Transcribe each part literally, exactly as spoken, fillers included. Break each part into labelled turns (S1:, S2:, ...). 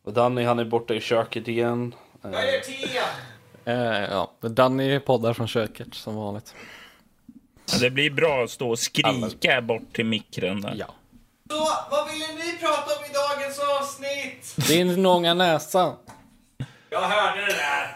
S1: Och Danny, han är borta i köket igen.
S2: Vad är te?
S3: Eh, ja, Danny poddar från köket som vanligt.
S4: Ja, det blir bra att stå och skrika Alla. bort till mikron där.
S3: Ja.
S2: Så, vad ville ni prata om i dagens avsnitt?
S3: Din långa näsa.
S2: Jag hörde det där.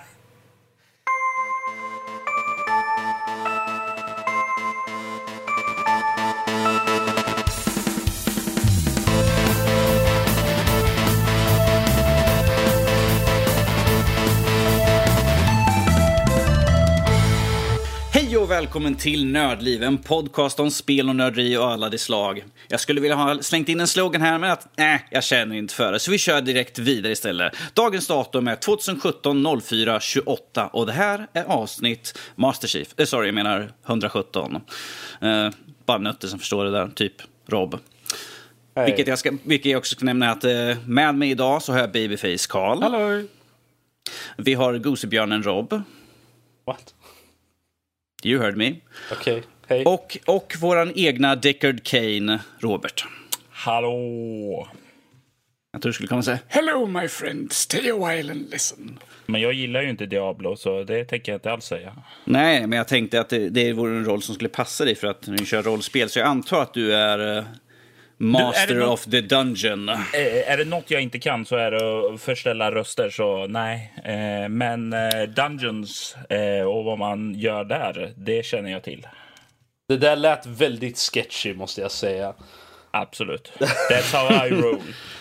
S5: Hej och välkommen till Nördliv, en podcast om spel och nörderi och alla de slag. Jag skulle vilja ha slängt in en slogan här, men att nej, jag känner inte för det. Så vi kör direkt vidare istället. Dagens datum är tjugosjutton fyra tjugoåtta och det här är avsnitt Master Chief. Eh, sorry, jag menar hundrasjutton. Eh, bara nötter som förstår det där, typ Rob.
S1: Hey.
S5: Vilket jag, ska, vilket jag också ska nämna att eh, med mig idag så har jag Babyface Carl.
S1: Hallå.
S5: Vi har Gosebjörnen Rob.
S1: What?
S5: You heard me.
S1: Okej, okay. Hej.
S5: Och, och våran egna Deckard Kane, Robert.
S4: Hallå!
S5: Jag tror du skulle komma och säga hello my friend, stay a while and listen.
S4: Men jag gillar ju inte Diablo, så det tänker jag inte alls säga.
S5: Nej, men jag tänkte att det, det vore en roll som skulle passa dig för att du kör rollspel. Så jag antar att du är uh, master du, är of the dungeon.
S4: Är, är det något jag inte kan så är det att förställa röster, så nej. Eh, men eh, Dungeons eh, och vad man gör där, det känner jag till.
S1: Det där lät väldigt sketchy, måste jag säga.
S4: Absolut. That's how I roll.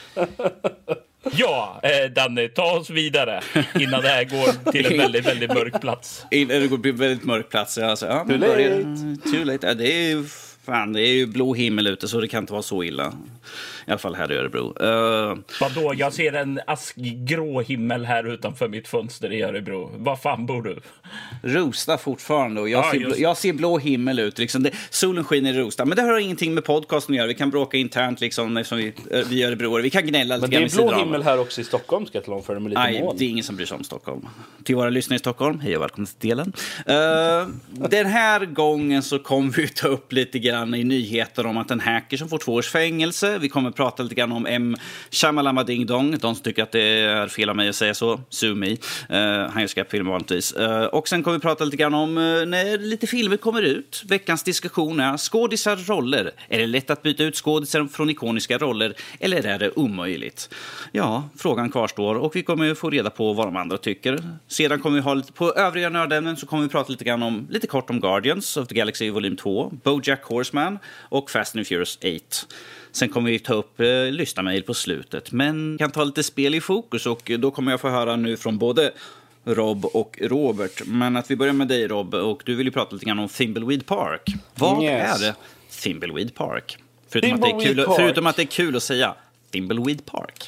S4: Ja, eh, Danny, ta oss vidare innan det här går till en väldigt, väldigt mörk plats.
S5: Innan det går till en väldigt mörk plats. Alltså, ja,
S1: too late.
S5: Börjar, too late. Ja, det är ju fan, det är ju blå himmel ute, så det kan inte vara så illa. I alla fall här i Örebro. Uh,
S4: Vadå? Jag ser en askgrå himmel här utanför mitt fönster i Örebro. Vad fan bor du?
S5: Rosta fortfarande och jag,
S4: ja,
S5: ser, blå, jag ser blå himmel ut liksom. Det, solen skiner i Rosta. Men det har ingenting med podcasten att göra. Vi kan bråka internt liksom, eftersom vi, vi är Örebro. Vi kan gnälla lite.
S1: Men det är blå himmel här också i Stockholm, ska jag tala om för med lite
S5: Nej,
S1: mål.
S5: det är ingen som bryr sig om Stockholm. Till våra lyssnare i Stockholm, hej och välkommen till delen. Uh, den här gången så kommer vi ta upp lite grann i nyheter om att en hacker som får två års fängelse. Vi kommer prata lite grann om M. Shamalama Ding Dong. De som tycker att det är fel av mig att säga så, sue me. Uh, han gör skräpfilm vanligtvis. Uh, och sen kommer vi prata lite grann om uh, när lite filmer kommer ut. Veckans diskussion är skådisar roller. Är det lätt att byta ut skådisar från ikoniska roller eller är det omöjligt? Ja, frågan kvarstår och vi kommer få reda på vad de andra tycker. Sedan kommer vi ha lite på övriga nördämnen, så kommer vi prata lite grann om lite kort om Guardians of the Galaxy volym två, BoJack Horseman och Fast and Furious åtta. Sen kommer vi ta upp eh, lyssnarmail på slutet, men kan ta lite spel i fokus och då kommer jag få höra nu från både Rob och Robert. Men att vi börjar med dig, Rob, och du vill ju prata lite grann om Thimbleweed Park. Vad
S1: yes.
S5: är det Thimbleweed Park? Förutom att, det är kul,
S1: Park.
S5: förutom att det är kul att säga Thimbleweed Park.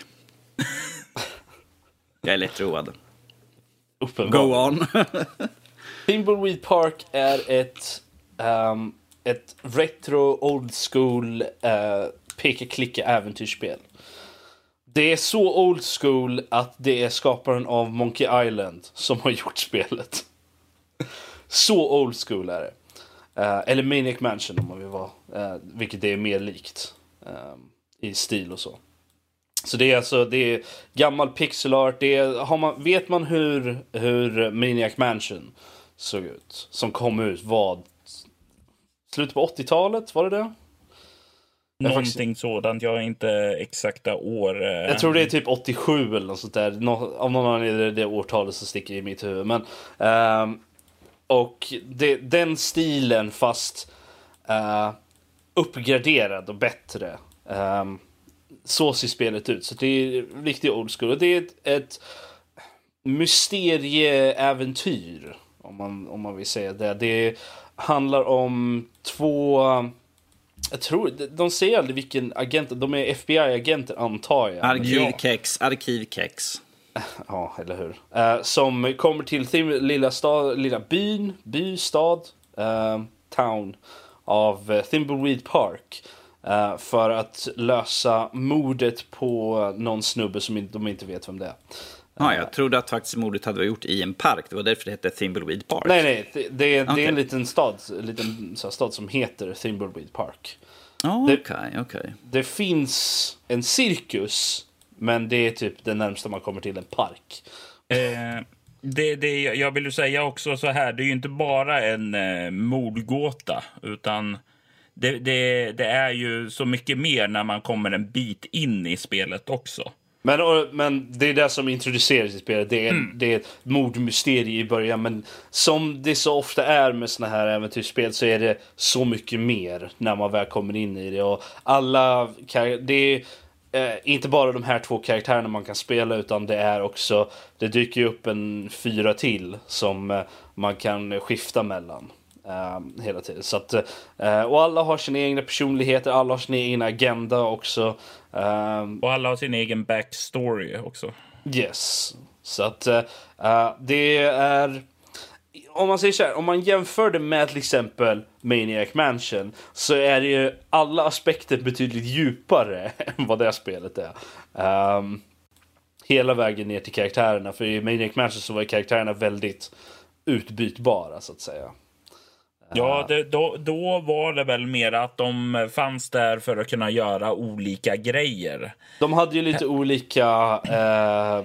S5: Jag är lätt road. Go on.
S1: Thimbleweed Park är ett um, ett retro old school uh, peka-klicka äventyrsspel. Det är så old school att det är skaparen av Monkey Island som har gjort spelet. Så old school är det. Uh, eller Maniac Mansion om man vill vara, uh, vilket det är mer likt um, i stil och så. Så det är alltså det är gammal pixel art. Det är, har man, vet man hur hur Maniac Mansion såg ut, som kom ut vad slutet på åttiotalet, var det det?
S4: Någonting faktiskt sådant, jag har inte exakta år. Eh.
S1: Jag tror det är typ åttiosju eller något sånt där. Nå, om någon anledning är det, det årtalet som sticker i mitt huvud. Men, um, och det, den stilen fast uh, uppgraderad och bättre. Um, så ser spelet ut. Så det är riktigt old school. Och det är ett, ett mysterieäventyr, om man, om man vill säga det. Det handlar om två... Jag tror, de säger aldrig vilken agent, de är F B I-agenter antar jag.
S5: Arkivkex, ja. Arkivkex.
S1: Ja, eller hur. Uh, som kommer till Thim- lilla, stad, lilla byn, by, stad, uh, town av uh, Thimbleweed Park. Uh, för att lösa mordet på någon snubbe som inte, de inte vet vem det är.
S5: Ja, jag trodde att faktiskt mordet hade varit gjort i en park. Det var därför det hette Thimbleweed Park.
S1: Nej, nej. Det, det,
S5: okay.
S1: det är en liten stad, en liten så här, stad som heter Thimbleweed Park.
S5: Okej, okay, okej. Okay.
S1: Det finns en cirkus Men det är typ det närmsta man kommer till en park.
S4: Eh, det, det, jag vill ju säga också så här, det är ju inte bara en eh, mordgåta, utan det, det, det är ju så mycket mer när man kommer en bit in i spelet också.
S1: Men, men det är det som introduceras i spelet. Det är, mm. det är ett mordmysterium i början. Men som det så ofta är med såna här äventyrsspel så är det så mycket mer när man väl kommer in i det. Och alla, det är eh, inte bara de här två karaktärerna man kan spela, utan det är också, det dyker ju upp en fyra till som eh, man kan skifta mellan. Uh, hela tiden. Så att, uh, och alla har sina egna personligheter, alla har sin egen agenda också. Uh,
S4: och alla har sin egen backstory också.
S1: Yes. Så att uh, det är, om man säger så här, om man jämför det med till exempel Maniac Mansion, så är det ju alla aspekter betydligt djupare än vad det här spelet är. Um, hela vägen ner till karaktärerna. För i Maniac Mansion så var karaktärerna väldigt utbytbara, så att säga.
S4: Ja, det, då, då var det väl mer att de fanns där för att kunna göra olika grejer.
S1: De hade ju lite olika eh,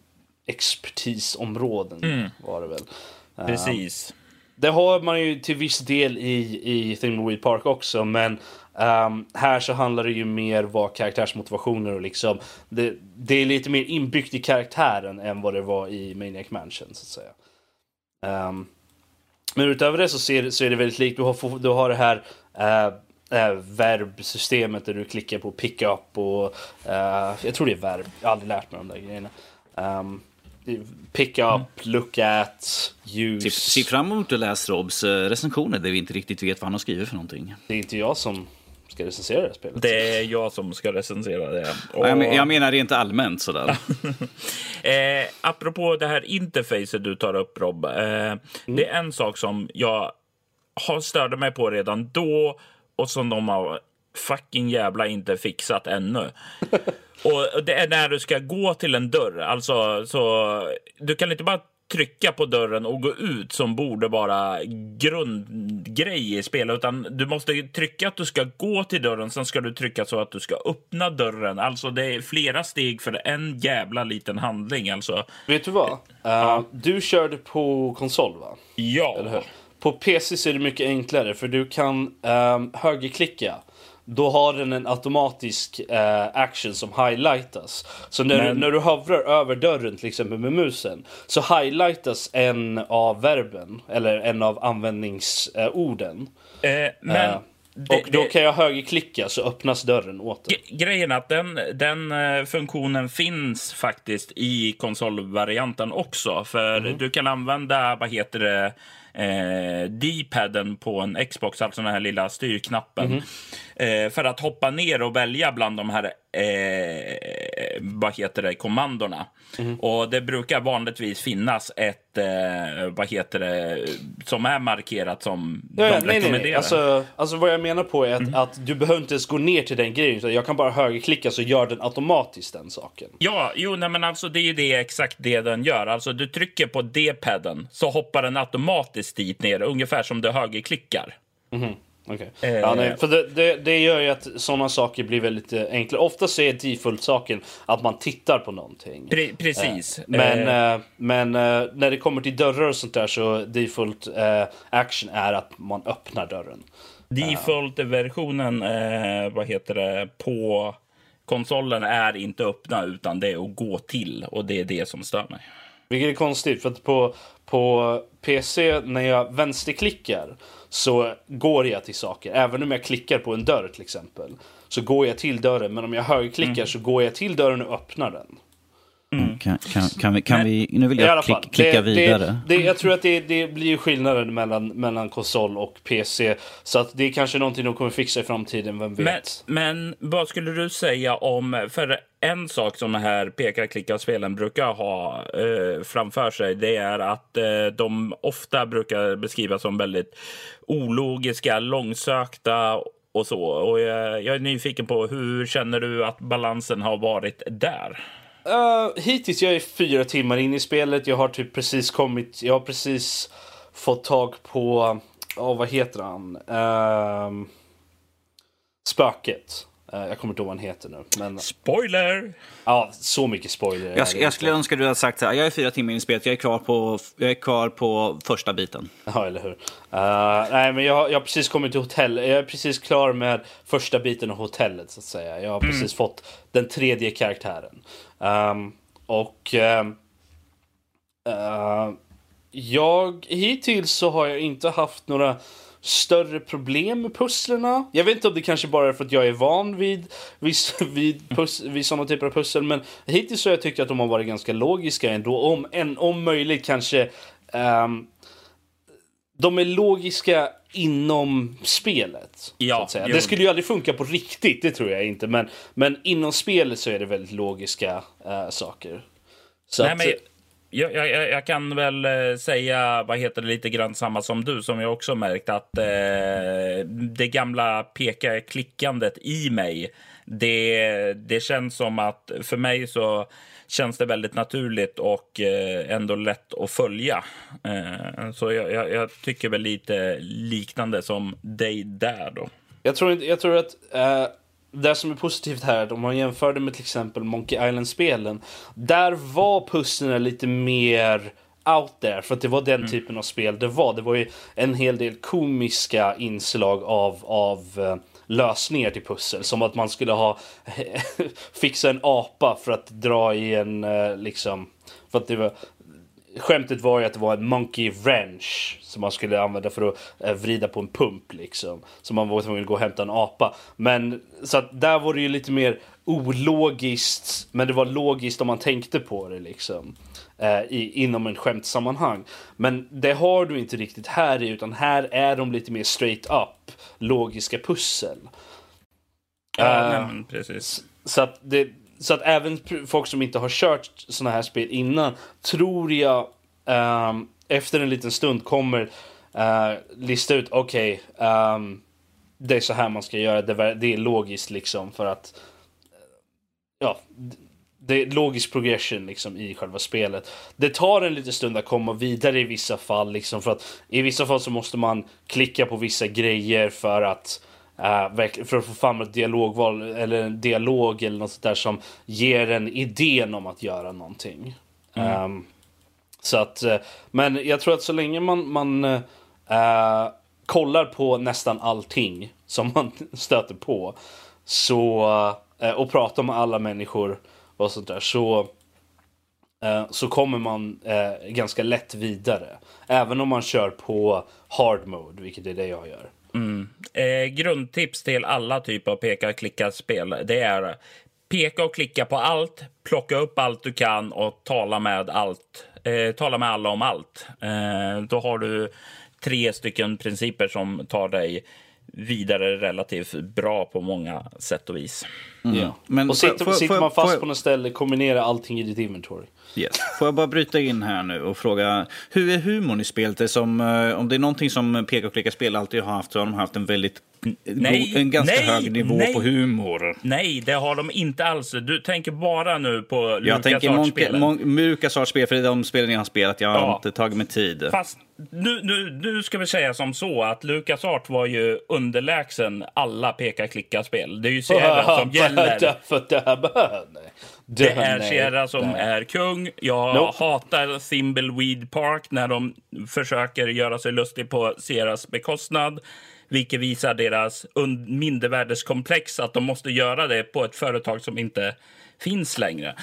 S1: expertisområden, mm. var det väl.
S4: Precis.
S1: Uh, det har man ju till viss del i, i Thimbleweed Park också, men um, här så handlar det ju mer vad karaktärsmotivationer och liksom, det, det är lite mer inbyggt i karaktären än vad det var i Maniac Mansion, så att säga. Um, Men utöver det så, ser, så är det väldigt likt. Du har, du har det här äh, äh, verbsystemet där du klickar på pick up och äh, jag tror det är verb. Jag har aldrig lärt mig de där grejerna. Um, pick up, mm. look at, use.
S5: Se, se fram emot att läsa Robs recensioner där vi inte riktigt vet vad han har skrivit för någonting.
S1: Det är inte jag som ska recensera det här spelet.
S4: Det är jag som ska recensera det.
S5: Och... Jag, men, jag menar rent allmänt sådär.
S4: eh, apropå det här interfacet du tar upp, Rob. Eh, mm. Det är en sak som jag har störde mig på redan då och som de har fucking jävla inte fixat ännu. Och det är när du ska gå till en dörr. Alltså, så du kan inte bara trycka på dörren och gå ut som borde vara grundgrej i spelet, utan du måste trycka att du ska gå till dörren, sen ska du trycka så att du ska öppna dörren. Alltså det är flera steg för en jävla liten handling. Alltså.
S1: Vet du vad? Uh, ja. Du körde på konsol, va?
S4: Ja.
S1: Eller hur? På P C så är det mycket enklare, för du kan um, högerklicka. Då har den en automatisk uh, action som highlightas. Så när, Men... du, när du hovrar över dörren till exempel med musen, så highlightas en av verben, eller en av användningsorden. Uh, men... Uh, Det, och då det, kan jag högerklicka så öppnas dörren åt den.
S4: Grejen är att den, den uh, funktionen finns faktiskt i konsolvarianten också. För mm. du kan använda, vad heter det, eh, D-padden på en Xbox, alltså den här lilla styrknappen. Mm. Eh, för att hoppa ner och välja bland de här eh, vad heter det, kommandorna. Mm. Och det brukar vanligtvis finnas ett eh, vad heter det, som är markerat som
S1: ja,
S4: de
S1: nej,
S4: rekommenderar.
S1: Nej, nej. Alltså, alltså vad jag menar på är att, mm. att du behöver inte ens gå ner till den grejen, så jag kan bara högerklicka så gör den automatiskt den saken.
S4: Ja, jo, nej, men alltså det är ju det, exakt det den gör. Alltså du trycker på D-padden så hoppar den automatiskt dit ner, ungefär som du högerklickar.
S1: Mhm. Okay. Eh, ja, nej, för det, det, det gör ju att sådana saker blir väldigt enklare. Oftast är default-saken att man tittar på någonting.
S4: Pre- precis.
S1: Eh, men eh. men eh, när det kommer till dörrar och sånt där, så default eh, action är att man öppnar dörren.
S4: Default-versionen eh, vad heter det, på konsolen är inte öppna, utan det är att gå till, och det är det som stör mig.
S1: Vilket är konstigt, för att på, på P C när jag vänsterklickar så går jag till saker. Även om jag klickar på en dörr till exempel, så går jag till dörren. Men om jag högerklickar mm. så går jag till dörren och öppnar den.
S5: Mm. Kan, kan, kan, vi, kan Men, vi... Nu vill jag klick, klicka det, vidare.
S1: Det, det, jag tror att det, det blir skillnaden mellan, mellan konsol och P C. Så att det är kanske någonting de kommer fixa i framtiden, vem vet.
S4: Men, men vad skulle du säga om... För en sak som de här peka-klicka-spelen brukar ha eh, framför sig, det är att eh, de ofta brukar beskrivas som väldigt ologiska, långsökta och så. Och jag, jag är nyfiken på, hur känner du att balansen har varit där?
S1: Uh, hittills jag är fyra timmar in i spelet. Jag har typ precis kommit, jag har precis fått tag på, oh, vad heter han? Uh, spöket. jag kommer inte ihåg vad han heter nu. Men,
S4: Spoiler!
S1: ja, så mycket spoiler.
S5: Jag, jag skulle önska att du hade sagt så här, jag är fyra timmar in i spelet, jag är klar på, jag är kvar på första biten.
S1: Ja, eller hur. Uh, nej, men jag, jag har precis kommit till hotell. Jag är precis klar med första biten av hotellet, så att säga. Jag har mm. precis fått den tredje karaktären. Um, och uh, uh, jag hittills så har jag inte haft några större problem med pusslerna. Jag vet inte om det kanske bara är för att jag är van vid, vid, vid, pus, vid sådana typer av pussel, men hittills så har jag tyckt att de har varit ganska logiska ändå. Om, en, om möjligt kanske um, de är logiska inom spelet.
S4: Ja,
S1: så att säga. Det skulle ju aldrig funka på riktigt, det tror jag inte. Men, men inom spelet så är det väldigt logiska uh, saker. Så
S4: Nej,
S1: att,
S4: men jag, jag, jag kan väl säga, vad heter det, lite grann samma som du, som jag också märkt att eh, det gamla peka-klickandet i mig, det, det känns som att för mig så känns det väldigt naturligt och eh, ändå lätt att följa. Eh, så jag, jag, jag tycker väl lite liknande som dig där då.
S1: Jag tror, inte, jag tror att uh, det som är positivt här, om man jämför det med till exempel Monkey Island-spelen, där var pusslerna lite mer out there, för att det var den mm. typen av spel det var. Det var ju en hel del komiska inslag av, av uh, lösningar till pussel, som att man skulle ha fixa en apa för att dra i en uh, liksom, för att det var, skämtet var ju att det var en monkey wrench som man skulle använda för att eh, vrida på en pump liksom. Så man var tvungen att gå och hämta en apa. Men så att där var det ju lite mer ologiskt, men det var logiskt om man tänkte på det liksom. Eh, i, inom en skämtsammanhang. Men det har du inte riktigt här, utan här är de lite mer straight up logiska pussel.
S4: Ja,
S1: eh,
S4: men precis.
S1: Så att det Så att även folk som inte har kört såna här spel innan, tror jag um, efter en liten stund kommer uh, lista ut, okej, okay, um, det är så här man ska göra, det, det är logiskt liksom, för att ja, det är logisk progression liksom i själva spelet. Det tar en liten stund att komma vidare i vissa fall liksom, för att i vissa fall så måste man klicka på vissa grejer för att Uh, för att få fram ett dialogval eller en dialog eller något sånt där som ger en idén om att göra någonting. Mm. Um, så att, uh, men jag tror att så länge man, man uh, kollar på nästan allting som man stöter på, så, uh, och pratar med alla människor och sånt där, så uh, så kommer man uh, ganska lätt vidare, även om man kör på hard mode, vilket är det jag gör.
S4: Mm. Eh, grundtips till alla typer av peka-klicka-spel, det är peka och klicka på allt, plocka upp allt du kan och tala med allt, eh, tala med alla om allt. Eh, då har du tre stycken principer som tar dig vidare relativt bra på många sätt och vis.
S1: Mm. Ja. Men och sitter, för, för, sitter man fast för, på något ställe, kombinera allting i ditt inventory.
S5: Yes. Får jag bara bryta in här nu och fråga, hur är humorn i spelet? Det som, om det är någonting som peka och klicka spel alltid har haft, så har de haft en väldigt
S4: nej,
S5: en ganska
S4: nej,
S5: hög nivå
S4: nej.
S5: på humor.
S4: Nej, det har de inte alls. Du tänker bara nu på
S5: LucasArts-spelen. Jag tänker LucasArts-spel, för det är de spelen jag har spelat. Jag har ja. inte tagit mig tid.
S4: Fast nu, nu, nu ska vi säga som så att LucasArts var ju underlägsen alla peka-klicka-spel. Det är ju Sierra som gäller.
S1: För det här behöver
S4: Det är Sierra som nej. är kung. Jag nope. hatar Thimbleweed Park när de försöker göra sig lustig på Sierras bekostnad, vilket visar deras mindervärdeskomplex, att de måste göra det på ett företag som inte finns längre.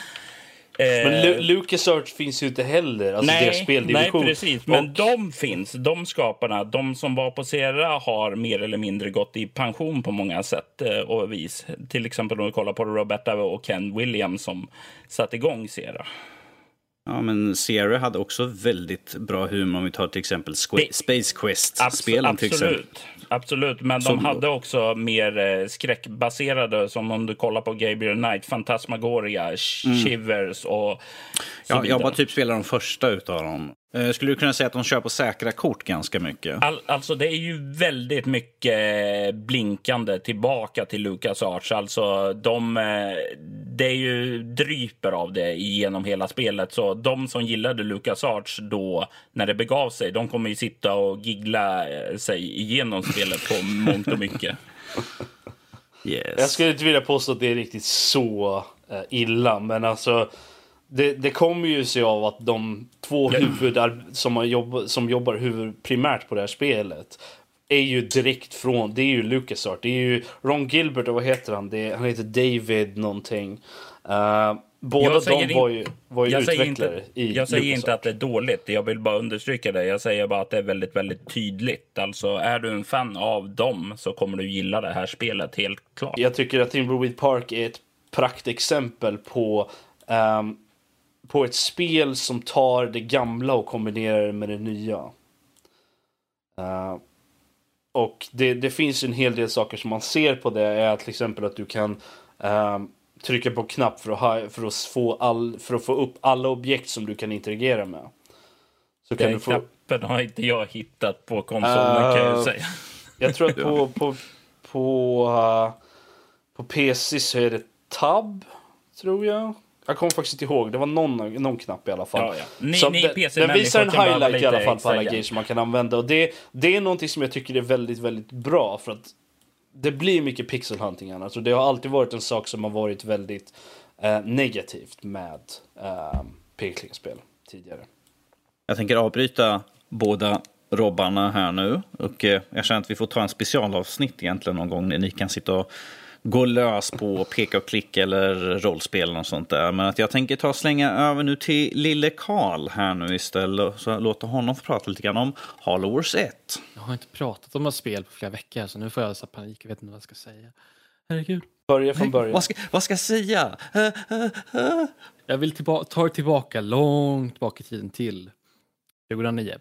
S1: Men Lu- LucasArts finns ju inte heller, alltså
S4: nej,
S1: deras speldivision.
S4: Nej, precis. Men och... de finns, de skaparna, de som var på Sierra har mer eller mindre gått i pension på många sätt och vis. Till exempel om vi kollar på Roberta och Ken Williams som satt igång Sierra.
S5: Ja, men Sierra hade också väldigt bra humor om vi tar till exempel Squ- det... Space Quest-spelen.
S4: Abs- absolut, absolut. Men som... de hade också mer eh, skräckbaserade, som om du kollar på Gabriel Knight, Phantasmagoria, mm. Shivers och så
S5: ja, jag bara typ spelar de första utav dem. Eh, skulle du kunna säga att de kör på säkra kort ganska mycket?
S4: All, alltså det är ju väldigt mycket blinkande tillbaka till LucasArts. Alltså de, det är ju dryper av det genom hela spelet. Så de som gillade LucasArts då när det begav sig, de kommer ju sitta och giggla sig igenom spelet på mångt och mycket.
S5: Yes.
S1: Jag skulle inte vilja påstå att det är riktigt så eh, illa, men alltså det, det kommer ju sig av att de två huvudar som, har jobb, som jobbar huvud primärt på det här spelet är ju direkt från, det är ju LucasArts, det är ju Ron Gilbert och vad heter han? Det, han heter David någonting. Uh, båda de var ju, var ju
S4: jag
S1: utvecklare
S4: inte,
S1: i
S4: Jag säger
S1: LucasArts.
S4: inte att det är dåligt, jag vill bara understryka det. Jag säger bara att det är väldigt, väldigt tydligt. Alltså är du en fan av dem så kommer du gilla det här spelet, helt klart.
S1: Jag tycker att Thimbleweed Park är ett praktexempel på um, på ett spel som tar det gamla och kombinerar det med det nya. Uh, och det, det finns en hel del saker som man ser på det, är till exempel att du kan um, trycka på knapp för att, ha, för, att få all, för att få upp alla objekt som du kan interagera med. Så kan
S4: Den
S1: du få...
S4: knappen har inte jag hittat på konsolen, uh, kan jag säga.
S1: Jag tror att på, på, på, uh, på P C så är det tab, tror jag. Jag kommer faktiskt inte ihåg. Det var någon, någon knapp i alla fall.
S4: Ja, ja. Ni,
S1: så
S4: ni
S1: den, den visar en highlight i alla fall på alla
S4: grejer
S1: grejer som man kan använda. Och det, det är någonting som jag tycker är väldigt, väldigt bra. För att det blir mycket pixelhunting annars. Och det har alltid varit en sak som har varit väldigt eh, negativt med eh, pixelspel tidigare.
S5: Jag tänker avbryta båda robbarna här nu. Och eh, jag känner att vi får ta en specialavsnitt egentligen någon gång när ni kan sitta och gå lös på peka och klicka eller rollspel och sånt där. Men att jag tänker ta och slänga över nu till lille Karl här nu istället. Så låta honom få prata lite grann om Halo Wars ett.
S3: Jag har inte pratat om ett spel på flera veckor, så nu får jag så panik. Jag vet inte vad jag ska säga. Herregud.
S1: Börja från början.
S5: Vad ska, vad ska jag säga? Uh, uh, uh.
S3: Jag vill tillba- ta er tillbaka långt bak i tiden till tjugohundranio.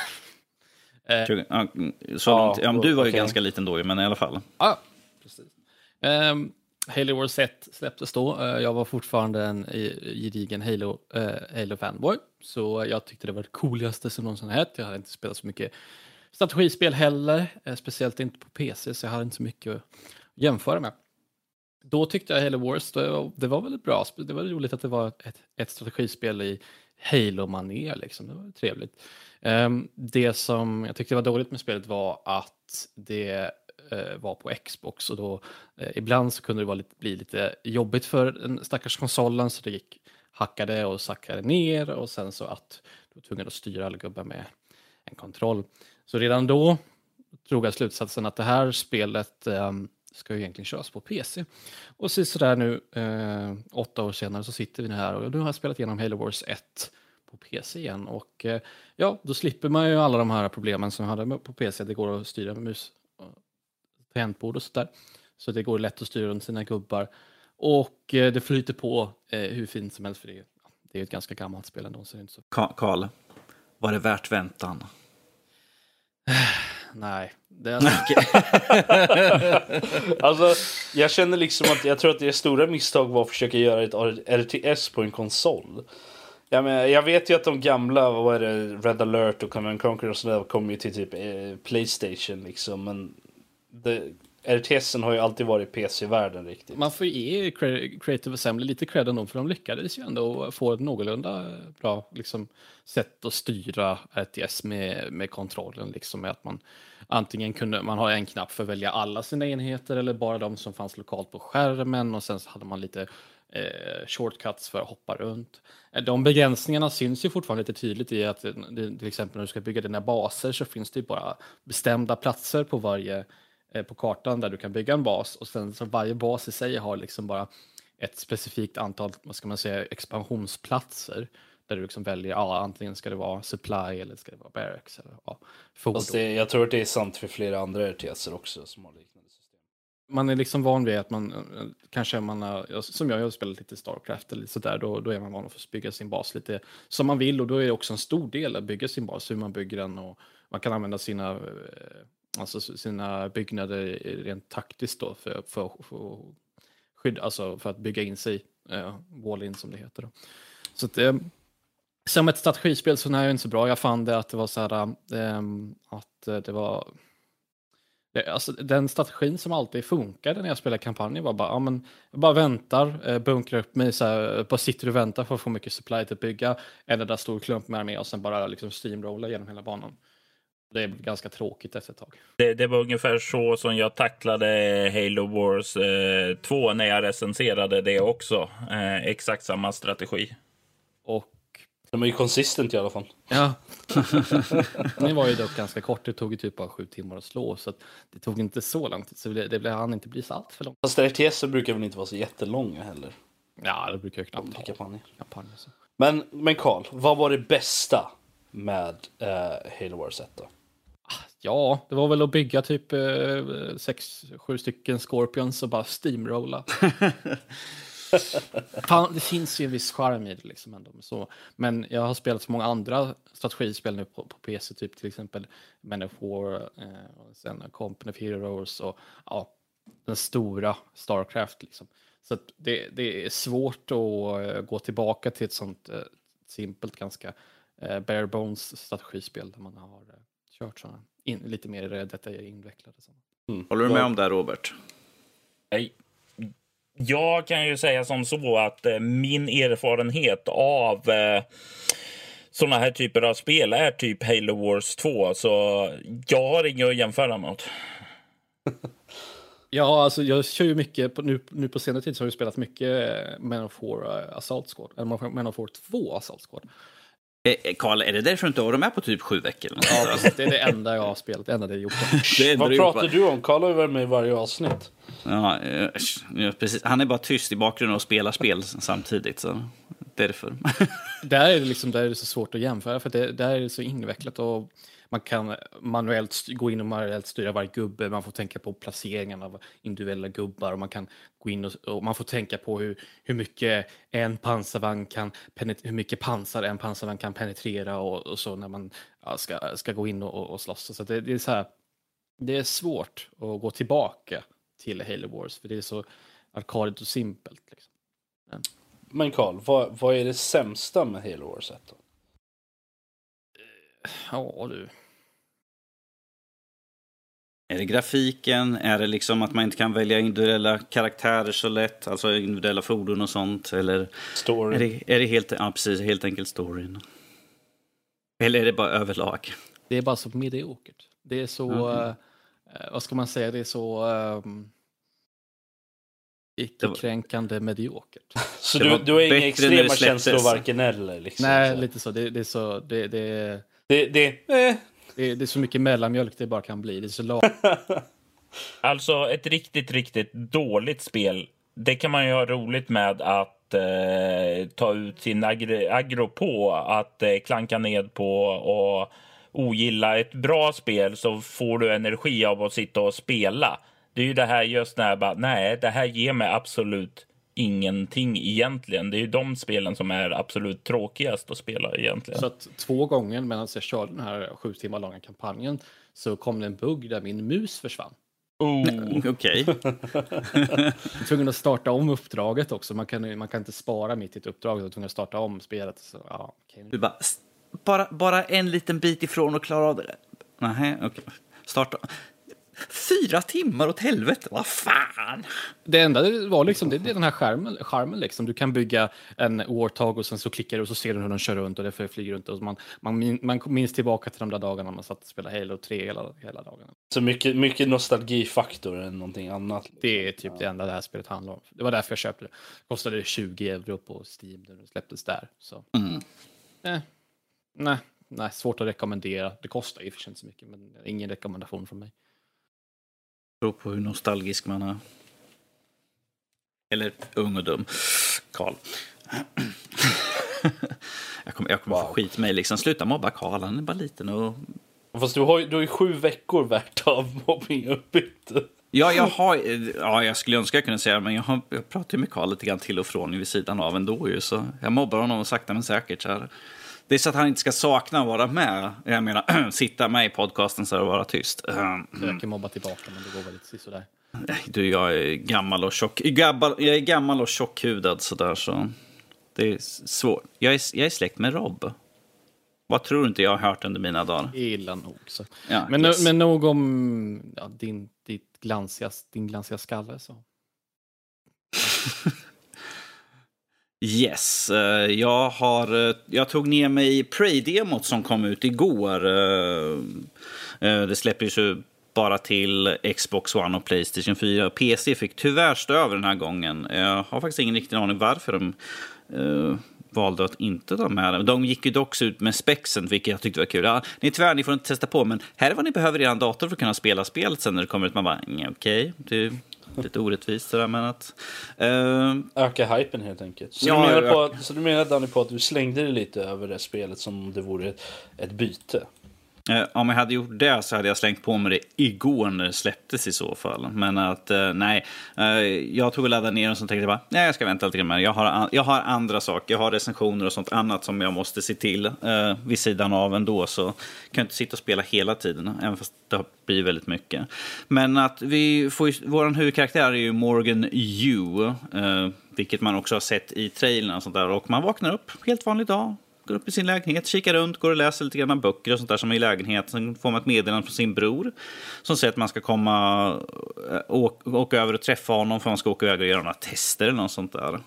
S5: tjugo, uh, så
S1: ja,
S5: långt. Ja, men du var ju
S1: okay.
S5: ganska liten då, men i alla fall.
S3: Ja, precis. Um, Halo Wars ett släpptes då. Uh, jag var fortfarande en gedigen Halo, uh, Halo-fanboy. Så jag tyckte det var det coolaste som någonsin hett. Jag hade inte spelat så mycket strategispel heller. Uh, speciellt inte på P C, så jag hade inte så mycket att jämföra med. Då tyckte jag Halo Wars, det var, det var väldigt bra. Det var roligt att det var ett, ett strategispel i Halo-manér. Liksom. Det var trevligt. Um, det som jag tyckte var dåligt med spelet var att det var på Xbox, och då eh, ibland så kunde det vara lite, bli lite jobbigt för den stackars konsolen, så det gick hackade och sackade ner, och sen så att du var tvungen att styra alla gubbar med en kontroll. Så redan då drog jag slutsatsen att det här spelet eh, ska ju egentligen köras på P C. Och så sådär nu eh, åtta år senare så sitter vi här, och nu har jag spelat igenom Halo Wars ett på P C igen, och eh, ja, då slipper man ju alla de här problemen som jag hade på P C. Det går att styra med mus tangentbord och sådär. Så det går lätt att styra runt sina gubbar. Och eh, det flyter på eh, hur fint som helst, för det, det är ett ganska gammalt spel ändå. Så det är inte så...
S5: Karl, var det värt väntan?
S3: Nej, det är
S1: Alltså, jag känner liksom att jag tror att det stora misstag var att försöka göra ett R T S på en konsol. Ja, men jag vet ju att de gamla, vad är det, Red Alert och Command and Conquer och sådär kom ju till typ eh, PlayStation liksom, men det, R T S:en har ju alltid varit P C-världen riktigt.
S3: Man får ge Creative Assembly lite cred ändå, för de lyckades ju ändå få ett någorlunda bra liksom, sätt att styra R T S med, med kontrollen. Liksom, med att man antingen kunde, man har en knapp för att välja alla sina enheter eller bara de som fanns lokalt på skärmen, och sen så hade man lite eh, shortcuts för att hoppa runt. De begränsningarna syns ju fortfarande lite tydligt i att till exempel när du ska bygga dina baser så finns det ju bara bestämda platser på varje på kartan där du kan bygga en bas, och sen så varje bas i sig har liksom bara ett specifikt antal, vad ska man säga, expansionsplatser där du liksom väljer, ja, antingen ska det vara supply eller ska det vara barracks eller ja, fordon.
S1: Det, jag tror att det är sant för flera andra R T S:er också som har liknande system.
S3: Man är liksom van vid att man kanske man har, som jag har spelat lite Starcraft eller så där, då, då är man van att få bygga sin bas lite som man vill, och då är det också en stor del att bygga sin bas, hur man bygger den, och man kan använda sina alltså sina byggnader rent taktiskt då för, för, för skydd, alltså för att bygga in sig eh, wall-in som det heter då. Så att, eh, som ett strategispel så är det inte så bra. Jag fann det att det var så här eh, att det var det, alltså den strategin som alltid funkade när jag spelade kampanjen var bara, ja, men jag bara väntar, eh, bunkrar upp mig så här, bara sitter och väntar för att få mycket supply till att bygga en där stor klump med mig, och sen bara liksom steamrolla genom hela banan. Det är ganska tråkigt efter ett tag.
S4: Det, det var ungefär så som jag tacklade Halo Wars eh, två när jag recenserade det också. Eh, exakt samma strategi.
S3: Och
S1: De är ju konsistent i alla fall.
S3: ja, det var ju dock ganska kort. Det tog ju typ bara sju timmar att slå. Så att det tog inte så lång tid. Så det, det hann inte bli så allt för långt.
S1: Fast R T S brukar väl inte vara så jättelånga heller.
S3: Ja, det brukar jag knappt ha.
S1: Kampanjer.
S3: Kampanjer, så.
S1: Men, men Carl, vad var det bästa med eh, Halo Wars ett då?
S3: Ja, det var väl att bygga typ eh, sex, sju stycken Scorpions och bara steamrolla. Fan, det finns ju en viss charm i det liksom ändå. Så, men jag har spelat så många andra strategispel nu på, på P C, typ till exempel Men of War, eh, och sen Company of Heroes och ja, den stora Starcraft liksom. Så att det, det är svårt att uh, gå tillbaka till ett sånt uh, simpelt, ganska uh, bare bones strategispel där man har uh, kört sådana in, lite mer uh, detta är invecklade.
S5: Mm. Håller du med om det, Robert?
S4: Nej. Jag kan ju säga som så att eh, min erfarenhet av eh, sådana här typer av spel är typ Halo Wars två. Så jag har inget att jämföra mot.
S3: Ja, alltså jag kör ju mycket, på, nu, nu på senare tid så har jag spelat mycket Men of War uh, Assault Squad, eller Men of War två Assault Squad.
S5: Karl, är det därför du inte har med på typ sju veckor?
S3: Ja, precis, det är det enda jag har spelat, det enda det är gjort.
S5: Det
S1: Vad pratar du om? Karl har ju varit med i varje avsnitt.
S5: Ja, ja, precis. Han är bara tyst i bakgrunden och spelar spel samtidigt, så därför.
S3: Där är det liksom, där är det så svårt att jämföra, för det, där är det så invecklat och man kan manuellt gå in och manuellt styra varje gubbe. Man får tänka på placeringen av individuella gubbar. Och man kan gå in och, och man får tänka på hur, hur mycket en pansarvagn kan penet- hur mycket pansar en pansarvagn kan penetrera och, och så när man ja, ska, ska gå in och, och slåss. Så det, det är så här, det är svårt att gå tillbaka till Halo Wars, för det är så arkadigt och simpelt. Liksom. Ja.
S1: Men Carl, vad, vad är det sämsta med Halo Wars ett då?
S3: Ja, du.
S5: Är det grafiken? Är det liksom att man inte kan välja individuella karaktärer så lätt? Alltså individuella fordon och sånt? Eller
S1: Story.
S5: är det, är det helt, ja, precis, helt enkelt storyn? Eller är det bara överlag?
S3: Det är bara så mediokert. Det är så, mm. uh, vad ska man säga, det är så um, icke-kränkande mediokert.
S1: Så du, du har inga extrema känslor varken eller? Liksom,
S3: Nej,
S1: så.
S3: Lite så. Det, det är så, det, det,
S1: det, det, eh.
S3: det, det är så mycket mellanmjölk det bara kan bli. Det är så lag.
S4: Alltså ett riktigt, riktigt dåligt spel. Det kan man ju ha roligt med att eh, ta ut sin agro, agro på, att eh, klanka ned på och ogilla ett bra spel, så får du energi av att sitta och spela. Det är ju det här just när jag bara, nej, det här ger mig absolut ingenting egentligen. Det är ju de spelen som är absolut tråkigast att spela egentligen.
S3: Så att två gånger medan jag körde den här sju timmar långa kampanjen så kom det en bugg där min mus försvann.
S5: Oh. Okej. Okay.
S3: Jag var tvungen att starta om uppdraget också. Man kan, man kan inte spara mitt i ett uppdrag. Jag var tvungen att starta om spelet. Så, ja, okay.
S5: Du bara, bara, bara en liten bit ifrån och klara av det. Nej, okej. Okay. Starta. Fyra timmar åt helvete, vad fan!
S3: Det enda var liksom, det är den här skärmen, skärmen liksom. Du kan bygga en Warthog och sen så klickar du och så ser du hur den kör runt och det flyger runt. Och man, man, man minns tillbaka till de där dagarna man satt och spelade Halo tre hela, hela dagarna.
S1: Så mycket, mycket nostalgifaktor än någonting annat. Liksom.
S3: Det är typ ja. Det enda det här spelet handlar om. Det var därför jag köpte det. Kostade tjugo euro på Steam när det släpptes där. Så.
S5: Mm.
S3: Eh, nej, nej, svårt att rekommendera. Det kostar ju för sig inte så mycket, men ingen rekommendation från mig.
S5: Beror på hur nostalgisk man är. Eller ung och dum. Karl. jag kommer, jag kommer wow. få skit mig liksom. Sluta mobba Karl, han är bara liten och...
S1: Fast du har ju, du har ju sju veckor värt av mobbing uppbytt.
S5: Ja, jag har... Ja, jag skulle önska jag kunde säga, men jag, har, jag pratar ju med Karl lite grann till och från vid sidan av ändå ju, så jag mobbar honom sakta men säkert så här. Det är så att han inte ska sakna att vara med. Jag menar, sitta med i podcasten så att vara tyst.
S3: Jag kan mobba tillbaka, men det går väl lite sådär.
S5: Du, jag är gammal och tjock. Jag är gammal och tjockhudad sådär, så det är svårt. Jag är, jag är släkt med Rob. Vad tror du inte jag har hört under mina dagar?
S3: Illa nog. Så.
S5: Ja,
S3: men,
S5: yes.
S3: men nog om ja, din, ditt glansiga, din glansiga skalle så.
S5: Yes, jag, har, jag tog ner mig Prey-demot som kom ut igår. Det släpper ju bara till Xbox One och PlayStation fyra. P C fick tyvärr stå över den här gången. Jag har faktiskt ingen riktig aning varför de uh, valde att inte ta med det. De gick ju dock ut med spexen, vilket jag tyckte var kul. Ja, ni tyvärr, ni får inte testa på, men här är vad ni behöver i er dator för att kunna spela spelet sen när det kommer ut. Man bara, okej, okay, det är lite orättvist sådär, men att... Uh,
S1: Öka hypen helt enkelt. Så,
S5: ja,
S1: du menar
S5: jag...
S1: på, så du menar, Danny, på att du slängde dig lite över det spelet som om det vore ett, ett byte?
S5: Uh, om jag hade gjort det så hade jag slängt på mig det igår när det släpptes i så fall. Men att, uh, nej. Uh, jag tog och laddade ner och så tänkte jag bara, nej, jag ska vänta lite grann. Jag har, jag har andra saker. Jag har recensioner och sånt annat som jag måste se till uh, vid sidan av ändå. Så kan jag inte sitta och spela hela tiden, även fast det har blivit väldigt mycket. Men att vi får ju, våran huvudkaraktär är ju Morgan Yu, uh, vilket man också har sett i trailern och sånt där. Och man vaknar upp helt vanligt dag. Går upp i sin lägenhet, kikar runt, går och läser lite grann böcker och sånt där som är i lägenheten. Sen får man ett meddelande från sin bror som säger att man ska komma åka, åka över och träffa honom för man ska åka iväg och göra några tester eller något sånt där.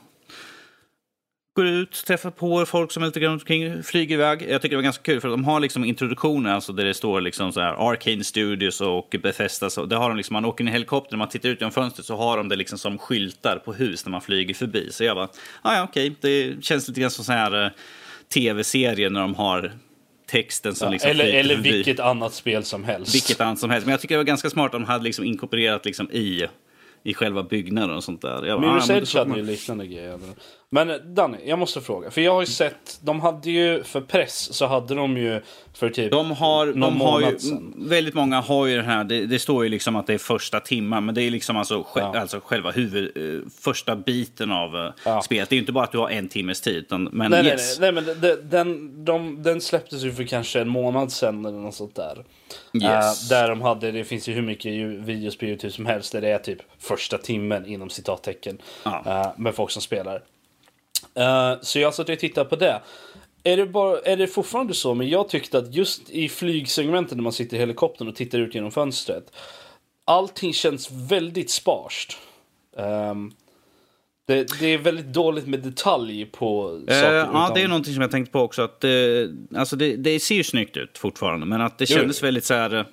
S5: Går ut, träffar på folk som är lite grann omkring, flyger iväg. Jag tycker det var ganska kul för de har liksom introduktioner, alltså där det står liksom så här Arcane Studios och Bethesda. Så där har de liksom, man åker in i helikopter, när man tittar ut genom fönstret så har de det liksom som skyltar på hus när man flyger förbi. Så jag bara, ah, ja okej, det känns lite grann som så här tv-serier när de har texten som
S1: ja,
S5: liksom
S1: eller, eller
S5: förbi.
S1: Vilket annat spel som helst.
S5: Vilket annat som helst. Men jag tycker det var ganska smart att de hade liksom inkorporerat liksom i, i själva byggnaden och sånt där. Jag bara,
S1: Mirror's
S5: ah,
S1: Edge hade ju liknande grejer. Men Danny, jag måste fråga. För jag har ju sett, de hade ju för press så hade de ju för typ
S5: de har,
S1: någon
S5: de har ju,
S1: sedan.
S5: väldigt många har ju den här, det, det står ju liksom att det är första timman, men det är liksom alltså,
S1: Ja.
S5: alltså själva huvud, uh, första biten av uh,
S1: Ja.
S5: spelet. Det är ju inte bara att du har en timmes tid, utan, men
S1: Nej,
S5: yes.
S1: nej, nej, nej, men det, den, de, den släpptes ju för kanske en månad sedan eller något sånt där.
S5: Yes.
S1: Uh, där de hade, det finns ju hur mycket videos på YouTube som helst där det är typ första timmen inom citattecken
S5: Ja.
S1: uh, med folk som spelar. Uh, så jag satt och tittade på det. Är det, bara, är det fortfarande så? Men jag tyckte att just i flygsegmenten när man sitter i helikoptern och tittar ut genom fönstret, allting känns väldigt sparst. Um, det, det är väldigt dåligt med detalj på saker.
S5: Uh, ja,
S1: utan...
S5: det är någonting som jag tänkte på också. Att, uh, alltså det, det ser ju snyggt ut fortfarande, men att det
S1: Jo.
S5: kändes väldigt så här... Uh,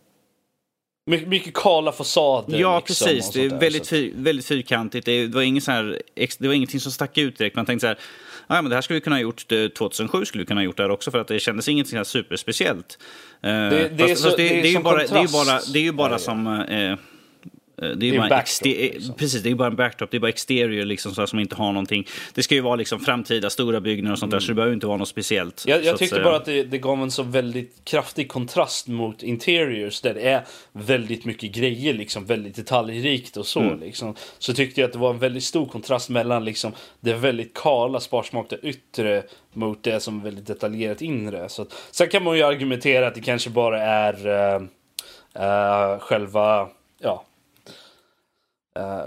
S1: My, mycket kala fasader.
S5: ja,
S1: liksom,
S5: precis.
S1: och
S5: Det är
S1: sånt där,
S5: väldigt,
S1: så.
S5: fyr, väldigt fyrkantigt. Det var, ingen så här, det var ingenting som stack ut direkt. Man tänkte så här, ja, men det här skulle vi kunna ha gjort tjugohundrasju, skulle vi kunna ha gjort där också, för att det kändes ingenting så här superspeciellt. Det,
S1: det, det, är, så, det, det är
S5: ju bara, det är ju
S1: kontrast.
S5: bara, det är ju bara
S1: Ja,
S5: som... Eh, det är,
S1: Det är
S5: ju
S1: en
S5: bara
S1: backdrop,
S5: exter-
S1: liksom.
S5: Precis, det är bara en backdrop. Det är bara exterior liksom, så här, som inte har någonting. Det ska ju vara liksom framtida stora byggnader och sånt där, så det behöver ju inte vara något speciellt.
S1: Jag,
S5: så
S1: jag
S5: att
S1: tyckte
S5: säga.
S1: bara att det, det gav en så väldigt kraftig kontrast mot interiors där det är väldigt mycket grejer, liksom väldigt detaljrikt och så.
S5: Mm.
S1: Liksom. Så tyckte jag att det var en väldigt stor kontrast mellan liksom, det väldigt kala, sparsmakta yttre mot det som är väldigt detaljerat inre. Så att, sen kan man ju argumentera att det kanske bara är uh, uh, själva, ja... Uh,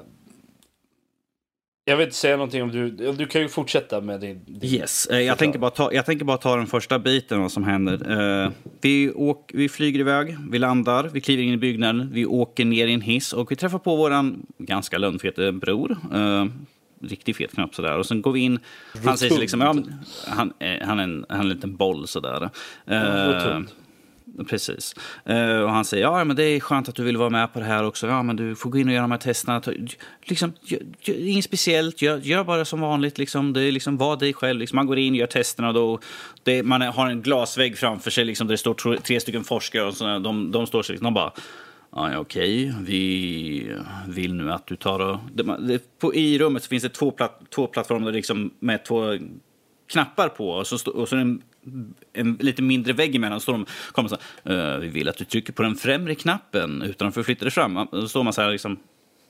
S1: jag vill inte säga någonting om du... Du kan ju fortsätta med din... din
S5: Yes, eh, jag, tänker bara ta, jag tänker bara ta den första biten vad som händer. Eh, vi, åk, vi flyger iväg, vi landar, vi kliver in i byggnaden, vi åker ner i en hiss och vi träffar på våran ganska lönnfete bror. Eh, riktigt fet knapp sådär. Och sen går vi in, han säger sig liksom, ja, han, eh, han, är en, han är en liten boll sådär. Eh, Precis. Uh, och han säger, ja men det är skönt att du vill vara med på det här också. Ja men du får gå in och göra de här testerna. Liksom, gör, gör, inget speciellt, gör, gör bara som vanligt. Liksom. Det är liksom, var dig själv. Liksom, man går in och gör testerna. Och då, det, man har en glasvägg framför sig liksom, där det står tre, tre stycken forskare. Och sådär, de, de står sig liksom, de bara... Ja, okej, vi vill nu att du tar och... Det, det, på, i rummet så finns det två, platt, två plattformar liksom, med två knappar på. Och så, stå, och så en, en lite mindre vägg emellan. Så de kommer så här, uh, vi vill att du trycker på den främre knappen utan att förflytta dig fram. Då står man så här liksom...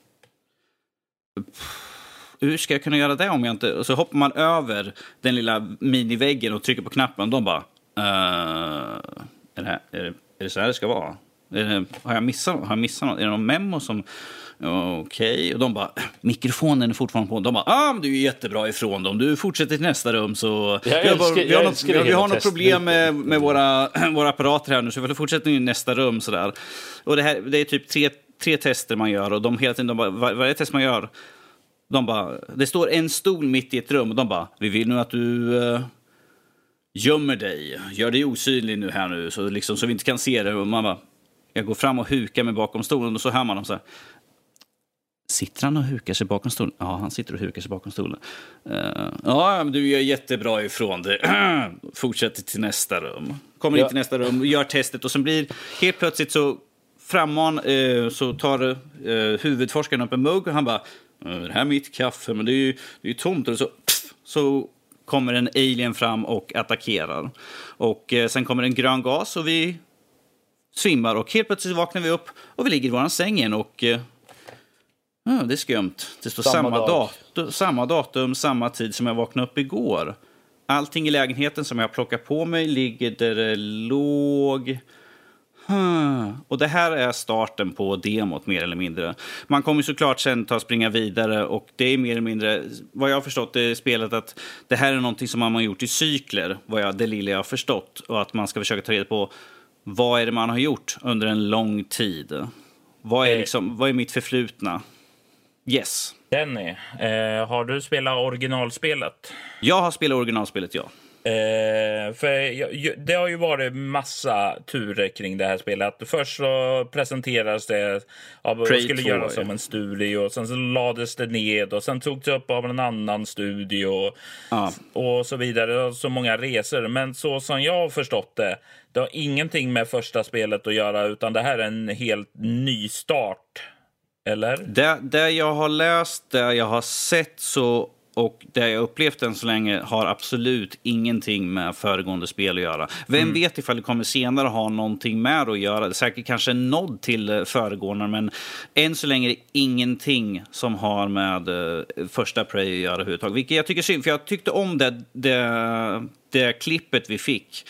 S5: Hur ska jag kunna göra det om jag inte... Och så hoppar man över den lilla miniväggen och trycker på knappen. De bara... Uh, är, det här, är, det, är det så här det ska vara? Det, har jag missat, har jag missat något? Är det någon memo som... Okej, okay. Och de bara, mikrofonen är fortfarande på. De bara, ah, men du är jättebra ifrån dem. Du fortsätter till nästa rum. Så
S1: jag
S5: vi har, bara,
S1: älskar,
S5: vi har, något,
S1: älskar
S5: vi har något
S1: test.
S5: problem med, med våra, våra apparater här nu. Så vi fortsätter i nästa rum. Sådär. Och det, här, det är typ tre, tre tester man gör. Och de hela tiden, de bara, var, varje test man gör De bara, det står en stol mitt i ett rum och de bara, vi vill nu att du uh, gömmer dig, gör dig osynlig nu här nu så, liksom, så vi inte kan se det. Och man bara, jag går fram och hukar mig bakom stolen och så hör man dem så här. Sitter han och hukar sig bakom stolen? Ja, han sitter och hukar sig bakom stolen. Uh, ja, men du gör jättebra ifrån det. Fortsätter till nästa rum. Kommer
S1: Ja.
S5: in till nästa rum, gör testet och sen blir helt plötsligt så framman uh, så tar uh, huvudforskaren upp en mugg och han bara, det här är mitt kaffe, men det är ju, det är ju tomt. Och så, pff, så kommer en alien fram och attackerar. Och uh, sen kommer en grön gas och vi svimmar och helt plötsligt vaknar vi upp och vi ligger i våran säng igen och... Uh, Ja, det är skumt. Det står samma,
S1: Samma dag.
S5: datum, samma datum, samma tid som jag vaknade upp igår. Allting i lägenheten som jag plockar på mig ligger där det låg. Hmm. Och det här är starten på demot mer eller mindre. Man kommer såklart sen ta springa vidare och det är mer eller mindre, vad jag har förstått i spelet, att det här är någonting som man har gjort i cykler, vad jag, det lilla jag har förstått. Och att man ska försöka ta reda på vad är det man har gjort under en lång tid. Vad är, liksom, vad är mitt förflutna? Yes.
S4: Denny, eh, har du spelat originalspelet?
S5: Jag har spelat originalspelet, ja.
S4: Eh, för jag, jag, det har ju varit massa turer kring det här spelet. Först så presenterades det av
S5: Prey
S4: skulle
S5: två,
S4: göras
S5: ja.
S4: som en studie och sen så lades det ned och sen togs det upp av en annan studie och,
S5: Ja.
S4: och så vidare. Och så många resor. Men så som jag har förstått det, det har ingenting med första spelet att göra utan det här är en helt ny start. Eller?
S5: Det, det jag har läst, det jag har sett så, och det jag upplevt än så länge har absolut ingenting med föregående spel att göra. Vem mm. vet ifall det kommer senare ha någonting med att göra. Det är säkert kanske en nod till föregående, men än så länge är det ingenting som har med uh, första Prey att göra överhuvudtaget. Vilket jag tycker är synd, för jag tyckte om det, det, det klippet vi fick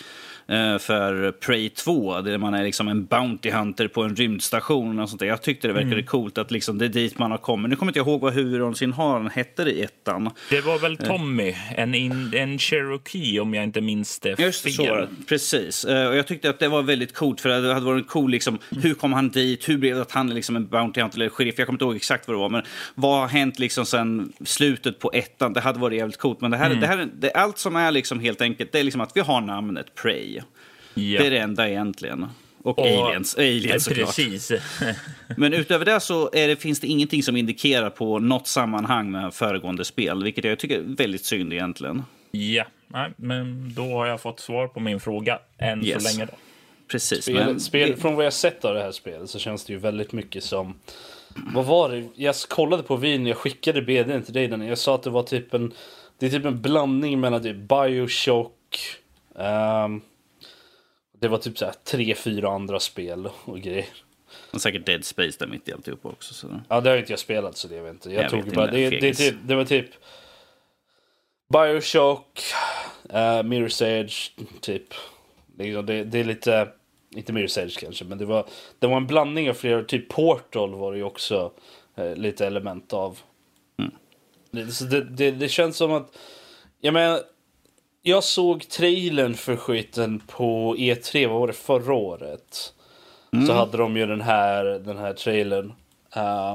S5: för Prey två, där man är liksom en bounty hunter på en rymdstation och sånt där. Jag tyckte det verkade mm. coolt att liksom det är dit man har kommit. Nu kommer inte jag ihåg vad huvudrollen har, den hette det i ettan.
S4: Det var väl Tommy, en, in, en Cherokee om jag inte minns det fel.
S5: Just så, precis. Och jag tyckte att det var väldigt coolt, för det hade varit cool liksom, hur kom han dit, hur blev det att han är liksom en bounty hunter eller sheriff, jag kommer inte ihåg exakt vad det var, men vad har hänt liksom sen slutet på ettan, det hade varit jävligt coolt, men det här, mm. det här det, allt som är liksom helt enkelt, det är liksom att vi har namnet Prey. Ja. Det är det enda egentligen. Och, och aliens, aliens såklart.
S4: Precis.
S5: Men utöver det så är det, finns det ingenting som indikerar på något sammanhang med föregående spel, vilket jag tycker är väldigt synd egentligen.
S4: Ja, nej, men då har jag fått svar på min fråga än yes. så länge då.
S5: Precis.
S1: Spel,
S5: men...
S1: spel, från vad jag sett av det här spelet så känns det ju väldigt mycket som... Vad var det? Jag kollade på videon, jag skickade B D:n till dig den. Jag sa att det var typ en... Det är typ en blandning mellan typ Bioshock... Um, Det var typ så här tre, fyra andra spel och grejer.
S5: Och säkert Dead Space där mitt i alltihop också. Så.
S1: Ja, det har inte jag spelat så det jag vet inte. Jag,
S5: jag
S1: tog
S5: vet
S1: bara, det, det, typ, det var typ Bioshock, uh, Mirror's Edge, typ. Det, det, det är lite, inte Mirror's Edge kanske, men det var, det var en blandning av flera, typ Portal var det ju också uh, lite element av. Mm. Det, så det, det, det känns som att, jag menar, jag såg trailern för skiten på E tre, vad var det, förra året. Mm. Så hade de ju den här, den här trailern. Uh,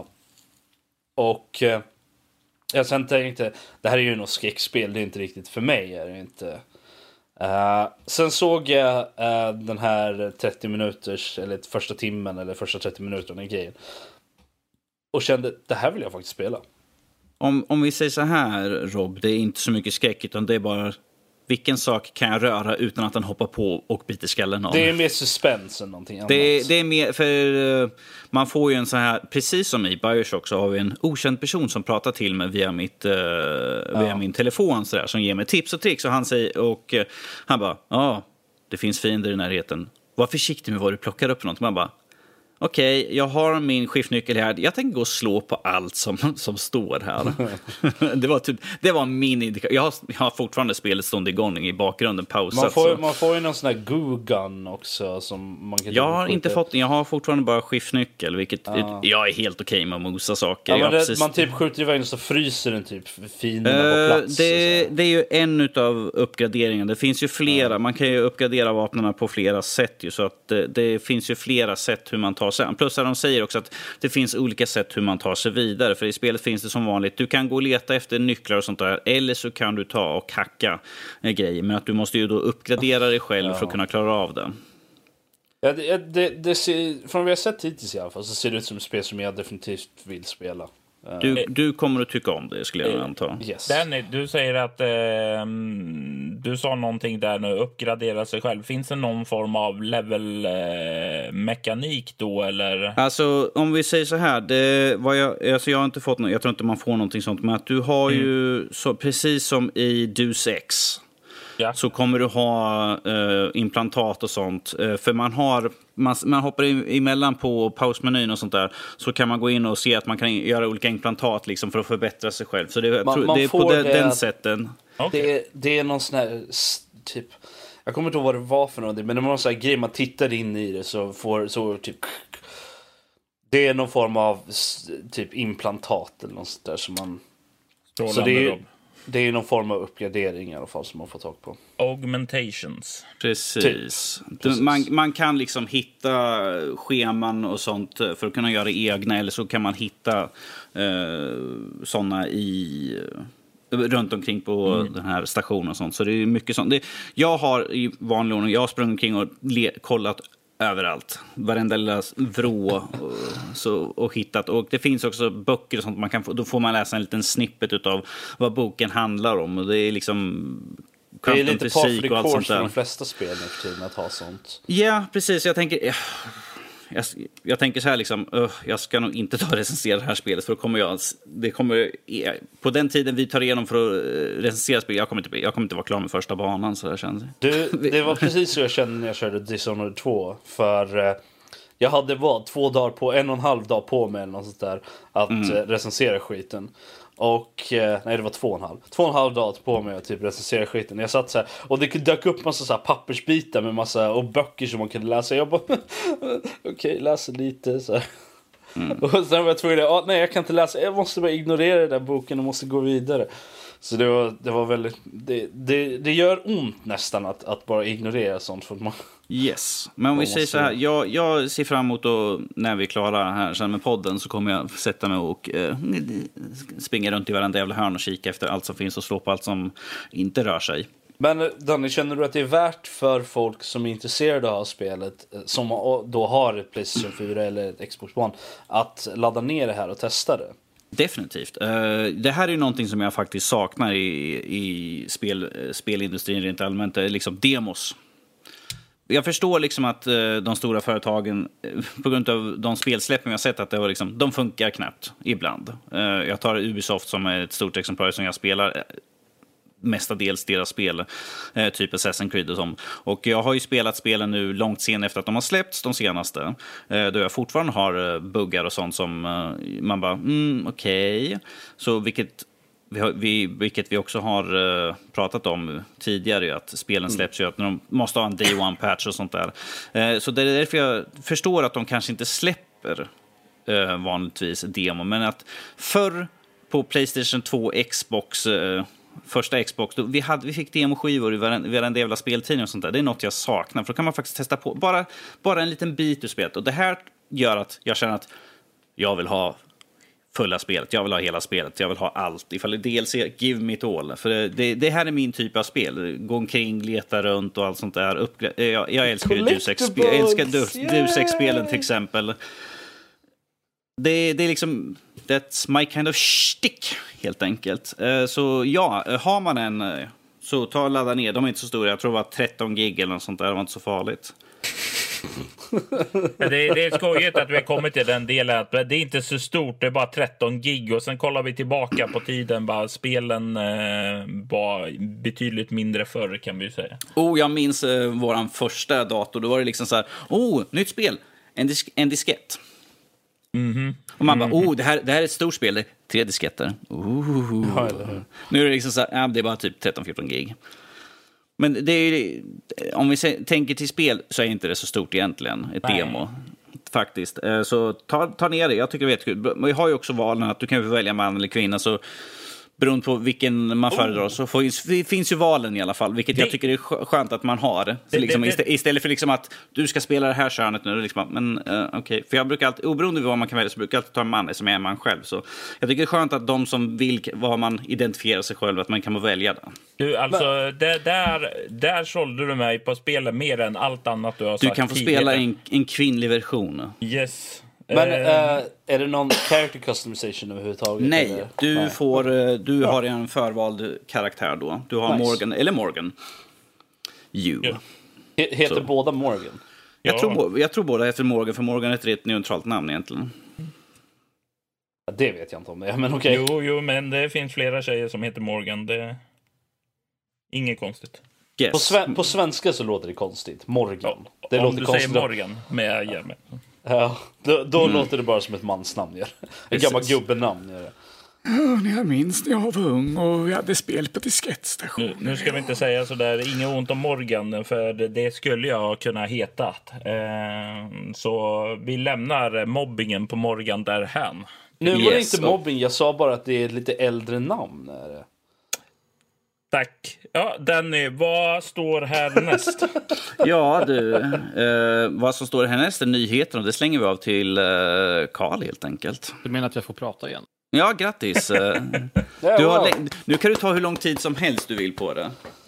S1: och uh, jag sen tänkte, det här är ju något skräckspel, det är inte riktigt för mig. Är det inte. Uh, sen såg jag uh, den här trettio minuters, eller första timmen, eller första trettio minuterna i grejen. Och kände, det här vill jag faktiskt spela.
S5: Om, om vi säger så här, Rob, det är inte så mycket skräck, utan det är bara... Vilken sak kan jag röra utan att den hoppar på och biter skallen av?
S1: Det är mer suspense än någonting annat.
S5: Det, det är mer, för man får ju en sån här, precis som i Bioshock så har vi en okänd person som pratar till mig via, mitt, uh, ja. via min telefon så där, som ger mig tips och tricks. Och han säger, och uh, han bara, ja, det finns fiender i närheten. Var försiktig med vad du plockar upp för något. Man bara, okej, okay, jag har min skiftnyckel här. Jag tänker gå och slå på allt som, som står här. det, var typ, det var min indikation. Jag har, jag har fortfarande spelet stående igång i bakgrunden, pausat.
S1: Man får, man får ju någon sån här goo-gun också. Som man kan
S5: jag har inte fått, jag har fortfarande bara skiftnyckel, vilket ah. jag är helt okej okay med att mosa saker.
S1: Ja, men det,
S5: precis...
S1: Man typ skjuter iväg och så fryser den typ finerna
S5: uh,
S1: på plats.
S5: Det, det är ju en av uppgraderingarna. Det finns ju flera. Ah. Man kan ju uppgradera vapnena på flera sätt. Ju, så att det, det finns ju flera sätt hur man tar sig an. Plus att de säger också att det finns olika sätt hur man tar sig vidare. För i spelet finns det som vanligt, du kan gå och leta efter nycklar och sånt där. Eller så kan du ta och hacka eh, grejer. Men att du måste ju då uppgradera dig själv ja. för att kunna klara av det.
S1: Ja, det, det, det ser, från vad jag har sett hittills i alla fall så ser det ut som ett spel som jag definitivt vill spela.
S5: Du, du kommer att tycka om det, skulle jag anta.
S1: Yes.
S4: Danny, du säger att eh, du sa någonting där nu, uppgradera sig själv. Finns det någon form av level-mekanik eh, då, eller? Alltså,
S5: om vi säger så här, det, vad jag, alltså jag har inte fått något, jag tror inte man får någonting sånt, men att du har mm. ju, så, precis som i Deus Ex, ja. så kommer du ha eh, implantat och sånt. Eh, för man har man, man hoppar emellan på pausmenyn och sånt där, så kan man gå in och se att man kan göra olika implantat liksom, för att förbättra sig själv. Så det,
S1: man,
S5: tro,
S1: man
S5: det är på
S1: det,
S5: den sätten.
S1: Okay. Det, det är någon sån här typ, jag kommer inte ihåg vad det var för någonting, men det var någon sån här grej, man tittar in i det så får så typ, det är någon form av typ implantat eller något sånt där som man
S4: Strålande
S1: så det är
S4: Rob.
S1: Det är någon form av uppgradering i alla fall som man får tag på.
S4: Augmentations.
S5: Precis.
S1: Typ. Precis.
S5: Man, man kan liksom hitta scheman och sånt för att kunna göra egna. Eller så kan man hitta eh, sådana i runt omkring på mm. den här stationen och sånt. Så det är mycket sånt. Det, jag har i vanlig ordning, jag har sprungit omkring och le, kollat överallt. Varenda lilla vrå och, så, och hittat. Och det finns också böcker och sånt man kan få. Då får man läsa en liten snippet utav vad boken handlar om. Och det är liksom
S1: det är lite par för
S5: och allt sånt där.
S1: För de flesta spel nu för tiden att ha sånt.
S5: Ja, precis. Jag tänker... Jag, jag tänker så här liksom, uh, jag ska nog inte ta och recensera det här spelet, för då kommer jag, det kommer, på den tiden vi tar igenom för att recensera spel, jag kommer inte, jag kommer inte vara klar med första banan, så där känns det.
S1: Du, det var precis så jag kände när jag körde Dishonored två, för eh, jag hade vad, två dagar på, en och en halv dag på mig eller något sånt där, att mm. eh, recensera skiten. Och, eh, nej det var två och en halv Två och en halv dag på mig att typ recensera skiten. Jag satt så här, och det dök upp massa så här pappersbitar med massa, och böcker som man kunde läsa. Jag bara, okej, okay, läsa lite så här. Mm. Och sen var jag tvungen att, ah, nej jag kan inte läsa, jag måste bara ignorera den där boken och måste gå vidare. Så det var, det var väldigt, det, det, det gör ont nästan att, att bara ignorera sånt, för att man...
S5: Yes, men om vi säger så här, jag, jag ser fram emot att när vi är klara här sen med podden, så kommer jag sätta mig och eh, springa runt i varandra jävla hörn och kika efter allt som finns och slå på allt som inte rör sig.
S1: Men Danny, känner du att det är värt för folk som är intresserade av spelet, som då har ett PlayStation fyra eller ett Xbox One, att ladda ner det här och testa det?
S5: Definitivt. Det här är ju någonting som jag faktiskt saknar i, i spel, spelindustrin rent allmänt, liksom demos. Jag förstår liksom att de stora företagen, på grund av de spelsläppen jag sett, att det var liksom, de funkar knappt ibland. Jag tar Ubisoft som är ett stort exemplar som jag spelar mestadels deras spel, typ Assassin's Creed och som. Och jag har ju spelat spelen nu långt sen efter att de har släppts, de senaste. Då jag fortfarande har buggar och sånt som man bara, mm, okej. Okay. Så vilket vi, har, vi, vilket vi också har uh, pratat om tidigare, att spelen släpps ju, att de måste ha en day one patch och sånt där. Uh, så det är därför jag förstår att de kanske inte släpper uh, vanligtvis demo, men att förr på PlayStation två, Xbox, uh, första Xbox, då vi, hade, vi fick demoskivor i varenda, varenda jävla speltidning och sånt där. Det är något jag saknar, för då kan man faktiskt testa på bara, bara en liten bit ur spelet. Och det här gör att jag känner att jag vill ha fulla spelet, jag vill ha hela spelet, jag vill ha allt. Ifall det är D L C, give me it all. För det, det, det här är min typ av spel. Gå omkring, leta runt och allt sånt där. Uppgra- jag, jag älskar ju Deus Ex-spel. Jag älskar Deus Ex-spelen till exempel. Det, det är liksom, that's my kind of shtick, helt enkelt. Så ja, har man en, så ta och ladda ner. De är inte så stora, jag tror det var tretton gig eller något sånt där. Det var inte så farligt.
S4: det, det är skojigt att vi har kommit till den delen att det är inte så stort, det är bara tretton gig, och sen kollar vi tillbaka på tiden, bara spelen eh, var betydligt mindre förr, kan vi ju säga.
S5: Oh, jag minns eh, våran första dator, då var det liksom så här, oh, nytt spel, en, disk- en diskett.
S4: Mm-hmm.
S5: Och man bara, oh, det här, det här är ett stort spel, det är tre disketter. Oh.
S1: Ja,
S5: nu är det liksom så här, ja, det är bara typ tretton fjorton gig. Men det är, om vi tänker till spel, så är inte det så stort egentligen, ett Nej. demo faktiskt. Så ta, ta ner det, jag tycker det är jättekul. Vi har ju också valen att du kan välja man eller kvinna, så beroende på vilken man föredrar så får, finns ju valen i alla fall, vilket det, jag tycker är skönt att man har. Så det, liksom, det, det, istället för liksom att du ska spela det här könet nu, liksom, men uh, okej. Okay. För jag brukar alltid, oberoende av vad man kan välja, så brukar jag alltid ta en man som är en man själv. Så jag tycker det är skönt att de som vill, vad man identifierar sig själv, att man kan välja det.
S4: Du, alltså, det, där, där sålde du mig på spelet mer än allt annat du har
S5: du
S4: sagt.
S5: Du kan få
S4: tidigare.
S5: spela en, en kvinnlig version.
S4: Yes.
S1: Men uh, är det någon character customization överhuvudtaget?
S5: Nej,
S1: eller?
S5: du,
S1: Nej.
S5: Får, du ja. har en förvald karaktär då. Du har nice. Morgan, eller Morgan. You.
S1: Ja. Heter så. Båda Morgan?
S5: Jag, ja. tror, jag tror båda heter Morgan, för Morgan är ett rätt neutralt namn egentligen.
S1: Ja, det vet jag inte om det, men okej.
S4: Okay. Jo, jo, men det finns flera tjejer som heter Morgan. Det är inget konstigt.
S5: Yes.
S1: På, sve- på svenska så låter det konstigt. Morgan.
S4: Ja,
S1: det
S4: om
S1: låter
S4: du
S1: konstigt.
S4: säger Morgan med hjärme.
S1: Ja, då, då mm. låter det bara som ett mansnamn. Gör. En gammal gubbenamn. Gör.
S6: Ja, jag minns när jag var ung och vi hade spel på diskettstation.
S4: Nu, nu ska vi inte säga sådär, inget ont om Morgan, för det skulle jag kunna heta. Eh, så vi lämnar mobbingen på Morgan därhän.
S1: Nu var det yes. inte mobbing, jag sa bara att det är ett lite äldre namn. Är det?
S4: Tack. Ja, Danny, vad står härnäst?
S5: Ja, du. Eh, vad som står härnäst är nyheten och det slänger vi av till Karl eh, helt enkelt.
S3: Du menar att jag får prata igen?
S5: Ja, grattis. Eh, du har lä- nu kan du ta hur lång tid som helst du vill på det.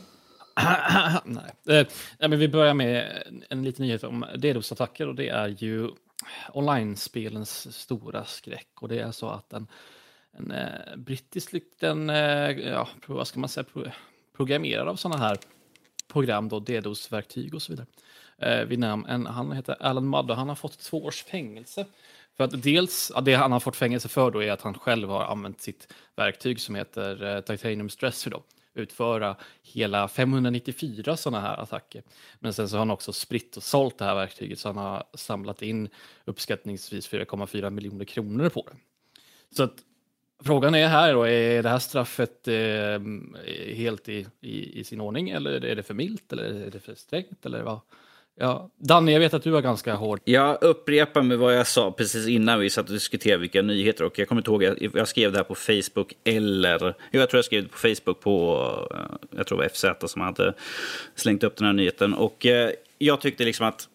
S3: Nej. Eh, men vi börjar med en liten nyhet om DDoS-attacker och det är ju online-spelens stora skräck. Och det är så att en En eh, brittisk liten, eh, ja, vad ska man säga, pro- programmerare av sådana här program, då, DDoS-verktyg och så vidare. Eh, vid namn, en, han heter Alan Mudd och han har fått två års fängelse. För att dels, ja, det han har fått fängelse för då är att han själv har använt sitt verktyg som heter eh, Titanium Stressor då, utföra hela femhundranittiofyra sådana här attacker. Men sen så har han också spritt och sålt det här verktyget, så han har samlat in uppskattningsvis fyra komma fyra miljoner kronor på det. Så att frågan är här då, är det här straffet eh, helt i, i, i sin ordning, eller är det för milt, eller är det för strängt, eller vad? Ja, Danny, jag vet att du var ganska hård.
S5: Jag upprepar med vad jag sa precis innan vi satt och diskuterade vilka nyheter, och jag kommer inte ihåg, jag, jag skrev det här på Facebook, eller jag tror jag skrev det på Facebook på, jag tror det var F Z som hade slängt upp den här nyheten, och eh, jag tyckte liksom att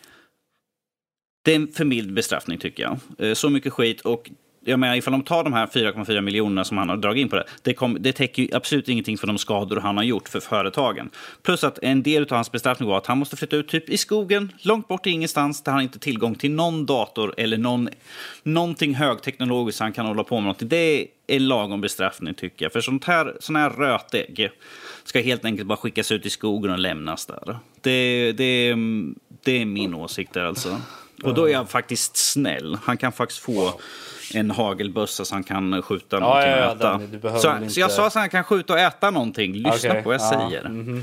S5: det är en för mild bestraffning, tycker jag. Eh, så mycket skit, och jag menar, ifall de tar de här fyra komma fyra miljonerna som han har dragit in på det, det, kom, det täcker ju absolut ingenting för de skador han har gjort för företagen. Plus att en del av hans bestraffning var att han måste flytta ut typ i skogen, långt bort till ingenstans, där han inte har tillgång till någon dator eller någon, någonting högteknologiskt han kan hålla på med någonting. Det är en lagom bestraffning, tycker jag. För sånt här, sån här rötägg ska helt enkelt bara skickas ut i skogen och lämnas där. Det, det, det är min åsikt där alltså. Och då är jag faktiskt snäll. Han kan faktiskt få en hagelbössa så han kan skjuta någonting
S1: ja, ja,
S5: och äta.
S1: Danny,
S5: så,
S1: inte...
S5: så jag sa att han kan skjuta och äta någonting. Lyssna okay. på vad jag ja. säger. Mm-hmm.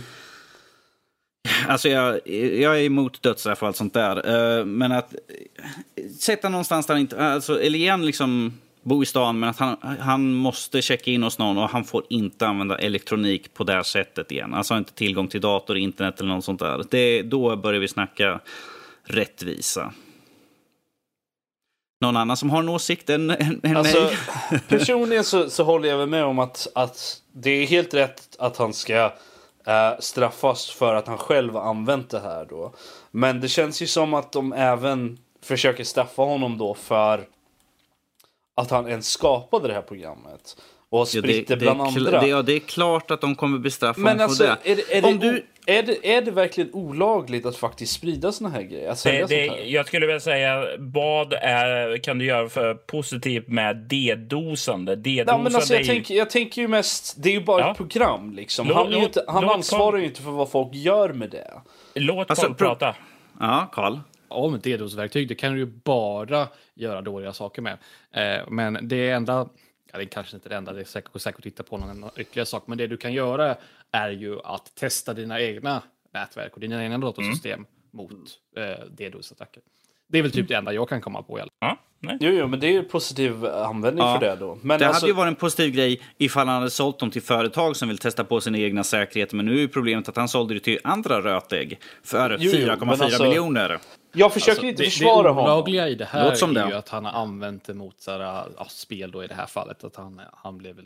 S5: Alltså jag, jag är emot dödsstraff och allt sånt där. Men att sätta någonstans där han inte... Alltså, eller igen liksom bo i stan, men att han, han måste checka in hos någon och han får inte använda elektronik på det här sättet igen. Alltså inte tillgång till dator, internet eller något sånt där. Det, då börjar vi snacka rättvisa. Någon annan som har en åsikt än, än
S1: alltså,
S5: mig?
S1: Personligen så, så håller jag väl med om att, att det är helt rätt att han ska äh, straffas för att han själv har använt det här då. Men det känns ju som att de även försöker straffa honom då för att han ens skapade det här programmet. Och spritt ja, det, bland
S5: det
S1: andra.
S5: Det, ja, det är klart att de kommer bestraffa
S1: men
S5: honom
S1: alltså,
S5: för det.
S1: Är det, är,
S5: Om
S1: det,
S5: du...
S1: är, det, är det verkligen olagligt att faktiskt sprida såna här grejer? Att
S4: det, det, här? Jag skulle vilja säga, vad är, kan du göra för positivt med dedosande? Dedosande
S1: ja, men alltså, jag,
S4: är...
S1: tänker, jag tänker ju mest, det är ju bara ja. ett program liksom. Lå, han är låt, inte, han ansvarar ju inte för vad folk gör med det.
S4: Låt
S5: alltså,
S4: folk prata.
S5: Ja, Karl.
S3: Om ett DDoS-verktyg, det kan du ju bara göra dåliga saker med. Eh, men det enda, ja, det är kanske inte det enda, det är säkert, säkert att titta på någon ytterligare sak, men det du kan göra är ju att testa dina egna nätverk och dina egna datorsystem mm. mot eh, DDoS-attacker. Det är väl typ mm. det enda jag kan komma på i alla
S4: ja, nej.
S1: Jo, jo, men det är ju positiv användning ja. för det då. Men
S5: det
S1: alltså...
S5: hade ju varit en positiv grej ifall han hade sålt dem till företag som vill testa på sina egna säkerheter. Men nu är ju problemet att han sålde det till andra rötägg för fyra komma fyra alltså... miljoner.
S1: Jag försöker alltså, inte försvara honom.
S3: Det olagliga i det här
S5: är
S3: det.
S5: ju
S3: att han har använt det mot sådär, ja, spel då i det här fallet. Att han, han blev väl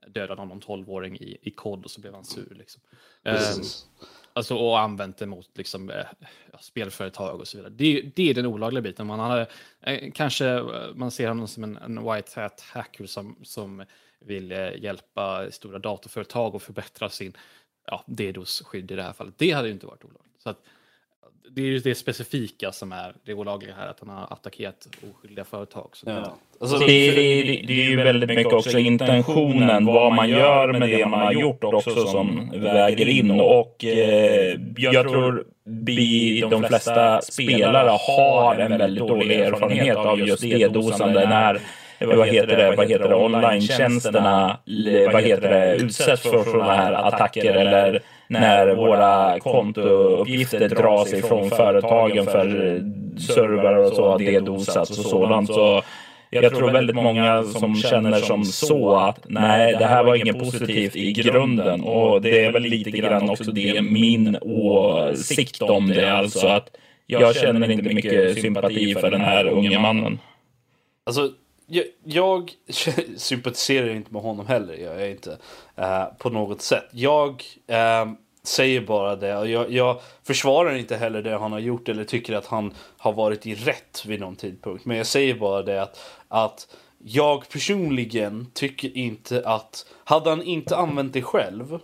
S3: dödade någon tolvåring i, i kod och så blev han sur. Liksom. Eh, alltså, och använt det mot liksom, eh, spelföretag och så vidare. Det, det är den olagliga biten. Man hade, eh, kanske man ser honom som en, en white hat hacker som, som vill eh, hjälpa stora datorföretag och förbättra sin ja, DDoS-skydd i det här fallet. Det hade ju inte varit olagligt. Så att, det är ju det specifika som är det olagliga här, att han har attackerat oskyldiga företag. Så
S1: Ja. Alltså,
S4: det, det, det är ju väldigt mycket också intentionen, vad man gör med det man har gjort också som väger in. Och eh, jag tror vi, de flesta spelare har en väldigt dålig erfarenhet av just DDoSande när vad heter det, vad heter det, online-tjänsterna vad heter det, utsätts för sådana här attacker, eller när våra kontouppgifter dras ifrån företagen för server och så, DDoSats och sådant. Så jag tror väldigt många som känner som så att nej, det här var inget positivt i grunden, och det är väl lite grann också det min åsikt om det, alltså att jag känner inte mycket sympati för den här unga mannen.
S1: Alltså Jag, jag sympatiserar inte med honom heller. Jag är inte uh, på något sätt. Jag uh, säger bara det. Och jag, jag försvarar inte heller det han har gjort eller tycker att han har varit i rätt vid någon tidpunkt. Men jag säger bara det att, att jag personligen tycker inte att hade han inte använt det själv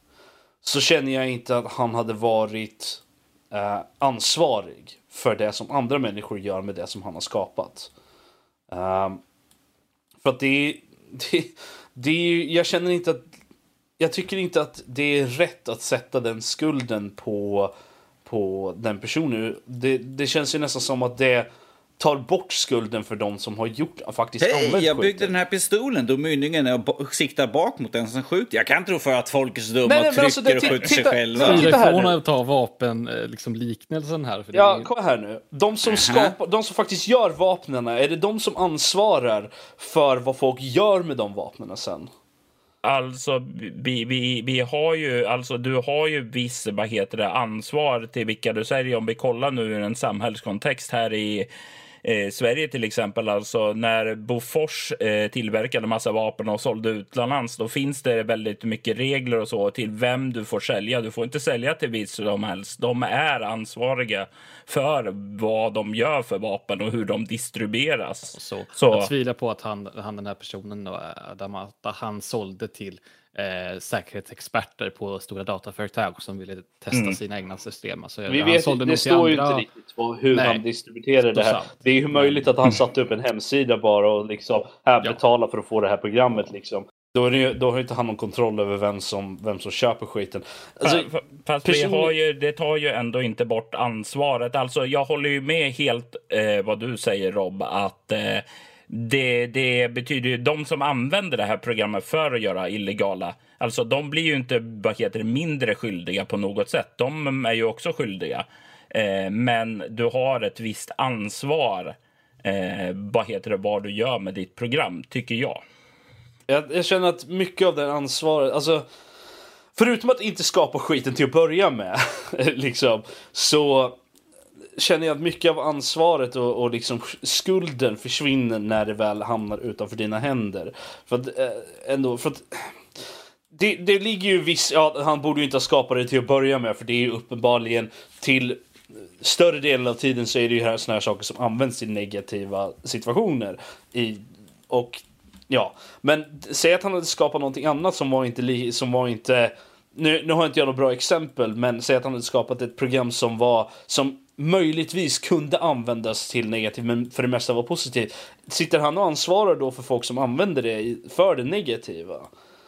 S1: så känner jag inte att han hade varit uh, ansvarig för det som andra människor gör med det som han har skapat. Um, För att det, det, det är, jag känner inte att jag tycker inte att det är rätt att sätta den skulden på, på den personen. Det, det känns ju nästan som att det tar bort skulden för de som har gjort faktiskt
S5: Hej,
S1: använt
S5: jag byggde
S1: skiten.
S5: den här pistolen då mynningen är och siktar bak mot den som skjuter. Jag kan tro för att folk är så dumma
S1: Nej, nej,
S5: och
S1: men
S5: trycker
S1: alltså, det-
S5: och
S1: ti-
S5: skjuter sig
S1: titta-
S5: själva.
S1: titta-
S3: Titta
S1: här
S3: ifrån
S1: nu.
S3: att ta vapen eh, liksom liknelsen här. För det
S1: Ja,
S3: är,
S1: kom här nu. De som skapar, de som faktiskt gör vapnena, är det de som ansvarar för vad folk gör med de vapnena sen?
S4: Alltså, vi, vi, vi har ju, alltså du har ju viss, vad heter det, ansvar till vilka du säger. Om vi kollar nu i en samhällskontext här i eh, Sverige till exempel, alltså när Bofors eh, tillverkade massa vapen och sålde utomlands, då finns det väldigt mycket regler och så till vem du får sälja. Du får inte sälja till viss som helst. De är ansvariga för vad de gör för vapen och hur de distribueras.
S3: så.
S4: Så.
S3: Jag tvivlar på att han, han den här personen då, Damata, han sålde till eh, säkerhetsexperter på stora dataföretag som ville testa
S4: Mm.
S3: sina egna system. Alltså,
S1: Vi
S3: han
S1: vet,
S3: sålde
S1: det
S3: nog till
S1: står ju
S3: andra-
S1: inte riktigt på hur
S3: Nej,
S1: han distribuerar det här.
S3: sant.
S1: Det är ju möjligt att han satte upp en hemsida bara och liksom här
S3: Ja.
S1: betala för att få det här programmet liksom. Då, är det, ju- då har inte han någon kontroll över vem som, vem som köper skiten. Alltså,
S4: Fa- Fast
S1: person-
S4: vi har ju, det tar ju ändå inte bort ansvaret. Alltså, jag håller ju med helt eh, vad du säger, Rob, att eh, det, det betyder ju de som använder det här programmet för att göra illegala, alltså de blir ju inte, vad heter det, mindre skyldiga på något sätt. De är ju också skyldiga. Eh, men du har ett visst ansvar, eh, vad heter det, vad du gör med ditt program, tycker jag.
S1: Jag, jag känner att mycket av det ansvaret, alltså förutom att inte skapa skiten till att börja med liksom, så känner jag att mycket av ansvaret och, och liksom skulden försvinner när det väl hamnar utanför dina händer. För att, eh, ändå, för att det, det ligger ju viss, ja, han borde ju inte ha skapat det till att börja med, för det är ju uppenbarligen till större delen av tiden så är det ju här såna här saker som används i negativa situationer i, och ja, men säg att han hade skapat någonting annat som var inte li, som var inte nu, nu har inte jag något bra exempel, men säg att han hade skapat ett program som var som möjligtvis kunde användas till negativt men för det mesta var positivt. Sitter han och ansvarar då för folk som använder det för det negativa?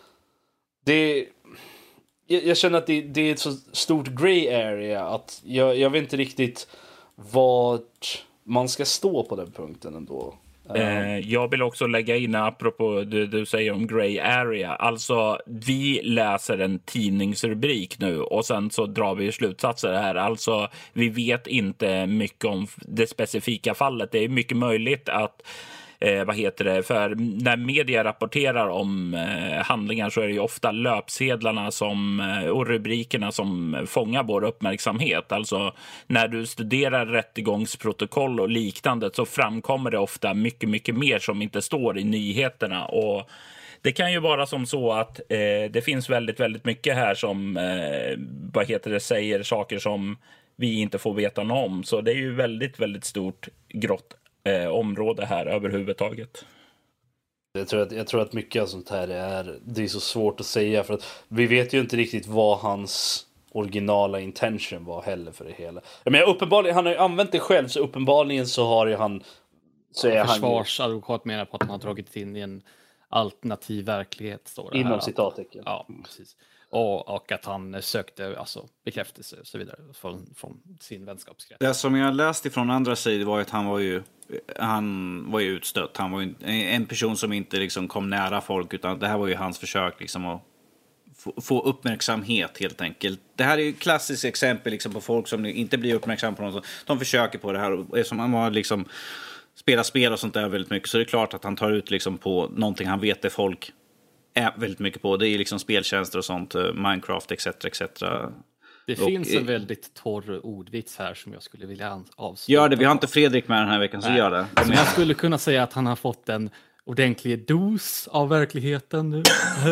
S1: Det jag, jag känner att det, det är ett så stort gray area att jag, jag vet inte riktigt vart man ska stå på den punkten ändå.
S4: Eh, jag vill också lägga in, apropå det du säger om grey area. Alltså, vi läser en tidningsrubrik nu och sen så drar vi slutsatser här. Alltså, vi vet inte mycket om det specifika fallet. Det är mycket möjligt att Eh, vad heter det? För när media rapporterar om eh, handlingar så är det ju ofta löpsedlarna som, eh, och rubrikerna som fångar vår uppmärksamhet. Alltså när du studerar rättegångsprotokoll och liknande så framkommer det ofta mycket, mycket mer som inte står i nyheterna. Och det kan ju vara som så att eh, det finns väldigt, väldigt mycket här som eh, vad heter det, säger saker som vi inte får veta något om. Så det är ju väldigt, väldigt stort grått eh, område här överhuvudtaget.
S1: Jag tror, att, jag tror att mycket av sånt här är, det är så svårt att säga för att vi vet ju inte riktigt vad hans originala intention var heller för det hela. Men uppenbarligen, han har ju använt det själv, så uppenbarligen så har ju han... Så är
S3: Försvarsadvokat menar på att han har dragit in i en alternativ verklighet. Står det
S1: inom
S3: här.
S1: citattecken.
S3: Ja, precis. Och, och att han sökte alltså, bekräftelse och så vidare från, från sin vänskapskrets.
S5: Det som jag läste från andra sidor var att han var ju han var ju utstött. Han var ju en person som inte liksom kom nära folk, utan det här var ju hans försök liksom att få, få uppmärksamhet helt enkelt. Det här är ju ett klassiskt exempel liksom på folk som inte blir uppmärksamma på något. De försöker på det här, och eftersom han var liksom spela spel och sånt där väldigt mycket, så är det klart att han tar ut liksom på någonting han vet det folk är väldigt mycket på. Det är liksom speltjänster och sånt, Minecraft etc etc.
S3: Det
S5: och,
S3: finns en väldigt torr ordvits här som jag skulle vilja avsluta.
S5: Gör det, vi har inte Fredrik med den här veckan, så Nej. gör det.
S3: Så jag skulle kunna säga att han har fått en ordentlig dos av verkligheten nu.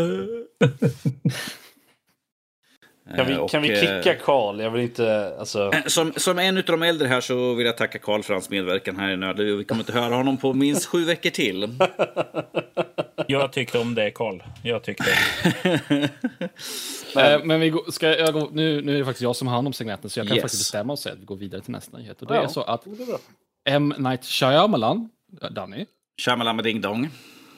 S1: Kan vi, kan vi kicka Carl? Jag vill inte, alltså...
S5: som, som en av de äldre här så vill jag tacka Carl för hans medverkan här i Nörd. Vi kommer inte höra honom på minst sju veckor till.
S4: Jag tyckte om det, Carl. Jag tyckte.
S3: Men, men vi går, ska jag gå, nu, nu är det faktiskt jag som har hand om segmenten, så jag kan
S5: yes.
S3: faktiskt bestämma och säga att vi går vidare till nästa nyhet. Och det
S1: ja,
S3: är så att M. Night Shyamalan, Danny.
S5: Shyamalan med ding dong.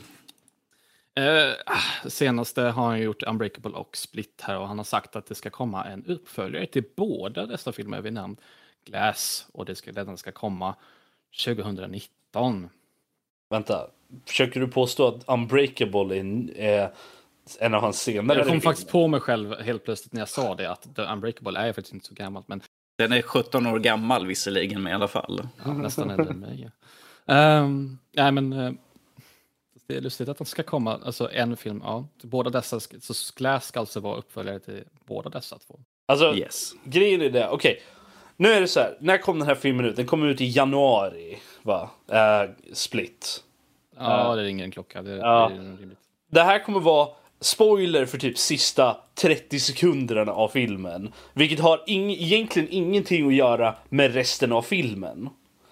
S3: Eh, senaste har han gjort Unbreakable och Split här, och han har sagt att det ska komma en uppföljare till båda dessa filmer vid namn Glass, och det ska, den ska komma tjugonitton.
S1: Vänta, försöker du påstå att Unbreakable är, är en av hans senare?
S3: Jag kom faktiskt på mig själv helt plötsligt när jag sa det, att The Unbreakable är faktiskt inte så gammalt, men
S5: den är sjutton år gammal visserligen, men i alla fall.
S3: Ja, nästan äldre än mig. Ja. Um, nej, men uh, det är lustigt att de ska komma, alltså en film, ja, till båda dessa, så Glass ska alltså vara uppföljare till båda dessa två.
S1: Alltså,
S5: yes.
S1: Grejen är det, okej. Okay. Nu är det så här, när kom den här filmen ut? Den kom ut i januari, va? Uh, Split.
S3: Ja, uh, det ringer en klocka, det,
S1: ja.
S3: det är rimligt.
S1: Det här kommer vara spoiler för typ sista trettio sekunderna av filmen. Vilket har ing- egentligen ingenting att göra med resten av filmen.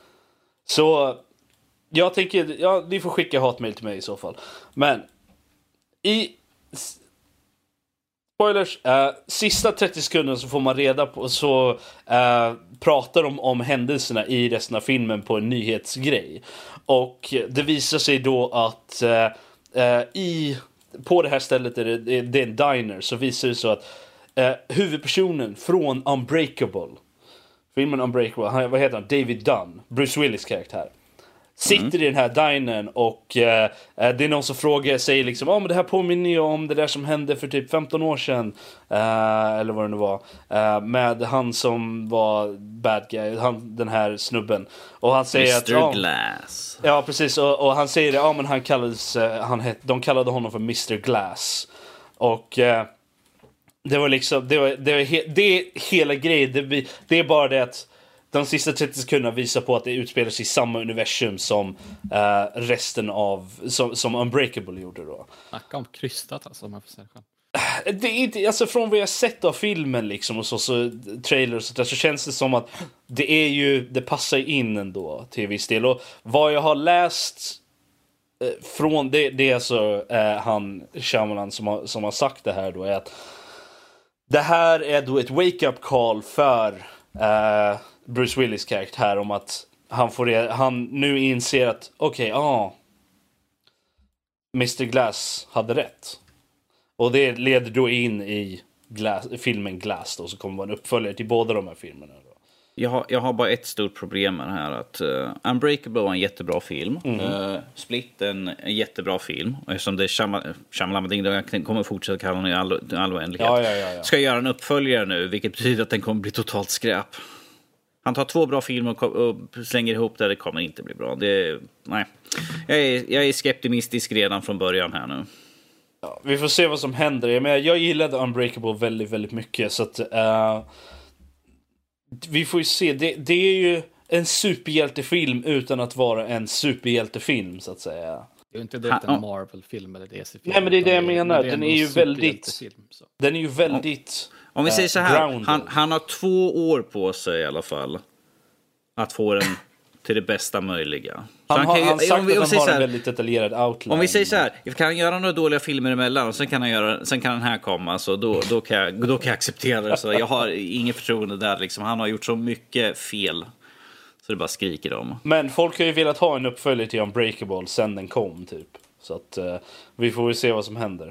S1: Så jag tänker, ja, ni får skicka hatmail till mig i så fall. Men i spoilers, äh, sista trettio sekunderna så får man reda på, så äh, pratar de om händelserna i resten av filmen på en nyhetsgrej. Och det visar sig då att äh, äh, i på det här stället är det, det är en diner, så visar det så att äh, huvudpersonen från Unbreakable, filmen Unbreakable, han, vad heter han? David Dunn, Bruce Willis karaktär, sitter mm. i den här dinern, och eh, det är någon som frågar, säger liksom, ja ah, men det här påminner ju om det där som hände för typ femton år sedan, eh, eller vad det nu var, eh, med han som var bad guy, han, den här snubben, och han säger
S5: mister
S1: att ah,
S5: Glass.
S1: Ja, precis, och, och han säger det, ja ah, men han kallades, eh, han het, de kallade honom för mister Glass, och eh, det var liksom, det var, det var he, det är hela grejen, det, det är bara det att de sista trettio sekunderna visar på att det utspelar sig i samma universum som uh, resten av, som, som Unbreakable gjorde då.
S3: Snacka om krystat alltså, om man får säga själv.
S1: Det är inte, alltså från vad jag sett av filmen liksom, och så, så trailers och så, där, så känns det som att det är ju, det passar in ändå till viss del. Och vad jag har läst eh, från, det, det är alltså eh, han, Shyamalan, som har, som har sagt det här då, är att det här är då ett wake-up call för eh, Bruce Willis karaktär, om att han får han nu inser att okej, okay, ah, mister Glass hade rätt. Och det leder då in i Glass, filmen Glass då, så kommer vara en uppföljare till båda de här filmerna då.
S5: Jag har, jag har bara ett stort problem med det här, att uh, Unbreakable var en jättebra film. Mm. Uh, Split en, en jättebra film. Och eftersom det är Shyamalan, jag kommer fortsätta kalla den i all, all oändlighet.
S1: Ja, ja, ja, ja.
S5: Ska göra en uppföljare nu, vilket betyder att den kommer bli totalt skräp. Han tar två bra filmer och, och slänger ihop där, det kommer inte bli bra. Det, nej. Jag är, jag är skeptimistisk redan från början här nu.
S1: Ja, vi får se vad som händer. Jag, menar, jag gillade Unbreakable väldigt, väldigt mycket. Så att, uh, vi får ju se. Det, det är ju en superhjältefilm utan att vara en superhjältefilm, så att säga.
S3: Det är inte direkt
S5: Han-
S3: en Marvel-film eller D C-film.
S1: Nej, men det är det jag
S3: utan
S1: menar.
S3: det
S1: Den
S3: ändå
S1: är ju
S3: en
S1: väldigt-
S3: superhjältefilm, så.
S1: Den är ju väldigt...
S5: Om vi
S1: eh,
S5: säger så här,
S1: grounded.
S5: han, han har två år på sig i alla fall att få den till det bästa möjliga. Så
S1: Han har
S5: kan ju-
S1: han sagt
S5: om vi- om vi
S1: att
S5: säger
S1: han
S5: så
S1: har en
S5: här,
S1: väldigt detaljerad outline.
S5: Om vi säger så här, kan han göra några dåliga filmer emellan och sen kan, han göra, sen kan den här komma, så då, då, kan jag, då kan jag acceptera det. Så jag har inget förtroende där. Liksom. Han har gjort så mycket fel så det bara skriker om.
S1: Men folk har ju velat ha en uppföljare till Unbreakable sen den kom, typ. Så att eh, vi får väl se vad som händer.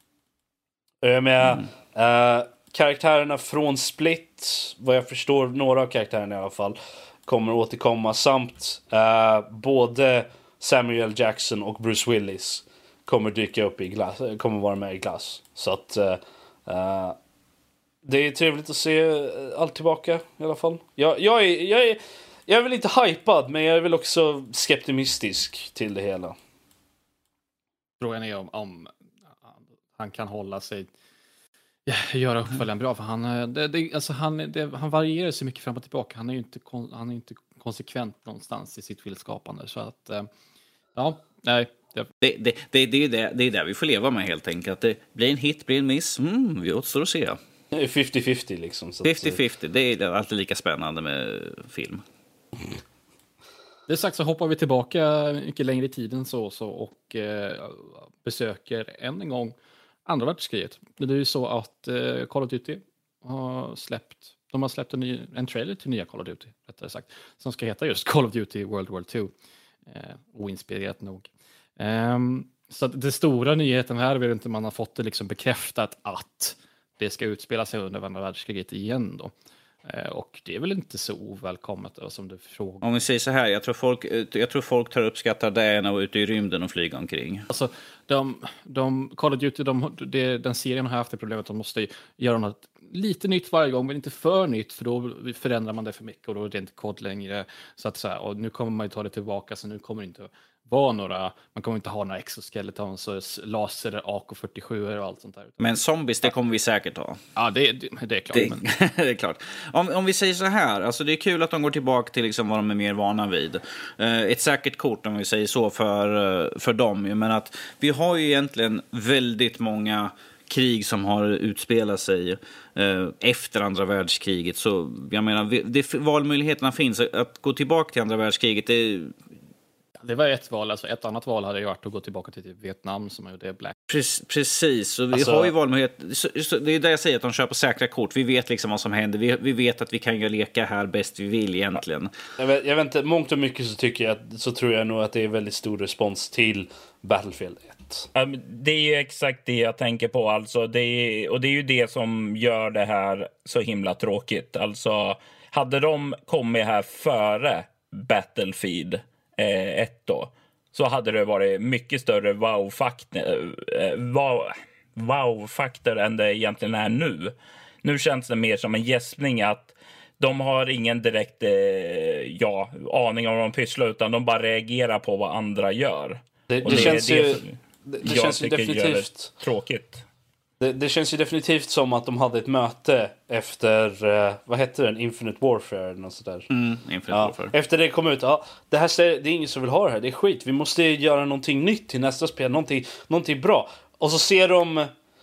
S1: Uh, med, eh, karaktärerna från Split, vad jag förstår, några av karaktärerna i alla fall, kommer återkomma. Samt eh, både Samuel Jackson och Bruce Willis kommer dyka upp i Glass, kommer vara med i Glass. Så att eh, eh, det är trevligt att se eh, allt tillbaka i alla fall. Jag, jag, är, jag, är, jag är väl inte hypad, men jag är väl också skeptimistisk till det hela.
S3: Frågan är om, om han kan hålla sig, ja, göra uppföljaren bra, för han, eh, det, det, alltså han, det, han varierar sig mycket fram och tillbaka. Han är ju inte, kon, han är inte konsekvent någonstans i sitt filmskapande, så att eh, ja, nej. Det,
S5: Det, det, det, det, är det, det är det vi får leva med helt enkelt. Det blir en hit, blir en miss. Mm, vi återstår att se.
S1: femtio femtio liksom. Så att,
S5: femtio femtio, det är alltid lika spännande med film.
S3: det är sagt så hoppar vi tillbaka mycket längre i tiden så, så och eh, besöker än en gång andra världskriget. Det är ju så att eh, Call of Duty har släppt, de har släppt en, ny, en trailer till nya Call of Duty, rättare sagt, som ska heta just Call of Duty World War två. Eh, oinspirerat nog. Um, så att det stora nyheten här är inte man har fått det liksom bekräftat att det ska utspela sig under andra världskriget igen då. Uh, och det är väl inte så ovälkommet då, som du frågar.
S5: Om vi säger så här, jag tror folk, jag tror folk tar uppskattar det än att vara ute i rymden och flyga omkring.
S3: Alltså, de, de, Call of Duty, de, de, den serien har haft det problemet att de måste göra något lite nytt varje gång, men inte för nytt, för då förändrar man det för mycket och då är det inte kod längre. Så att så här, och nu kommer man ju ta det tillbaka, så nu kommer det inte vara några, man kommer inte ha några exoskeletons och laser, A K fyrtiosju och allt sånt där.
S5: Men zombies, det kommer vi säkert ha.
S3: Ja, det, det, det är klart.
S5: Det,
S3: Men...
S5: det är klart. Om, om vi säger så här, alltså det är kul att de går tillbaka till liksom vad de är mer vana vid. Eh, ett säkert kort, om vi säger så, för, eh, för dem. Men att vi har ju egentligen väldigt många krig som har utspelat sig eh, efter andra världskriget. Så jag menar, vi, det, valmöjligheterna finns. Att gå tillbaka till andra världskriget, det
S3: Det var ett val, alltså ett annat val hade ju varit att gå tillbaka till typ Vietnam som gjorde Black.
S5: Precis, så vi
S1: Alltså-
S5: har ju valmöjlighet. Så, så det är där jag säger att de kör på säkra kort. Vi vet liksom vad som händer. Vi, vi vet att vi kan ju leka här bäst vi vill egentligen.
S1: Jag vet, jag vet inte, mångt och mycket så tycker jag att, så tror jag nog att det är väldigt stor respons till Battlefield ett.
S4: Ja, men det är ju exakt det jag tänker på. Alltså, det är, och det är ju det som gör det här så himla tråkigt. Alltså, hade de kommit här före Battlefield eh, ett då, så hade det varit mycket större wow-faktor eh, wow, wow-faktor än det egentligen är nu. Nu känns det mer som en gäspning att de har ingen direkt eh, ja, aning om vad de pysslar, utan de bara reagerar på vad andra gör.
S1: Det,
S4: Och
S1: det,
S4: är
S1: känns ju,
S4: som
S1: det, det
S4: jag
S1: känns ju
S4: tycker gör det
S1: definitivt...
S4: tråkigt.
S1: Det, det känns ju definitivt som att de hade ett möte efter, eh, vad hette den, Infinite Warfare eller något sådär.
S5: Mm, Infinite
S1: Ja,
S5: Warfare.
S1: efter det kom ut, ja, det här ser- det är ingen som vill ha det här, det är skit. Vi måste göra någonting nytt till nästa spel, någonting, någonting bra. Och så ser de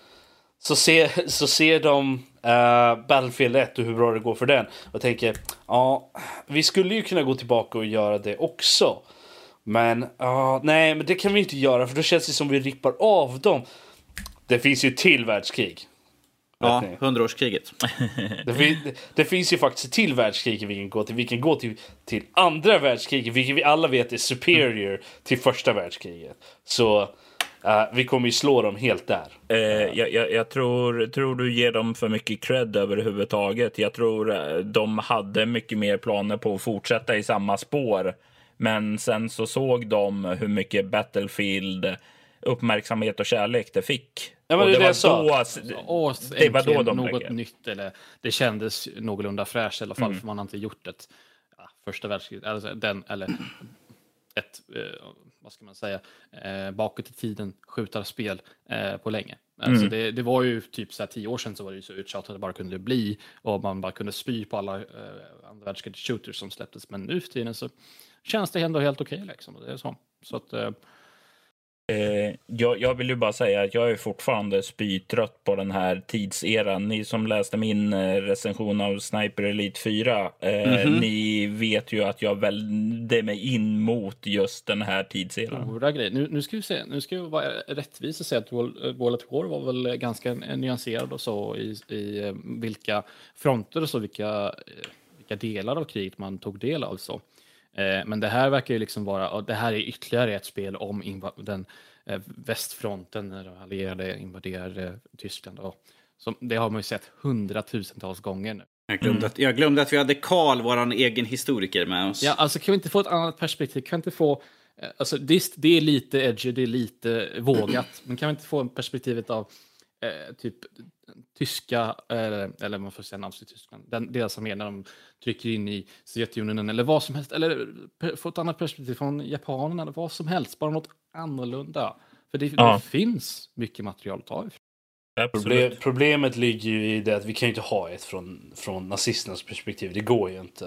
S1: så ser, så ser de uh, Battlefield ett och hur bra det går för den. Och tänker, ja, vi skulle ju kunna gå tillbaka och göra det också. Men, ja, nej, men det kan vi inte göra, för då känns det som vi rippar av dem. Det finns ju till världskrig.
S5: Ja,
S1: Vet ni?
S5: hundraårskriget.
S1: Det, fin- det, det finns ju faktiskt ett till världskrig vi kan gå till. Vi kan gå till, till andra världskriget, vilket vi alla vet är superior till första världskriget. Så uh, vi kommer ju slå dem helt där.
S4: Eh, jag, jag, jag tror, tror du ger dem för mycket cred överhuvudtaget. Jag tror eh, de hade mycket mer planer på att fortsätta i samma spår. Men sen så såg de hur mycket Battlefield, uppmärksamhet och kärlek det fick.
S1: Ja, men
S4: och
S1: det är det
S4: var
S1: jag sa.
S4: då,
S3: Och
S4: det var då
S3: äntligen
S4: de
S3: något
S4: reagerade.
S3: nytt, eller det kändes någorlunda fräscht i alla fall,
S4: Mm.
S3: för man har inte gjort ett ja, första världskriget, alltså den, eller ett, eh, vad ska man säga, eh, bakåt i tiden skjutarspel eh, på länge. Alltså
S4: Mm.
S3: det, det var ju typ så här tio år sedan så var det ju så uttjatat att det bara kunde bli, och man bara kunde spy på alla eh, andra världskriget shooters som släpptes, men nu för tiden så känns det ändå helt okej liksom, och det är så. Så att eh,
S4: Eh, jag, jag vill ju bara säga att jag är fortfarande spytrött på den här tidseran. Ni som läste min eh, recension av Sniper Elite fyra, eh, mm-hmm. ni vet ju att jag välde mig in mot just den här tidseran.
S3: Stora grejer. Nu, nu ska vi se, nu ska vi vara rättvis och säga att World at War var väl ganska nyanserad och så i, i vilka fronter och så, vilka, vilka delar av kriget man tog del av så. Men det här verkar ju liksom vara, det här är ytterligare ett spel om inv- den eh, västfronten när de allierade invaderade Tyskland. Och, så, det har man ju sett hundratusentals gånger nu.
S5: Jag glömde, mm. att, jag glömde att vi hade Karl, våran egen historiker, med oss.
S3: Ja, alltså kan vi inte få ett annat perspektiv? Kan vi inte få, eh, alltså det, det är lite edgy, det är lite vågat, men kan vi inte få perspektivet av eh, typ tyska, eller, eller man får säga namn i Tyskland, den, deras armé när de trycker in i Sovjetunionen eller vad som helst, eller få ett annat perspektiv från japanerna eller vad som helst, bara något annorlunda. För det, ja. det finns mycket material att ta ifrån.
S1: Problem, problemet ligger ju i det att vi kan ju inte ha ett från, från nazisternas perspektiv. Det går ju inte.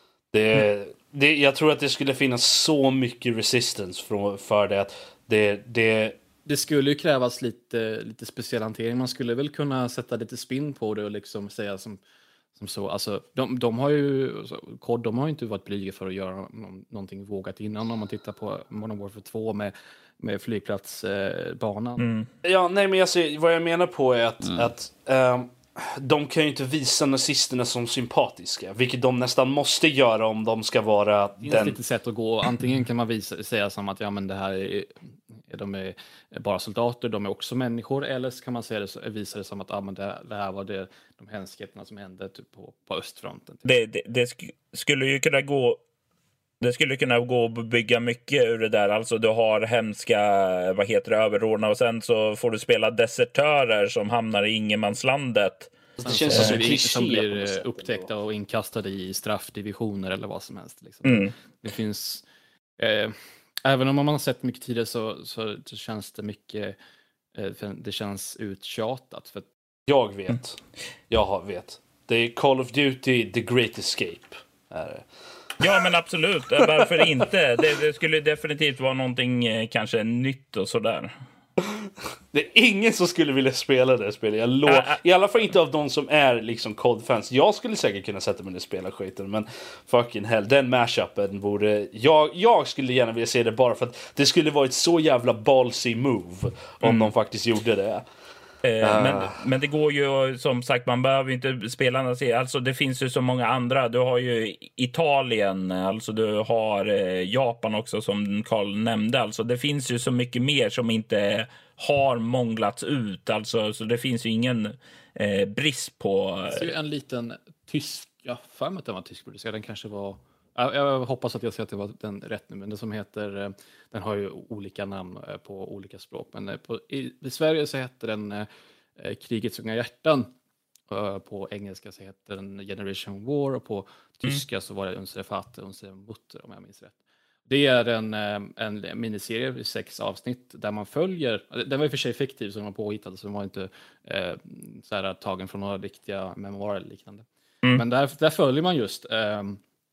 S1: Det, mm. det, jag tror att det skulle finnas så mycket resistance för, för det att det... det
S3: Det skulle ju krävas lite, lite speciell hantering. Man skulle väl kunna sätta lite spin på det och liksom säga som, som så. Alltså, de, de har ju, C O D, de har ju inte varit blyga för att göra någon, någonting vågat innan. Om man tittar på Modern Warfare två med, med flygplatsbanan. Eh, mm.
S1: Ja, nej men alltså, vad jag menar på är att, mm. att um, de kan ju inte visa nazisterna som sympatiska. Vilket de nästan måste göra om de ska vara...
S3: Det finns den... lite sätt att gå. Antingen kan man visa, säga som att ja, men det här är... de är bara soldater, de är också människor, eller så kan man säga det, visa det som att ah, men det, det här var det, de hemskheterna som hände typ, på, på östfronten. Typ.
S4: Det, det, det sk- skulle ju kunna gå det skulle kunna gå att bygga mycket ur det där. Alltså du har hemska, vad heter det, överordna, och sen så får du spela desertörer som hamnar i ingenmanslandet.
S3: Det känns som, som, som blir upptäckta och inkastade i straffdivisioner eller vad som helst. Liksom. Mm. Det finns... Eh, Även om man har sett mycket tidigare så, så, så känns det mycket, eh, det känns uttjatat. För...
S1: Jag vet. Jag vet. Det är Call of Duty The Great Escape. Är det.
S4: Ja, men absolut. Varför inte? Det, det skulle definitivt vara någonting eh, kanske nytt och sådär.
S1: Det är ingen som skulle vilja spela det spelet. Jag lov... äh, äh. I alla fall inte av de som är liksom C O D-fans. Jag skulle säkert kunna sätta mig ner och spela skiten. Men fucking hell, den mashupen borde... Jag, jag skulle gärna vilja se det bara för att det skulle vara ett så jävla ballsy move om mm. de faktiskt gjorde det.
S4: Eh, uh. men, men det går ju, som sagt, man behöver inte spela. Alltså det finns ju så många andra. Du har ju Italien, alltså du har eh, Japan också som Carl nämnde. Alltså det finns ju så mycket mer som inte har månglats ut. Alltså, så det finns ju ingen eh, brist på...
S3: Det är en liten tysk... Ja, fan att den var tyskproducerad. Den kanske var... Jag, jag hoppas att jag ser att det var den rätt nu. Men det som heter... Den har ju olika namn på olika språk. Men på, i, i Sverige så heter den eh, Krigets unga hjärtan. Uh, på engelska så heter den Generation War. Och på tyska mm. så var det Unsere Vater, Unsere Mutter, om jag minns rätt. Det är en, en miniserie i sex avsnitt där man följer... Den var i och för sig fiktiv, så den var påhittad. Så den var inte eh, så här, tagen från några riktiga memoarer eller liknande. Mm. Men där, där följer man just... Eh,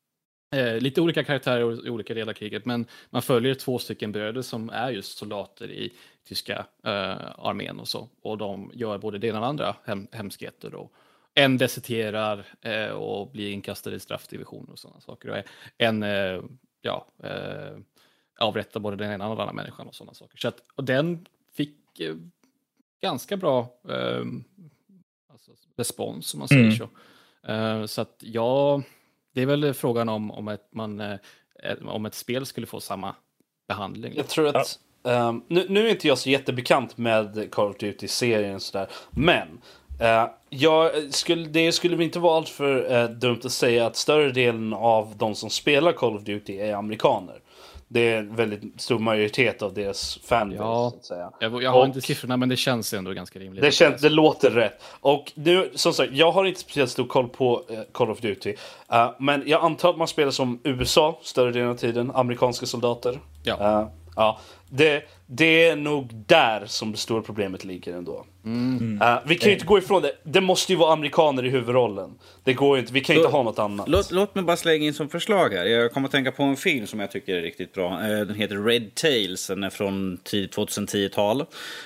S3: Eh, lite olika karaktärer i olika delar av kriget, men man följer två stycken bröder som är just soldater i tyska eh, armén och så, och de gör både det ena och andra hem, hemskheter och en deserterar eh, och blir inkastad i straffdivision och sådana saker, och en eh, ja, eh, avrättar både den ena och den andra människan och sådana saker, så att, och den fick eh, ganska bra eh, alltså respons, som man säger mm. så eh, så att jag det är väl frågan om, om, ett, man, eh, om ett spel skulle få samma behandling.
S1: Jag tror att... Ja. Um, nu, nu är inte jag så jättebekant med Call of Duty-serien och sådär. Men uh, jag skulle, det skulle inte vara allt för uh, dumt att säga att större delen av de som spelar Call of Duty är amerikaner. Det är en väldigt stor majoritet av deras fanbase,
S3: ja,
S1: så att säga.
S3: Jag, jag har och, inte siffrorna, men det känns ändå ganska rimligt.
S1: Det, känns, det låter rätt. Och nu, som sagt, jag har inte speciellt stor koll på uh, Call of Duty. Uh, men jag antar att man spelar som U S A större delen av tiden. Amerikanska soldater.
S3: Ja.
S1: Uh, Ja, det, det är nog där som det stora problemet ligger ändå. Mm. Uh, vi kan ju inte gå ifrån det. Det måste ju vara amerikaner i huvudrollen. Det går ju inte. Vi kan ju inte ha något annat.
S5: Låt, låt mig bara slänga in som förslag här. Jag kommer att tänka på en film som jag tycker är riktigt bra. Uh, den heter Red Tails. Den är från tjugohundratio-tal.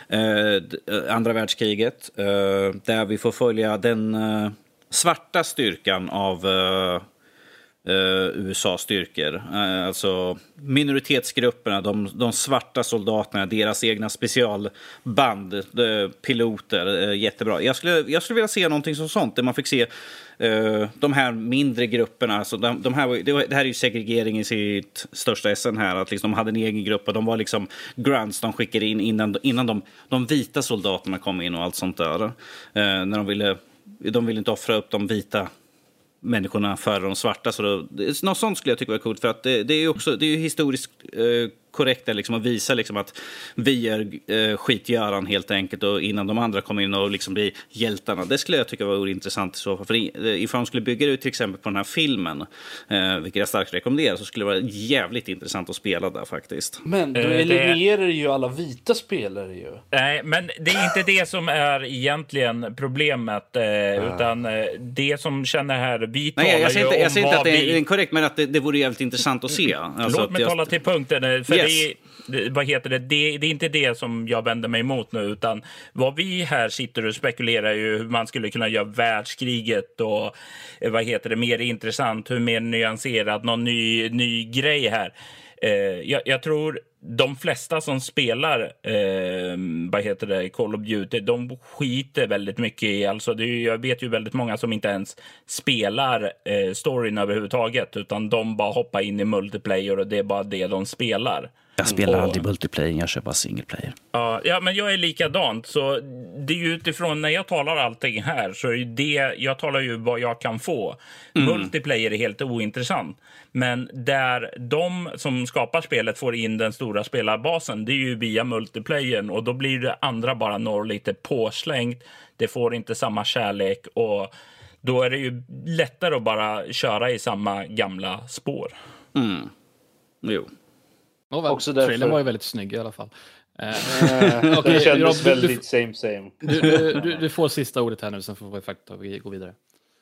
S5: Uh, andra världskriget. Uh, där vi får följa den uh, svarta styrkan av... Uh, Uh, U S A-styrkor, uh, alltså minoritetsgrupperna, de, de svarta soldaterna, deras egna specialband, uh, piloter, uh, jättebra. Jag skulle, jag skulle vilja se någonting som sånt, där man fick se uh, de här mindre grupperna, alltså de, de här, det, det här är ju segregering i sitt största essen här, att liksom de hade en egen grupp och de var liksom grunts, de skickade in innan, innan de, de vita soldaterna kom in och allt sånt där. Uh, när de ville, de ville inte offra upp de vita människorna före de svarta, så då, något sånt skulle jag tycka var coolt, för att det, det är ju också, det är ju historiskt eh, korrekt liksom, att visa liksom, att vi är eh, skitgöran helt enkelt, och innan de andra kommer in och liksom blir hjältarna. Det skulle jag tycka var intressant i så fall, för ifall de skulle bygga ut till exempel på den här filmen, eh, vilket jag starkt rekommenderar, så skulle det vara jävligt intressant att spela där faktiskt.
S1: Men du eliminerar ju alla vita spelare ju.
S4: Nej, men det är inte det som är egentligen problemet, eh, ja. utan eh, det som känner här, vi talar
S5: Nej, jag säger inte, jag säger inte att det
S4: vi...
S5: är korrekt, men att det, det vore jävligt intressant att se. Alltså,
S4: Låt mig
S5: jag...
S4: tala till punkten, för
S5: yes.
S4: det, vad heter det? det, det är inte det som jag vänder mig emot nu, utan vad vi här sitter och spekulerar ju hur man skulle kunna göra världskriget och vad heter det, mer intressant, hur mer nyanserad, någon ny, ny grej här. Eh, jag, jag tror de flesta som spelar eh, vad heter det, Call of Duty, de skiter väldigt mycket i, alltså det är, jag vet ju väldigt många som inte ens spelar eh, storyn överhuvudtaget, utan de bara hoppar in i multiplayer och det är bara det de spelar.
S5: Jag spelar
S4: och,
S5: aldrig multiplayer, jag kör bara single player.
S4: Ja, ja, men jag är likadant, så det är ju utifrån när jag talar allting här, så är det, jag talar ju vad jag kan få. Mm. Multiplayer är helt ointressant, men där de som skapar spelet får in den stora spelarbasen, det är ju via multiplayern, och då blir det andra bara några lite påslängt, det får inte samma kärlek, och då är det ju lättare att bara köra i samma gamla spår.
S5: Mm. Jo.
S3: Oh, väl,
S1: också därför...
S3: trailern var ju väldigt snygg i alla fall.
S1: Uh, okay, det kändes Rob, väldigt du, same same.
S3: Du, du, du, du får sista ordet här nu, sen får vi faktiskt gå vidare.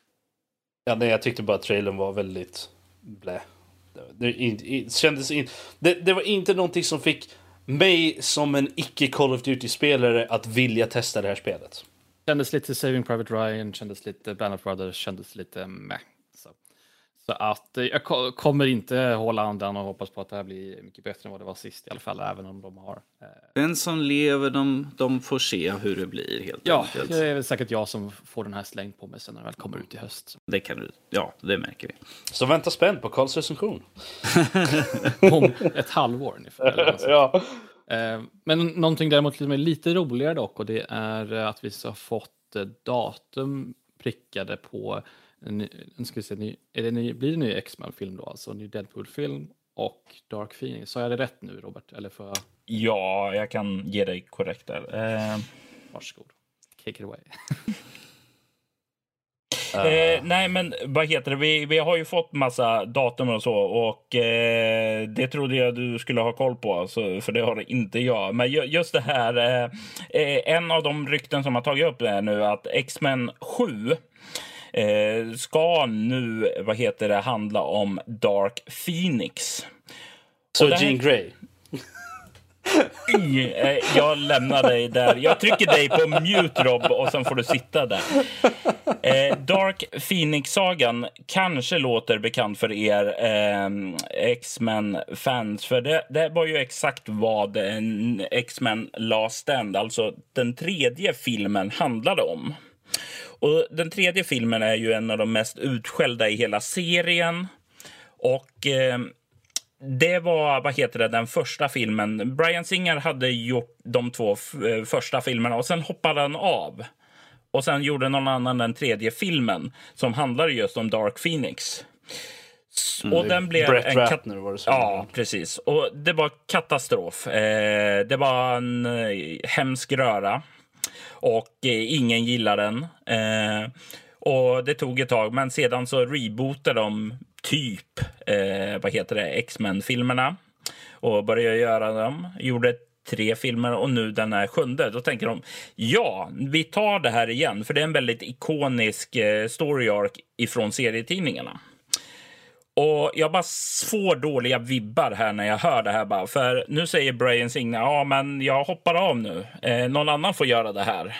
S1: Ja, nej, jag tyckte bara att trailern var väldigt blä. Det, det, det, kändes in, det, det var inte någonting som fick mig som en icke Call of Duty-spelare att vilja testa det här spelet.
S3: Kändes lite Saving Private Ryan, kändes lite Band of Brothers, kändes lite meh. Så. Så att jag kommer inte hålla andan och hoppas på att det här blir mycket bättre än vad det var sist i alla fall, även om de har... Eh...
S5: Den som lever, de, de får se hur det blir helt
S3: ja,
S5: enkelt.
S3: Ja, det är väl säkert jag som får den här slängd på mig sen när det väl kommer ut i höst.
S5: Det kan du, ja, det märker vi.
S1: Så vänta spänt på Karls recension.
S3: Om ett halvår ungefär.
S1: Ja.
S3: Eh, men någonting däremot som är lite roligare dock, och det är att vi har fått datum prickade på en, en ska vi se, ny, är det ny, blir det en ny X-Men-film då, alltså en ny Deadpool-film och Dark Phoenix. Så är det rätt nu, Robert? Eller för...
S4: Ja, jag kan ge dig korrekt där. Eh...
S3: Varsågod. Take it away.
S4: eh, nej, men vad heter det? Vi, vi har ju fått massa datum och så, och eh, det trodde jag du skulle ha koll på, alltså, för det har inte jag. Men just det här, eh, en av de rykten som har tagit upp det nu, att X-Men sju Eh, ska nu, vad heter det, handla om Dark Phoenix.
S1: Så
S4: här...
S1: Jean Grey.
S4: eh, jag lämnar dig där. Jag trycker dig på mute, Rob, och sen får du sitta där. Eh, Dark Phoenix-sagan kanske låter bekant för er eh, X-Men-fans, för det, det var ju exakt vad en X-Men Last Stand, alltså den tredje filmen, handlade om. Och den tredje filmen är ju en av de mest utskällda i hela serien. Och eh, det var, vad heter det, den första filmen. Bryan Singer hade gjort de två f- första filmerna och sen hoppade han av. Och sen gjorde någon annan den tredje filmen som handlar just om Dark Phoenix. Mm, och den blev
S1: Brett
S4: en
S1: Ratner var det så.
S4: Ja, precis. Och det var katastrof. Eh, det var en eh, hemsk röra. Och eh, ingen gillar den. Eh, och det tog ett tag. Men sedan så rebootade de typ eh, vad heter det, X-Men-filmerna. och började göra dem. Gjorde tre filmer och nu den här sjunde. Då tänker de, ja, vi tar det här igen. För det är en väldigt ikonisk eh, story arc ifrån serietidningarna. Och jag bara får dåliga vibbar här när jag hör det här. Bara. För nu säger Brian Singer, ja men jag hoppar av nu. Eh, någon annan får göra det här.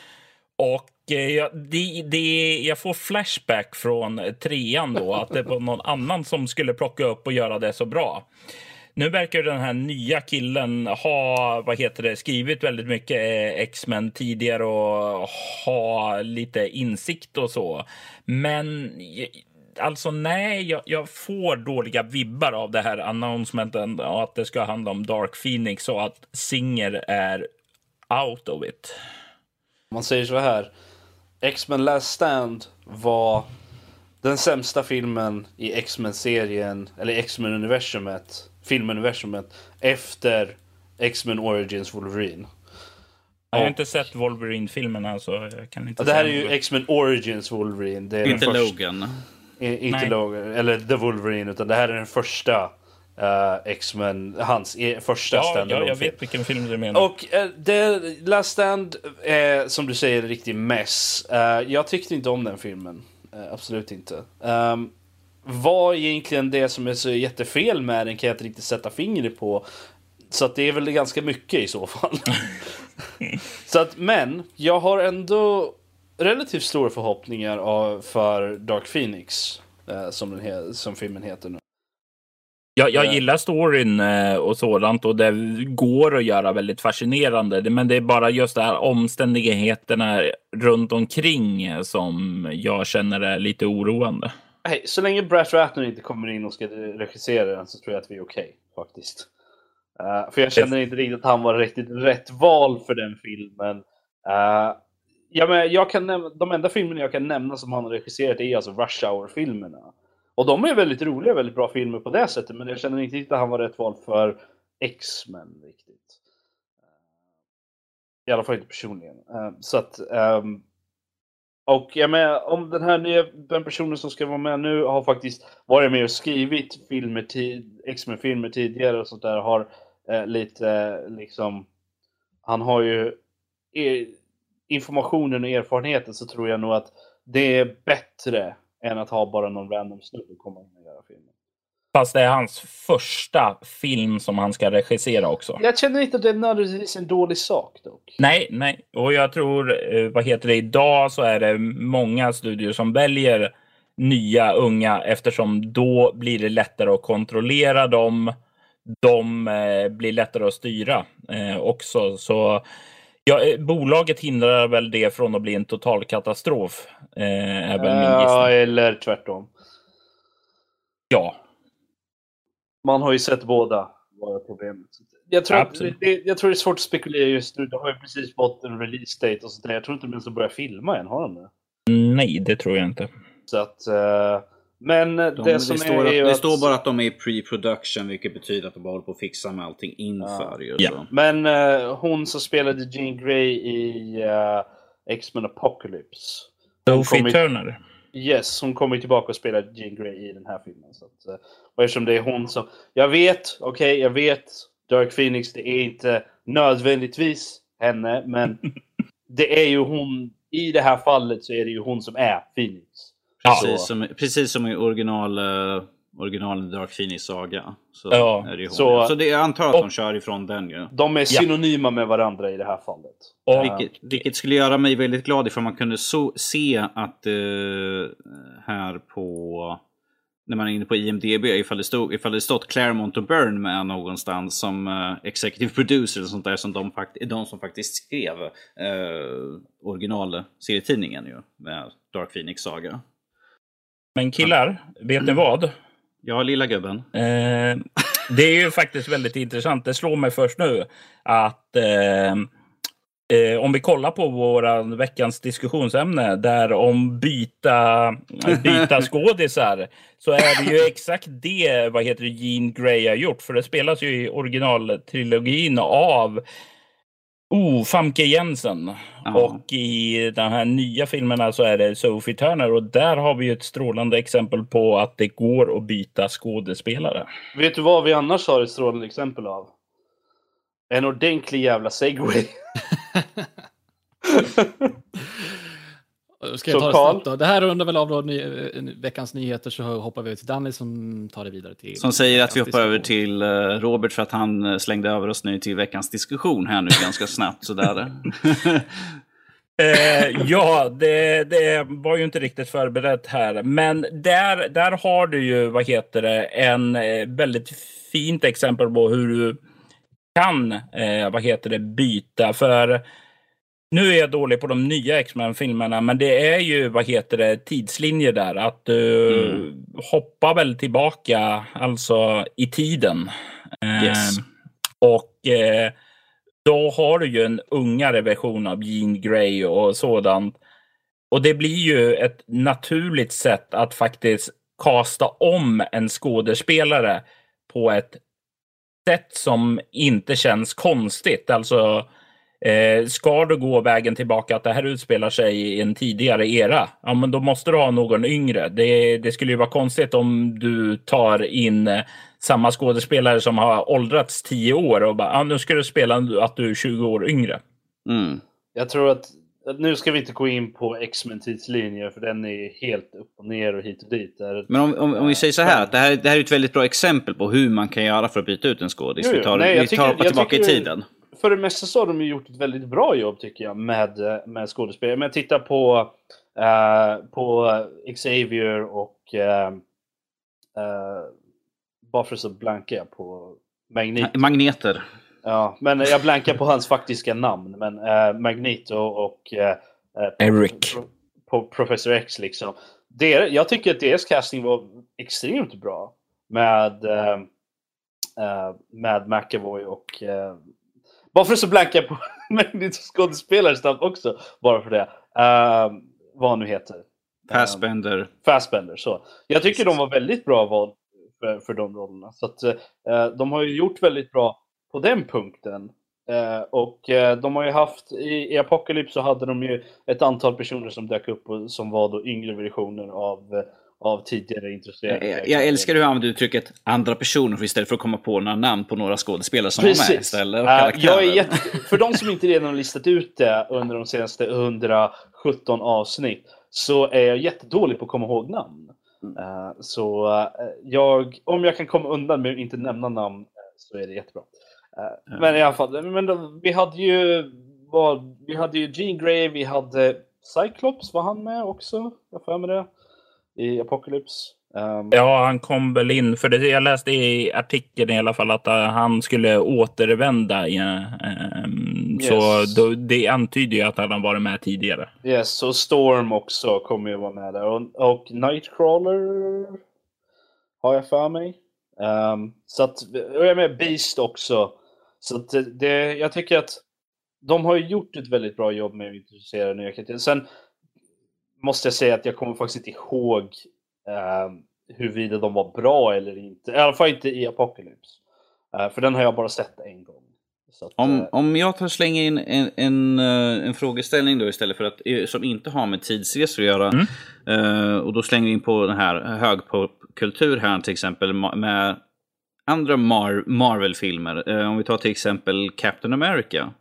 S4: Och eh, jag, det, det, jag får flashback från trean då. Att det var någon annan som skulle plocka upp och göra det så bra. Nu verkar den här nya killen ha, vad heter det, skrivit väldigt mycket eh, X-Men tidigare och ha lite insikt och så. Men alltså nej, jag, jag får dåliga vibbar av det här announcementen att det ska handla om Dark Phoenix och att Singer är out of it.
S1: Man säger så här, X-Men Last Stand var den sämsta filmen i X-Men-serien, eller X-Men-universumet, filmuniversumet, efter X-Men Origins Wolverine.
S4: Jag har inte sett Wolverine-filmerna så jag kan inte
S1: ja, det här
S4: säga
S1: är ju
S4: något.
S1: X-Men Origins Wolverine. Det är
S5: Inte
S1: den första,
S5: Logan.
S1: I, inte
S4: Nej.
S1: Logan, eller The Wolverine, utan det här är den första uh, X-Men, hans e, första
S4: Ja, ja,
S1: standalone
S4: jag
S1: film.
S4: vet vilken film du menar.
S1: Och uh, det, Last Stand är, som du säger, en riktig mess. Uh, jag tyckte inte om den filmen. Uh, absolut inte. Um, vad egentligen det som är så jättefel med den kan jag inte riktigt sätta fingret på. Så att det är väl ganska mycket i så fall. Så att, men jag har ändå relativt stora förhoppningar av, för Dark Phoenix, eh, som, den he- som filmen heter nu.
S4: Jag, jag gillar storyn eh, och sådant och det går att göra väldigt fascinerande. Men det är bara just det här omständigheterna runt omkring eh, som jag känner är lite oroande.
S1: Hey, så länge Brett Ratner inte kommer in och ska regissera den så tror jag att vi är okej, okay, faktiskt. Uh, för jag känner inte riktigt att han var riktigt rätt val för den filmen. Uh, ja, men jag kan näm- de enda filmerna jag kan nämna som han har regisserat är alltså Rush Hour-filmerna. Och de är väldigt roliga, väldigt bra filmer på det sättet. Men jag känner inte riktigt att han var rätt val för X-Men riktigt. I alla fall inte personligen. Uh, så att... Um, och jag menar, om den här nya den personen som ska vara med nu har faktiskt varit med och skrivit filmer tid, X-Men-filmer tidigare och sånt där, har eh, lite eh, liksom, han har ju er, informationen och erfarenheten, så tror jag nog att det är bättre än att ha bara någon random snubbe komma in och göra filmen.
S4: Fast det är hans första film som han ska regissera också.
S1: Jag känner inte att det är nödvändigtvis en dålig sak dock.
S4: Nej, nej. Och jag tror, eh, vad heter det, idag så är det många studier som väljer nya unga eftersom då blir det lättare att kontrollera dem. De eh, blir lättare att styra eh, också. Så ja, eh, bolaget hindrar väl det från att bli en total katastrof. Eh, är väl min
S1: Ja,
S4: gissning.
S1: eller tvärtom.
S4: Ja.
S1: Man har ju sett båda vara problemet. Jag tror, att
S4: Absolut.
S1: det, jag tror det är svårt att spekulera just nu. De har ju precis fått en release date och sånt där. Jag tror inte de ens har börjat filma än, har de det?
S4: Nej, det tror jag inte.
S1: Så att... Uh, men
S5: De,
S1: det
S5: det
S1: som
S5: står,
S1: är,
S5: att,
S1: är ju
S5: det
S1: att,
S5: står bara att de är i pre-production, vilket betyder att de bara håller på att fixa med allting inför. Ju,
S4: Ja.
S5: så.
S1: Men uh, hon som spelade Jean Grey i uh, X-Men Apocalypse. Hon
S4: Sophie
S1: kom i-
S4: Turner.
S1: Yes, hon kommer tillbaka och spelar Jean Grey i den här filmen. Så att, uh, och eftersom det är hon som... Jag vet, okej, okay, jag vet. Dark Phoenix, det är inte nödvändigtvis henne, men det är ju hon... I det här fallet så är det ju hon som är Phoenix.
S4: Ja.
S5: Precis, som, precis som i original, uh, original Dark Phoenix saga. Så
S4: Ja,
S5: är det ju hon.
S1: så-
S5: Så, så det, jag antar att
S4: och-
S5: de kör ifrån den ju.
S1: De är synonyma med varandra i det här fallet.
S4: Och-
S5: Vilket, vilket skulle göra mig väldigt glad ifall man kunde så, se att eh, här på... När man är inne på I M D B, ifall det, stod, ifall det stått Claremont och Byrne med någonstans som uh, executive producer och sånt där, som de, fakt- de som faktiskt skrev uh, original-serietidningen ju, med Dark Phoenix saga.
S4: Men killar, vet ni vad?
S5: Ja, lilla gubben.
S4: Eh, det är ju faktiskt väldigt intressant. Det slår mig först nu att eh, eh, om vi kollar på våra veckans diskussionsämne där om byta, byta skådisar, så är det ju exakt det, vad heter det, Jean Grey har gjort. För det spelas ju i originaltrilogin av Oh, Famke Jensen.
S5: Ja.
S4: Och i den här nya filmerna så är det Sophie Turner. Och där har vi ju ett strålande exempel på att det går att byta skådespelare.
S1: Vet du vad vi annars har ett strålande exempel av? En ordentlig jävla segway.
S3: Ska jag
S1: Så
S3: ta det
S1: Carl?
S3: snabbt då? Det här rundar väl av då ny, veckans nyheter, så hoppar vi över till Danny som tar det vidare till...
S5: Som säger att vi hoppar över
S3: diskussion.
S5: till uh, Robert för att han uh, slängde över oss nu till veckans diskussion här nu ganska snabbt. Sådär.
S4: Eh, ja, det, det var ju inte riktigt förberett här. Men där, där har du ju, vad heter det, en eh, väldigt fint exempel på hur du kan, eh, vad heter det, byta. För nu är jag dålig på de nya X-Men-filmerna, men det är ju, vad heter det, tidslinjer där. Att du mm. hoppar väl tillbaka, alltså i tiden. Eh,
S5: yes.
S4: Och... Eh, då har du ju en ungare version av Jean Grey och sådant. Och det blir ju ett naturligt sätt att faktiskt kasta om en skådespelare på ett sätt som inte känns konstigt. Alltså, eh, ska du gå vägen tillbaka att det här utspelar sig i en tidigare era, ja, men då måste du ha någon yngre. Det, det skulle ju vara konstigt om du tar in eh, samma skådespelare som har åldrats tio år och bara, ah, nu ska du spela att du är tjugo år yngre.
S5: Mm.
S1: Jag tror att, att nu ska vi inte gå in på X-Men-tidslinjer, för den är helt upp och ner och hit och dit. Där,
S5: Men om, om, om vi säger så här, att det här, det här är ett väldigt bra exempel på hur man kan göra för att byta ut en skådis.
S1: Jo, jo.
S5: Vi tar,
S1: Nej, jag
S5: vi tar
S1: tycker- jag
S5: tillbaka
S1: tycker-
S5: i tiden.
S1: För det mesta så har de ju gjort ett väldigt bra jobb, tycker jag, med, med skådespelare. Men titta på, uh, på Xavier och uh, uh, bara för så blankar jag på Magneto.
S5: Magneter.
S1: Ja, men jag blankar på hans faktiska namn. Men uh, Magneto och uh, uh,
S4: Eric.
S1: Pro, på Professor X liksom. Det, jag tycker att deras casting var extremt bra. Med, uh, uh, med McAvoy och... Uh, bara för så blankar jag på Magneto skådespelare snabbt också. Bara för det. Uh, vad han nu heter.
S5: Fassbender.
S1: Um, Fassbender, så. Jag tycker de var väldigt bra val för, för de rollerna. Så att uh, de har ju gjort väldigt bra på den punkten. Uh, och uh, de har ju haft, i, i Apocalypse så hade de ju ett antal personer som dök upp och, som var då yngre versioner av, uh, av tidigare intresserade.
S5: Jag, jag älskar hur du använder uttrycket andra personer för istället för att komma på några namn på några skådespelare som
S1: Precis.
S5: var med istället.
S1: Uh, jag är jätte... För de som inte redan har listat ut det under de senaste hundrasjutton avsnitt, så är jag jättedålig på att komma ihåg namn. Uh, så uh, jag, om jag kan komma undan med att inte nämna namn, så är det jättebra. Uh, mm. Men i alla fall, men då, vi hade ju vad, vi hade ju Jean Grey, vi hade Cyclops, var han med också? Jag får med det i Apocalypse. Um,
S4: Ja, han kom väl in, för det jag läste i artikeln i alla fall att uh, han skulle återvända. Uh, um,
S1: Yes.
S4: Så då, det antyder ju att han har varit med tidigare.
S1: Yes, så Storm också kommer ju vara med där. Och, och Nightcrawler har jag för mig. Um, så att, och jag är med Beast också. Så att det, det, jag tycker att de har gjort ett väldigt bra jobb med att introducera nya karaktärer. Sen måste jag säga att jag kommer faktiskt inte ihåg um, huruvida de var bra eller inte. I alla fall inte i Apocalypse. Uh, för den har jag bara sett en gång. Så att,
S5: Om,
S1: uh,
S5: om jag tar slänger in en, en, eh, en frågeställning då istället för att, eh, som inte har med tidsresor att göra.
S4: Mm.
S5: Eh, och då slänger vi in på den här högpopkultur här till exempel med andra Mar- Marvel-filmer. Eh, om vi tar till exempel Captain America.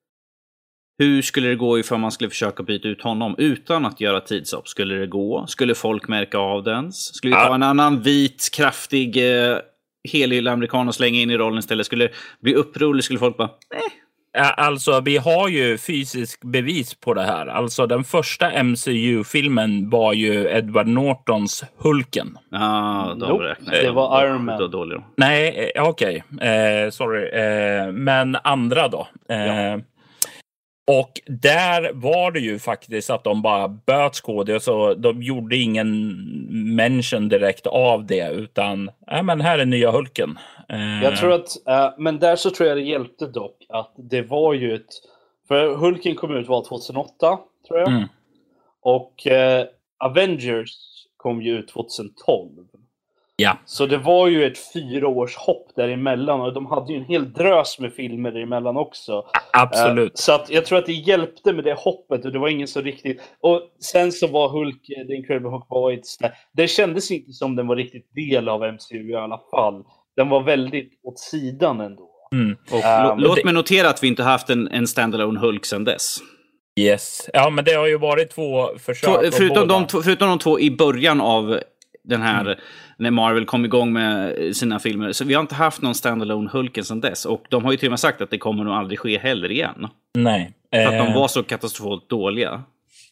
S5: Hur skulle det gå ifall man skulle försöka byta ut honom utan att göra tidshopp? Skulle det gå? Skulle folk märka av den? Skulle vi ta
S4: Ja.
S5: en annan vit, kraftig, eh, helig amerikan och slänga in i rollen istället? Skulle det bli uppror? Skulle folk bara, nej.
S4: Ja, alltså, vi har ju fysisk bevis på det här. Alltså, den första M C U-filmen var ju Edward Nortons Hulken.
S5: Ja, de
S1: Nope,
S5: räknar
S1: det
S5: jag.
S1: var Iron Man.
S5: Då, dålig då.
S4: Nej, eh, okej. Eh, sorry. Eh, men andra då. Eh, Och där var det ju faktiskt att de bara böt skådespelare, så de gjorde ingen mention direkt av det, utan äh, men här är nya Hulken. Eh,
S1: Jag tror att, uh, men där så tror jag det hjälpte dock att det var ju ett, för Hulken kom ut var tjugohundraåtta tror jag.
S4: Mm.
S1: Och uh, Avengers kom ju ut tjugotolv.
S4: Ja.
S1: Så det var ju ett fyra års hopp däremellan och de hade ju en hel drös med filmer däremellan också.
S4: Absolut.
S1: Uh, så att jag tror att det hjälpte med det hoppet och det var ingen så riktigt. Och sen så var Hulk, The Incredible Hulk var ett sådär, det kändes inte som den var riktigt del av M C U i alla fall. Den var väldigt åt sidan ändå.
S4: Mm.
S5: Och
S1: Um,
S5: låt
S4: det-
S5: mig notera att vi inte haft en, en standalone Hulk sedan dess.
S4: Yes. Ja, men det har ju varit två försök.
S5: Två,
S4: av
S5: förutom,
S4: båda.
S5: de, två- förutom de två i början av den här, mm. när Marvel kom igång med sina filmer. Så vi har inte haft någon standalone Hulken sedan dess. Och de har ju till och med sagt att det kommer nog aldrig ske heller igen.
S4: Nej.
S5: För att de
S4: Eh,
S5: var så katastrofalt dåliga.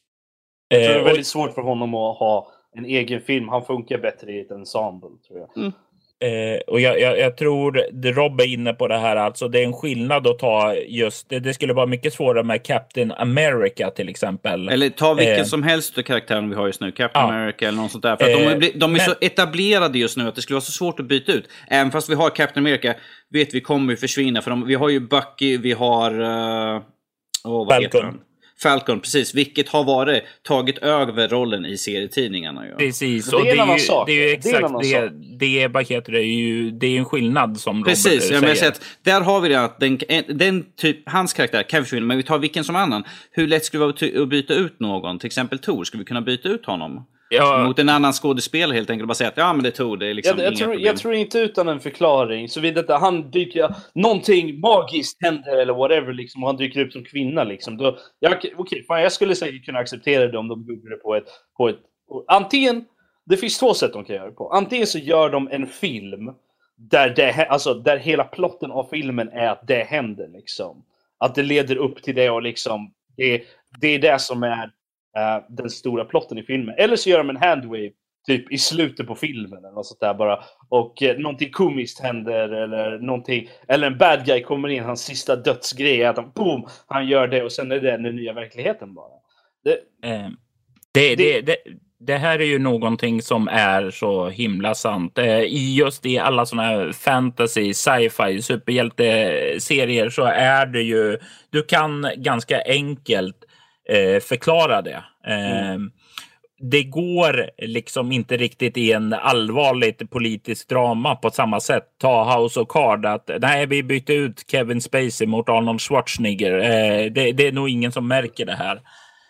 S1: Jag tror det är
S4: eh,
S1: väldigt svårt för honom att ha en egen film. Han funkar bättre i ett ensemble, tror jag.
S5: Mm.
S4: Eh, och jag, jag, jag tror det Rob är inne på det här. Alltså det är en skillnad att ta just det. Det skulle vara mycket svårare med Captain America till exempel.
S5: Eller ta vilken
S4: Eh.
S5: som helst av karaktären vi har just nu. Captain
S4: Ja.
S5: America eller något sånt där. För att de,
S4: Eh,
S5: är, bli- de är
S4: men-
S5: så etablerade just nu att det skulle vara så svårt att byta ut. Även fast vi har Captain America vet vi kommer ju försvinna. För de, vi har ju Bucky, vi har... Uh, oh, vad heter
S4: Falcon.
S5: han? Falcon, precis. Vilket har varit tagit över rollen i serietidningarna. Ja.
S4: Precis,
S1: Men
S4: och
S1: det är
S4: det
S1: en
S4: är
S1: annan
S4: ju,
S1: sak.
S4: det är ju
S1: Det är en
S4: exakt
S1: annan
S4: det.
S1: sak.
S4: Det är, vad heter det, är ju, det är en skillnad som
S5: Precis,
S4: Robert
S5: jag
S4: säger.
S5: menar, så att där har vi det att den, den typ, hans karaktär kan försvinna, men vi tar vilken som annan. Hur lätt skulle det vara ty- att byta ut någon? Till exempel Thor, skulle vi kunna byta ut honom?
S4: Ja,
S5: Mot en annan skådespelare helt enkelt och bara säga att ja men det är Thor, det är liksom
S1: Jag, jag,
S5: inga
S1: tror,
S5: problem.
S1: jag tror inte utan en förklaring. Så vid detta, han dyker, någonting magiskt händer eller whatever liksom, och han dyker upp som kvinna liksom. Då, jag, okej, fan, jag skulle säkert kunna acceptera det om de gjorde det på ett, på ett... Antingen, det finns två sätt de kan göra det på. Antingen så gör de en film där, det, alltså, där hela plotten av filmen är att det händer liksom. Att det leder upp till det och liksom, det, det är det som är Uh, den stora plotten i filmen. Eller så gör de en handwave typ i slutet på filmen eller något sånt där bara. Och uh, någonting komiskt händer eller någonting. Eller en bad guy kommer in, hans sista dödsgrej är att han, boom, han gör det och sen är det den nya verkligheten bara. Det,
S4: eh, det,
S1: det-
S4: det, det, det här är ju någonting som är så himla sant. Eh, i just i alla såna här fantasy, sci-fi, superhjälteserier så är det ju, du kan ganska enkelt eh, förklara det. Eh,
S1: Mm.
S4: Det går liksom inte riktigt i en allvarligt politisk drama på samma sätt. Ta House of Cards att nej, vi bytte ut Kevin Spacey mot Arnold Schwarzenegger. Eh, det, det är nog ingen som märker det här.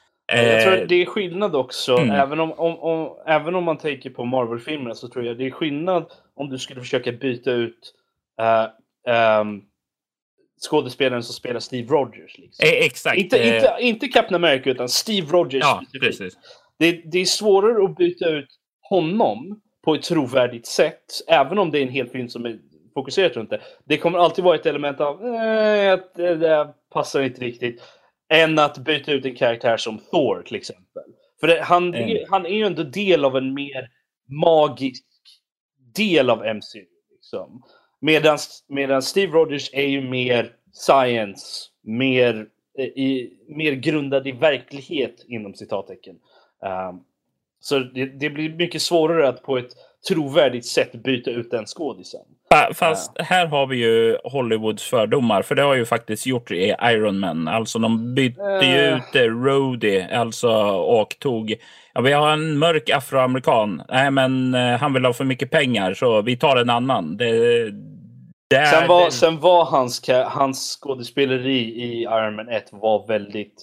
S1: Jag tror
S4: Eh,
S1: att det är skillnad också.
S4: Mm.
S1: Även, om, om, om, även om man tänker på Marvel-filmerna så tror jag det är skillnad om du skulle försöka byta ut uh, um, skådespelaren som spelar Steve Rogers. Liksom.
S4: eh, exakt.
S1: Inte,
S4: eh,
S1: inte, inte Captain America utan Steve Rogers.
S4: ja,
S1: specifikt.
S4: precis.
S1: Det, det är svårare att byta ut honom på ett trovärdigt sätt. Även om det är en hel film som är fokuserad runt det. Det kommer alltid vara ett element av eh, att det där passar inte riktigt. Än att byta ut en karaktär som Thor till exempel. För det, han,
S4: Mm.
S1: är, han är ju ändå del av en mer magisk del av M C U. Liksom. Medan, medan Steve Rogers är ju mer science. Mer, eh, i, mer grundad i verklighet inom citattecken. Um, så det, det blir mycket svårare att på ett trovärdigt sätt byta ut den skådisen.
S4: Fa- Fast här har vi ju Hollywoods fördomar, för det har ju faktiskt gjort i Iron Man. Alltså de bytte ju
S1: Eh.
S4: ut eh, Rhodey, alltså, och tog, ja, vi har en mörk afroamerikan. Nej, men eh, han vill ha för mycket pengar så vi tar en annan. Det, det är,
S1: Sen var,
S4: det,
S1: sen var hans, ka- hans skådespeleri i Iron Man ett var väldigt...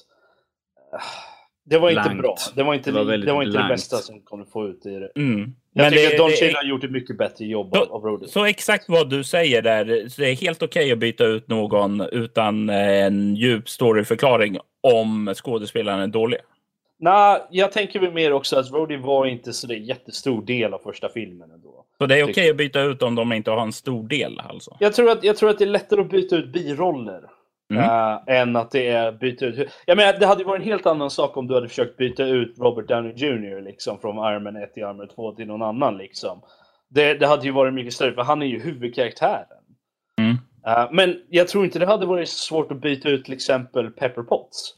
S1: Det var inte
S5: Blankt.
S1: bra. Det var inte
S5: Det var
S1: det,
S5: väldigt
S1: det, var inte det
S5: blankt.
S1: bästa som kunde få ut i det.
S4: mm.
S1: Jag
S4: Men
S1: tycker
S4: det-
S1: att Don
S4: det-
S1: Cheadle har gjort ett mycket bättre jobb av, av
S4: Så,
S1: Rhodey.
S4: så exakt vad du säger där, så det är helt okej att byta ut någon utan en djup storyförklaring om skådespelaren är dålig.
S1: Nej, jag tänker väl mer också att Rhodey var inte så det jättestor del av första filmen ändå.
S4: Så det är okej att byta ut om de inte har en stor del alltså.
S1: Jag tror, att, jag tror att det är lättare att byta ut biroller
S4: Mm.
S1: äh, än att det är byta ut... Jag menar, det hade ju varit en helt annan sak om du hade försökt byta ut Robert Downey junior liksom, från Iron Man ett till Iron Man två till någon annan. Liksom. Det, det hade ju varit mycket större, för han är ju huvudkaraktären.
S4: Mm.
S1: Äh, men jag tror inte det hade varit så svårt att byta ut till exempel Pepper Potts.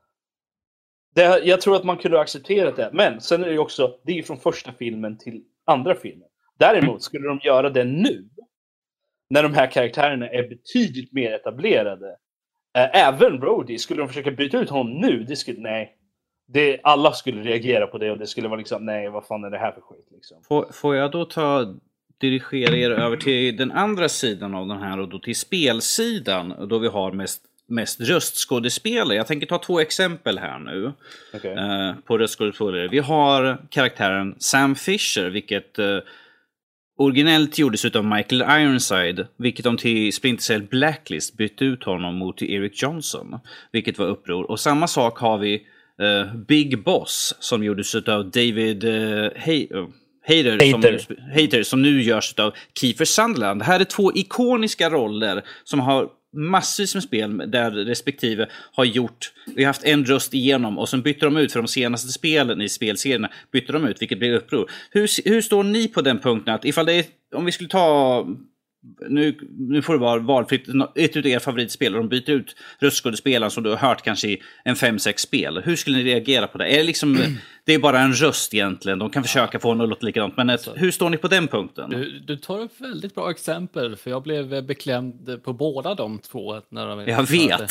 S1: Det, jag tror att man kunde ha accepterat det. Men sen är det ju också, det är ju från första filmen till andra filmen. Däremot
S4: Mm.
S1: skulle de göra det nu, när de här karaktärerna är betydligt mer etablerade. Äh, även Rhodey, skulle de försöka byta ut honom nu, det skulle, nej. Det, alla skulle reagera på det och det skulle vara liksom, nej, vad fan är det här för skit liksom.
S5: Får, får jag då ta dirigera er över till den andra sidan av den här och då till spelsidan då vi har mest, mest röstskådespelare. Jag tänker ta två exempel här nu
S1: Okay.
S5: eh, på röstskådespelare. Vi har karaktären Sam Fisher, vilket eh, originellt gjordes av Michael Ironside, vilket de till Splinter Cell Blacklist bytte ut honom mot till Eric Johnson, vilket var uppror. Och samma sak har vi uh, Big Boss som gjordes av David uh, Hay- uh, Hayter,
S4: Hater.
S5: som, Hater som nu görs av Kiefer Sutherland. Det här är två ikoniska roller som har massvis med spel där respektive har gjort, vi har haft en röst igenom och sen bytte de ut för de senaste spelen i spelserierna, bytte de ut vilket blir uppror. Hur, hur står ni på den punkten att ifall det är, om vi skulle ta nu, nu får det vara valfritt ett utav er favoritspel och de byter ut röstskådespelaren som du har hört kanske i en fem sex spel. Hur skulle ni reagera på det? Är det liksom det är bara en röst egentligen. De kan försöka få något låta likadant, men ett, hur står ni på den punkten?
S3: Du, du tar upp väldigt bra exempel, för jag blev beklämd på båda de två. När de
S5: jag vet.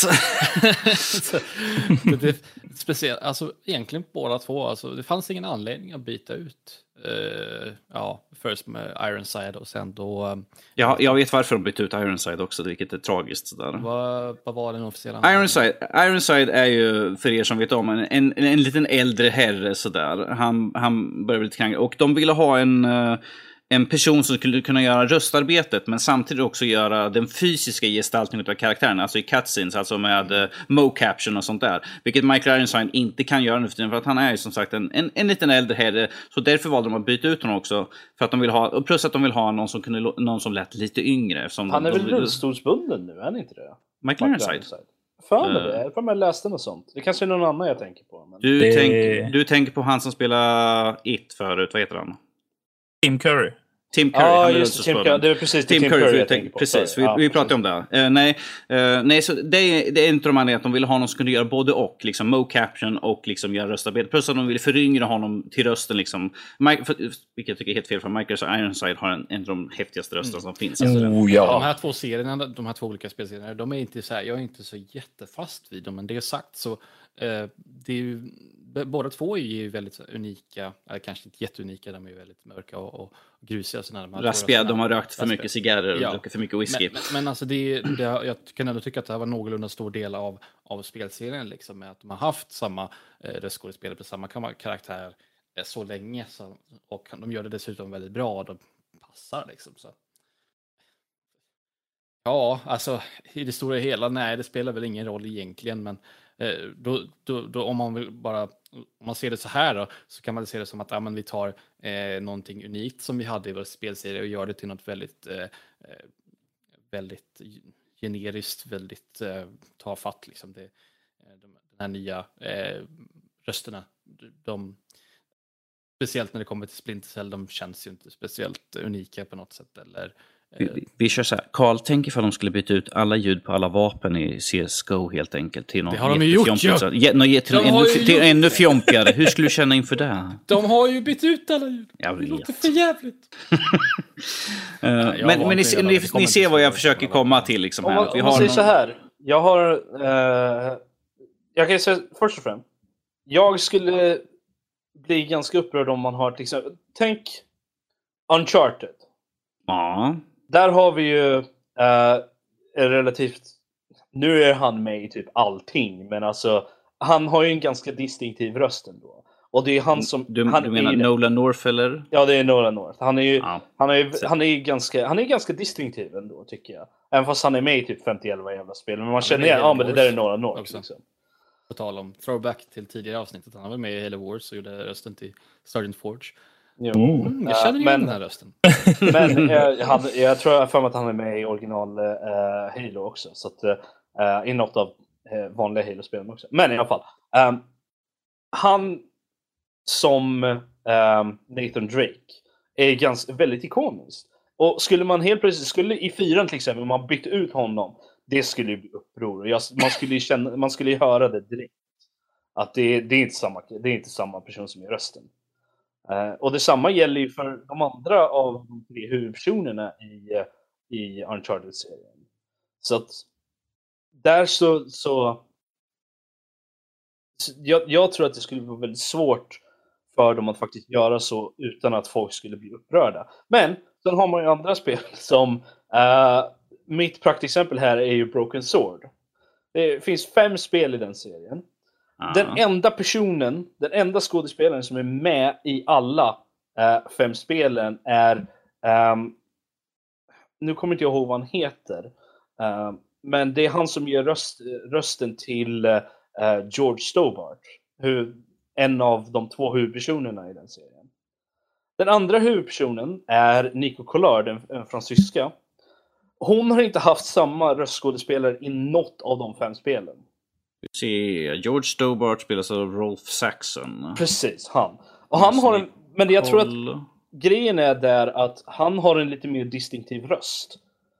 S3: så, det, speciellt, alltså egentligen båda två. Alltså, det fanns ingen anledning att byta ut. Uh, ja, först med Ironside och sen då... Um,
S5: ja, jag vet varför de bytte ut Ironside också, vilket är tragiskt. Sådär.
S3: Vad, vad var den officiella?
S5: Ironside, Ironside är ju, för er som vet om, en, en, en liten äldre herre sådär. Han, han började bli lite krånglig. Och de ville ha en... Uh, en person som skulle kunna göra röstarbetet men samtidigt också göra den fysiska gestaltningen av karaktären, alltså i cutscenes, alltså med uh, mo-caption och sånt där. Vilket Michael Ironside inte kan göra nu för, för att han är ju som sagt en, en, en liten äldre herre. Så därför valde de att byta ut honom också. För att de vill ha, och plus att de vill ha någon som, kunde, någon som lät lite yngre. Som
S1: han är
S5: de,
S1: väl
S5: de,
S1: rullstolsbunden nu, är han inte det?
S5: Michael Ironside?
S1: För mig det, för mig jag läste något sånt. Det kanske är någon annan jag tänker på. Men...
S5: Du,
S4: Det-
S5: tänk, du tänker på han som spelar It förut, vad heter han?
S4: Tim Curry.
S5: Tim Curry.
S1: Ja,
S5: han är
S1: just Tim
S5: rullstolsbunden.
S1: Curry. Det är precis det
S5: Tim,
S1: Tim
S5: Curry,
S1: Curry
S5: vi
S1: jag
S5: tänk,
S1: tänker på.
S5: precis,
S1: Sorry.
S5: vi,
S1: Ja,
S5: vi
S1: precis.
S5: pratade om det. Uh, nej, uh, nej så det, är, det är inte de anledningarna att de ville ha någon som kunde göra både och, liksom mo-caption och liksom göra röstarbete. Plus att de ville föryngra honom till rösten. Liksom. Mike, för, vilket jag tycker är helt fel, för Michael Ironside har en, en av de häftigaste rösterna som finns. Alltså, den-
S4: Oh
S3: De
S4: ja.
S3: här två serierna, de här två olika spelserierna, de är inte så här, jag är inte så jättefast vid dem, men det är sagt så eh, det är ju, b- båda två är ju väldigt så unika, eller kanske inte jätteunika, de är ju väldigt mörka och, och grusiga och sådana.
S5: Raspiga, de har rökt för
S3: Raspiga.
S5: mycket cigarrer och
S3: Ja.
S5: druckit för mycket whisky.
S3: Men, men, men alltså det, det, jag kan ändå tycka att det här var någorlunda stor del av, av spelserien, liksom, med att de har haft samma eh, röstskådespelare på samma kam- karaktär eh, så länge, så, och de gör det dessutom väldigt bra, och de passar liksom så. Ja, alltså i det stora hela, nej, det spelar väl ingen roll egentligen, men eh, då, då, då, om man vill bara, om man ser det så här då, så kan man se det som att ja, men vi tar eh, någonting unikt som vi hade i vår spelserie och gör det till något väldigt eh, eh, väldigt generiskt, väldigt eh, tafatt liksom. Det, eh, de, den här nya eh, rösterna, de, speciellt när det kommer till Splinter Cell, de känns ju inte speciellt unika på något sätt, eller
S5: Vi, vi, vi kör så här. Carl, tänk ifall de skulle byta ut alla ljud på alla vapen i C S G O helt enkelt. Till något
S3: Det har de ju gjort,
S5: jättefjompigt.
S3: ja.
S5: Så- Ja, något jätte-
S3: De
S5: ännu,
S3: har ju
S5: till
S3: gjort
S5: ännu
S3: det.
S5: fjompigare. Hur skulle du känna inför det?
S3: de har ju bytt ut alla ljud.
S5: Jag
S3: Det
S5: vet.
S3: låter för jävligt.
S5: Uh,
S3: jag
S5: men
S3: var
S5: men ni,
S3: inte
S5: ser-
S3: redan,
S5: ni,
S3: vi kommer
S5: ni
S3: inte
S5: ser vad
S3: så
S5: jag
S3: långt.
S5: försöker komma till. Liksom,
S1: Om
S5: här.
S1: man,
S5: Vi
S1: om man
S5: har
S1: säger
S5: någon-
S1: så här. Jag har... Eh, jag kan ju säga först och främst. Jag skulle bli ganska upprörd om man har till exempel... Tänk Uncharted.
S5: Ja.
S1: Där har vi ju eh, en relativt... Nu är han med i typ allting. Men alltså... Han har ju en ganska distinktiv röst ändå. Och det är han som...
S5: Du,
S1: han
S5: du
S1: är
S5: menar
S1: ju-
S5: Nolan North eller?
S1: Ja, det är Nolan North. Han är ju,
S5: Ja.
S1: han är, ju-
S5: Så.
S1: han är ju ganska, han är ganska distinktiv ändå, tycker jag. Även fast han är med i typ femtioelva jävla spel. Men man känner
S3: det är
S1: igen, ja
S3: Halo
S1: men det där är
S3: Wars
S1: Nolan North.
S3: också.
S1: Liksom.
S3: På tal om throwback till tidigare avsnittet, han var med i Halo Wars och gjorde rösten till Sergeant Forge.
S1: Jo.
S3: Mm, jag känner igen
S1: men-
S3: den här rösten.
S1: Men jag, jag, hade, jag tror jag för mig att han är med i original uh, Halo också. Så att, uh, i något av uh, vanliga Halo-spelen också. Men i alla fall. Um, han som um, Nathan Drake är ganska, väldigt ikoniskt. Och skulle man helt plötsligt, skulle i fyran till exempel, om man bytte ut honom, det skulle ju bli uppror. Och jag, man skulle ju känna, man skulle ju höra det direkt. Att det, det, är inte samma, det är inte samma person som gör rösten. Uh, och detsamma gäller ju för de andra av de tre huvudpersonerna i, uh, i Uncharted-serien. Så att där så... så, så jag, jag tror att det skulle vara väldigt svårt för dem att faktiskt göra så utan att folk skulle bli upprörda. Men sen har man ju andra spel som... Uh, mitt praktexempel här är ju Broken Sword. Det finns fem spel i den serien. Ah. Den enda personen, den enda skådespelaren som är med i alla uh, fem spelen är... Um, nu kommer inte jag ihåg vad han heter. Uh, men det är han som ger röst, rösten till uh, George Stobart. Hur, en av de två huvudpersonerna i den serien. Den andra huvudpersonen är Nico Collard, en, en fransyska. Hon har inte haft samma röstskådespelare i något av de fem spelen.
S5: Se, George Stobart spelas av Rolf Saxon.
S1: Precis, han. Och han har en, men jag tror att grejen är där att han har en lite mer distinktiv röst.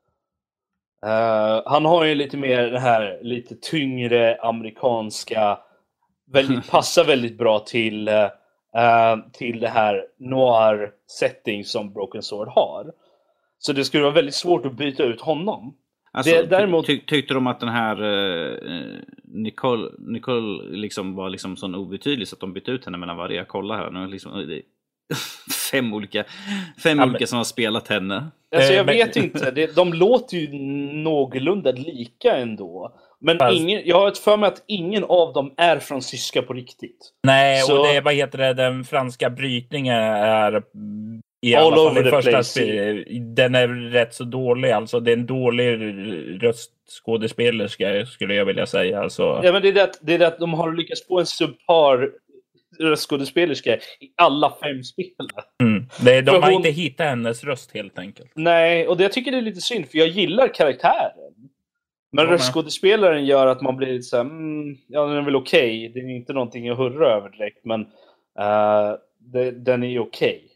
S1: Uh, han har ju lite mer det här lite tyngre amerikanska, väldigt, passar väldigt bra till, uh, till det här noir setting som Broken Sword har. Så det skulle vara väldigt svårt att byta ut honom.
S5: Alltså, det, däremot... ty- tyckte de att den här uh, Nicole, Nicole liksom var liksom sån obetydlig så att de bytte ut henne mellan varje? Jag kollar här nu liksom, det är fem olika, fem ja, olika men... som har spelat henne.
S1: Alltså jag vet inte, det, de låter ju någorlunda lika ändå. Men Fast... ingen, jag har ett för mig att ingen av dem är fransyska på riktigt.
S4: Nej,
S1: så...
S4: och det, vad heter det, den franska brytningen är i
S1: all
S4: alla fall
S1: over
S4: det
S1: the
S4: första
S1: place.
S4: Sp- den är rätt så dålig, alltså det är en dålig röstskådespelerska skulle jag vilja säga. Alltså...
S1: Ja, men det är det, att, det är det att de har lyckats få en subpar röstskådespelerska i alla fem spel.
S4: Mm. Det, de för har
S1: hon...
S4: inte hittat hennes röst helt enkelt.
S1: Nej, och det, jag tycker det är lite synd för jag gillar karaktären. Men ja, röstskådespelaren gör att man blir lite så här, mm, ja den är väl okej. Okay. Det är inte någonting jag hurrar över direkt, men uh, det, den är ju okej. Okay.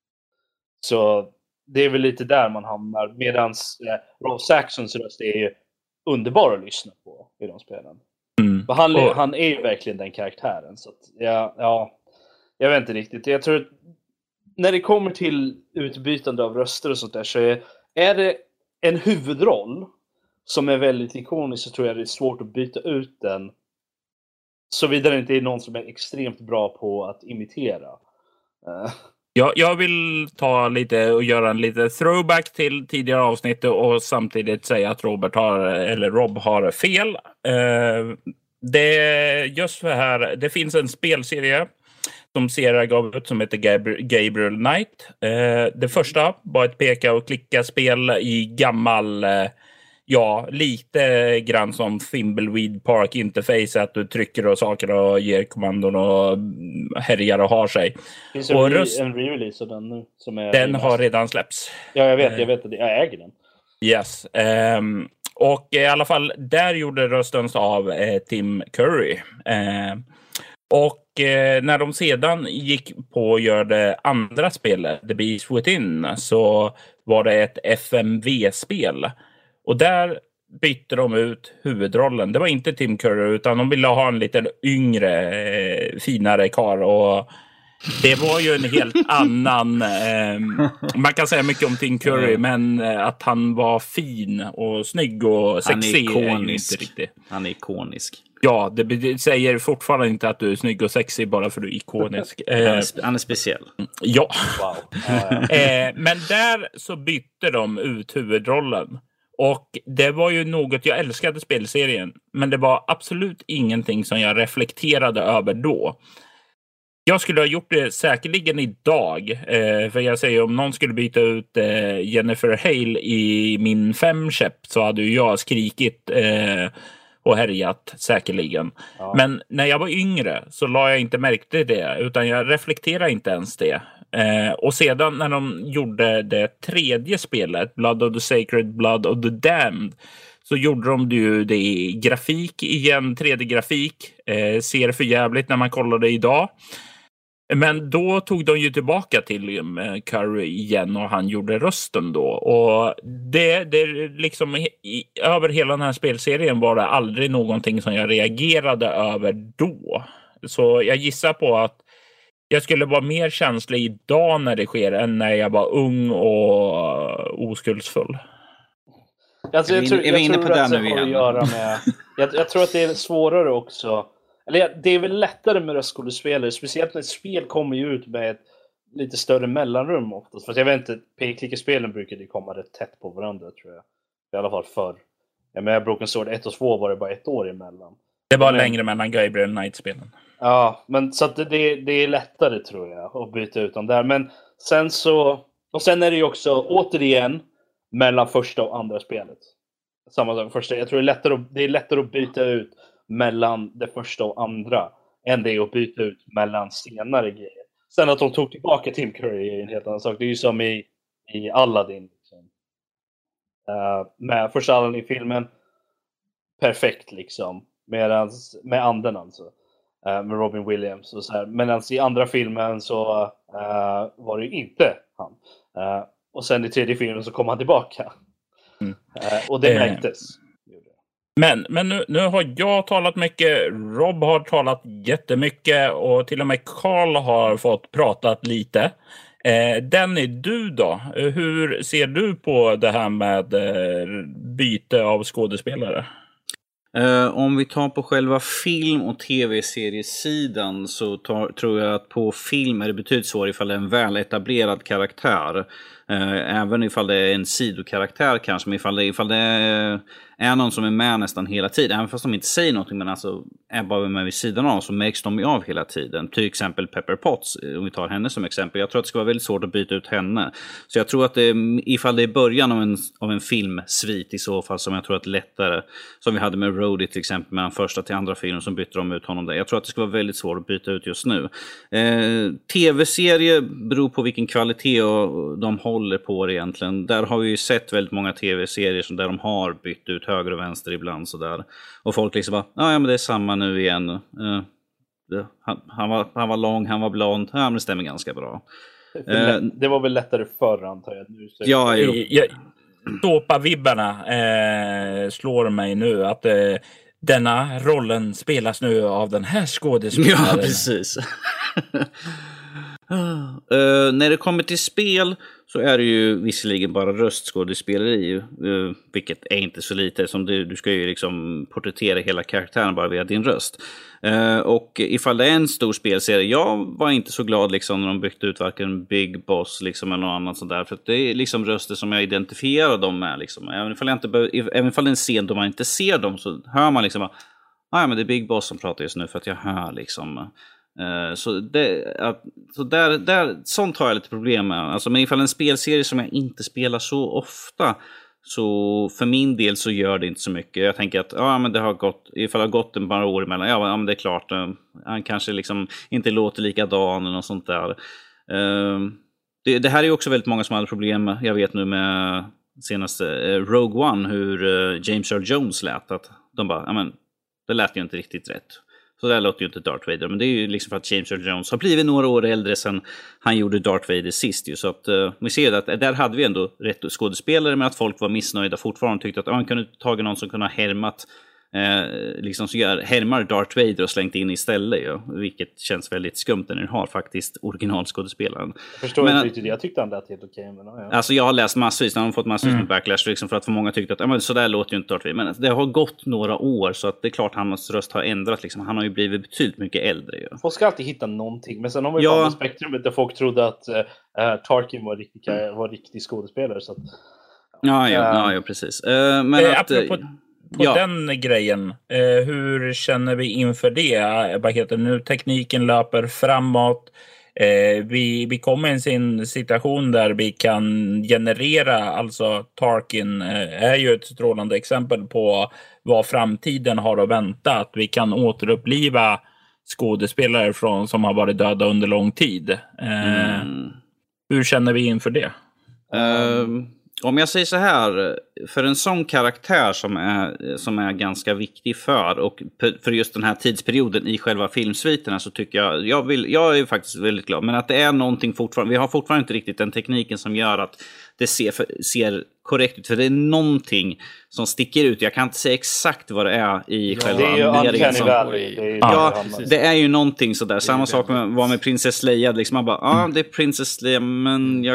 S1: Så det är väl lite där man hamnar. Medans uh, Rolf Saxons röst är ju underbar att lyssna på i de spelen.
S4: Mm.
S1: Han,
S4: och...
S1: han är ju verkligen den karaktären. Så att, ja, ja, jag vet inte riktigt. Jag tror att när det kommer till utbytande av röster och sånt där så är, är det en huvudroll som är väldigt ikonisk, så tror jag det är svårt att byta ut den. Såvida det inte är någon som är extremt bra på att imitera. Uh.
S4: Jag, jag vill ta lite och göra en lite throwback till tidigare avsnitt och samtidigt säga att Robert har, eller Rob har fel. Uh, det just för här, det finns en spelserie som Sierra gav ut som heter Gabri- Gabriel Knight. Uh, det första var ett peka och klicka spel i gammal, uh, ja, lite grann som Thimbleweed Park interface, att du trycker och saker och ger kommandon och härjar och har sig.
S1: Finns och en, röst... en re-release av den nu? Som är
S4: den har redan släppts.
S1: Ja, jag vet, jag vet att jag äger den.
S4: Yes. Um, och i alla fall, där gjorde rösten av eh, Tim Curry. Uh, och eh, när de sedan gick på att göra det andra spelet, The Beast Within, så var det ett F M V-spel. Och där bytte de ut huvudrollen. Det var inte Tim Curry, utan de ville ha en lite yngre, eh, finare karl. Och det var ju en helt annan... Eh, man kan säga mycket om Tim Curry, men eh, att han var fin och snygg och sexig.
S5: Han är ikonisk.
S4: Är inte riktigt.
S5: Han är ikonisk.
S4: Ja, det, det säger fortfarande inte att du är snygg och sexig bara för att du är ikonisk.
S5: Eh, han, är spe- han är speciell.
S4: Ja.
S1: Wow. Ja, ja.
S4: eh, men där så bytte de ut huvudrollen. Och det var ju något, jag älskade spelserien, men det var absolut ingenting som jag reflekterade över då. Jag skulle ha gjort det säkerligen idag, eh, för jag säger om någon skulle byta ut eh, Jennifer Hale i min femkäpp så hade ju jag skrikit eh, och härjat säkerligen. Ja. Men när jag var yngre så la jag inte märke till det, utan jag reflekterade inte ens det. Eh, och sedan när de gjorde det tredje spelet, Blood of the Sacred, Blood of the Damned, så gjorde de ju det i grafik igen, tre D-grafik. Eh, ser för jävligt när man kollar det idag. Men då tog de ju tillbaka till eh, Curry igen och han gjorde rösten då. Och det, det liksom i, över hela den här spelserien var det aldrig någonting som jag reagerade över då. Så jag gissar på att jag skulle vara mer känslig idag när det sker än när jag var ung och oskuldsfull.
S1: Alltså, jag, tror, jag, jag tror att det har att göra med... Jag, jag tror att det är svårare också. Eller det är väl lättare med röstskådespelare, speciellt när ett spel kommer ju ut med ett lite större mellanrum oftast. För jag vet inte, P-klickerspelen brukade komma rätt tätt på varandra, tror jag. I alla fall förr. Ja, men Broken Sword ett och två var det bara ett år emellan.
S4: Det var
S1: men,
S4: längre mellan Gabriel Knight-spelen.
S1: Ja, men så att det, det är lättare, tror jag, att byta ut dem där. Men sen så... Och sen är det ju också, återigen, mellan första och andra spelet. Samma sak, första. Jag tror det är lättare att, det är lättare att byta ut mellan det första och andra än det är att byta ut mellan senare grejer. Sen att de tog tillbaka Tim Curry är en helt annan sak. Det är ju som i, i Aladdin. Liksom. Uh, med första Aladdin-filmen, perfekt liksom. Medans, med anden alltså. Uh, med Robin Williams och så här. Medan i andra filmen så uh, var det ju inte han. Uh, och sen i tredje filmen så kom han tillbaka. Mm. Uh, och det märktes.
S4: Men, men nu, nu har jag talat mycket, Rob har talat jättemycket och till och med Carl har fått pratat lite. Eh, Danny, du då? Hur ser du på det här med eh, byte av skådespelare?
S5: Uh, om vi tar på själva film- och tv-seriesidan så tar, tror jag att på film är det betydligt svårare ifall det är en väl etablerad karaktär. Uh, även ifall det är en sidokaraktär kanske, men ifall det, ifall det är, är någon som är med nästan hela tiden, även fast de inte säger någonting men alltså är bara med vid sidan av, så märks de ju av hela tiden. Till exempel Pepper Potts, om vi tar henne som exempel. Jag tror att det ska vara väldigt svårt att byta ut henne. Så jag tror att det, ifall det är början av en, av en filmsvit i så fall, som jag tror att det är lättare, som vi hade med Rhodey till exempel, mellan första till andra filmen som bytte de ut honom där. Jag tror att det ska vara väldigt svårt att byta ut just nu. Eh, tv-serie beror på vilken kvalitet och de håller på det egentligen. Där har vi ju sett väldigt många tv-serier som där de har bytt ut höger och vänster ibland sådär. Och folk liksom bara, ah, ja men det är samma nu igen. Uh, det, han, han, var, han var lång, han var blond. Ja men det stämmer ganska bra.
S1: Uh, det var väl lättare förr antar jag. Nu så
S5: ja, jo.
S4: Jag, Såpa-vibbarna eh, slår mig nu att eh, denna rollen spelas nu av den här skådespelaren.
S5: Ja, precis. Uh, när det kommer till spel så är det ju visserligen bara röstskådespeleri, uh, vilket är inte så lite, som du, du ska ju liksom porträttera hela karaktären bara via din röst. Uh, och ifall det är en stor spelserie, jag var inte så glad liksom när de byggde ut varken Big Boss liksom eller något annat sådär, för att det är liksom röster som jag identifierar dem med liksom. Även ifall, jag inte be- även ifall det är en scen då man inte ser dem så hör man liksom, ah, ja men det är Big Boss som pratar just nu för att jag hör liksom. Uh, så det, att, så där, där, sånt har jag lite problem med. Alltså, men ifall en spelserie som jag inte spelar så ofta, så för min del så gör det inte så mycket. Jag tänker att ja, men det har gått, ifall det har gått en par år emellan, ja, ja men det är klart, uh, han kanske liksom inte låter likadan eller något sånt där. Uh, det, det här är också väldigt många som hade problem med, jag vet nu med senaste uh, Rogue One, hur uh, James Earl Jones lät, att de bara, ja men det lät ju inte riktigt rätt. Så där låter ju inte Darth Vader. Men det är ju liksom för att James Earl Jones har blivit några år äldre sedan han gjorde Darth Vader sist. Ju. Så att uh, vi ser att där hade vi ändå rätt skådespelare, med att folk var missnöjda fortfarande. Tyckte att man kunde tagit någon som kunde ha härmat, eh, liksom så gör härmar Darth Vader och slängt in istället. Ja. Vilket känns väldigt skumt när ni har faktiskt originalskådespelaren.
S1: Jag förstår
S5: men,
S1: inte riktigt. Jag tyckte han lät helt okej. Men, ja.
S5: Alltså jag har läst massvis, när de har fått massvis med mm. backlash liksom, för att för många tyckte att ja, men så där låter ju inte Darth Vader. Men det har gått några år, så att det är klart hans röst har ändrat. Liksom. Han har ju blivit betydligt mycket äldre. Ja.
S1: Folk ska alltid hitta någonting. Men sen har man ju
S5: ja.
S1: ja. spektrumet där folk trodde att uh, Tarkin var riktig, var riktig skådespelare. Så att,
S5: ja, ja, ja, ja, precis. Uh, men
S4: eh,
S5: att...
S4: Apropå... På ja. den grejen, eh, hur känner vi inför det? Vad heter nu? Tekniken löper framåt. Eh, vi, vi kommer i en situation där vi kan generera, alltså Tarkin eh, är ju ett strålande exempel på vad framtiden har att vänta. Att vi kan återuppliva skådespelare från, som har varit döda under lång tid. Eh, mm. Hur känner vi inför det?
S5: Um... Om jag säger så här, för en sån karaktär som är, som är ganska viktig för, och för just den här tidsperioden i själva filmsviterna, så tycker jag, jag, vill, jag är faktiskt väldigt glad, men att det är någonting fortfarande, vi har fortfarande inte riktigt den tekniken som gör att det ser, ser korrekt ut, för det är någonting som sticker ut. Jag kan inte säga exakt vad det är i ja, själva animeringen. Som,
S1: det är,
S5: ja, det är ju någonting sådär. Samma sak med, var med Princess Leia, liksom man bara, ja ah, det är Princess Leia, men jag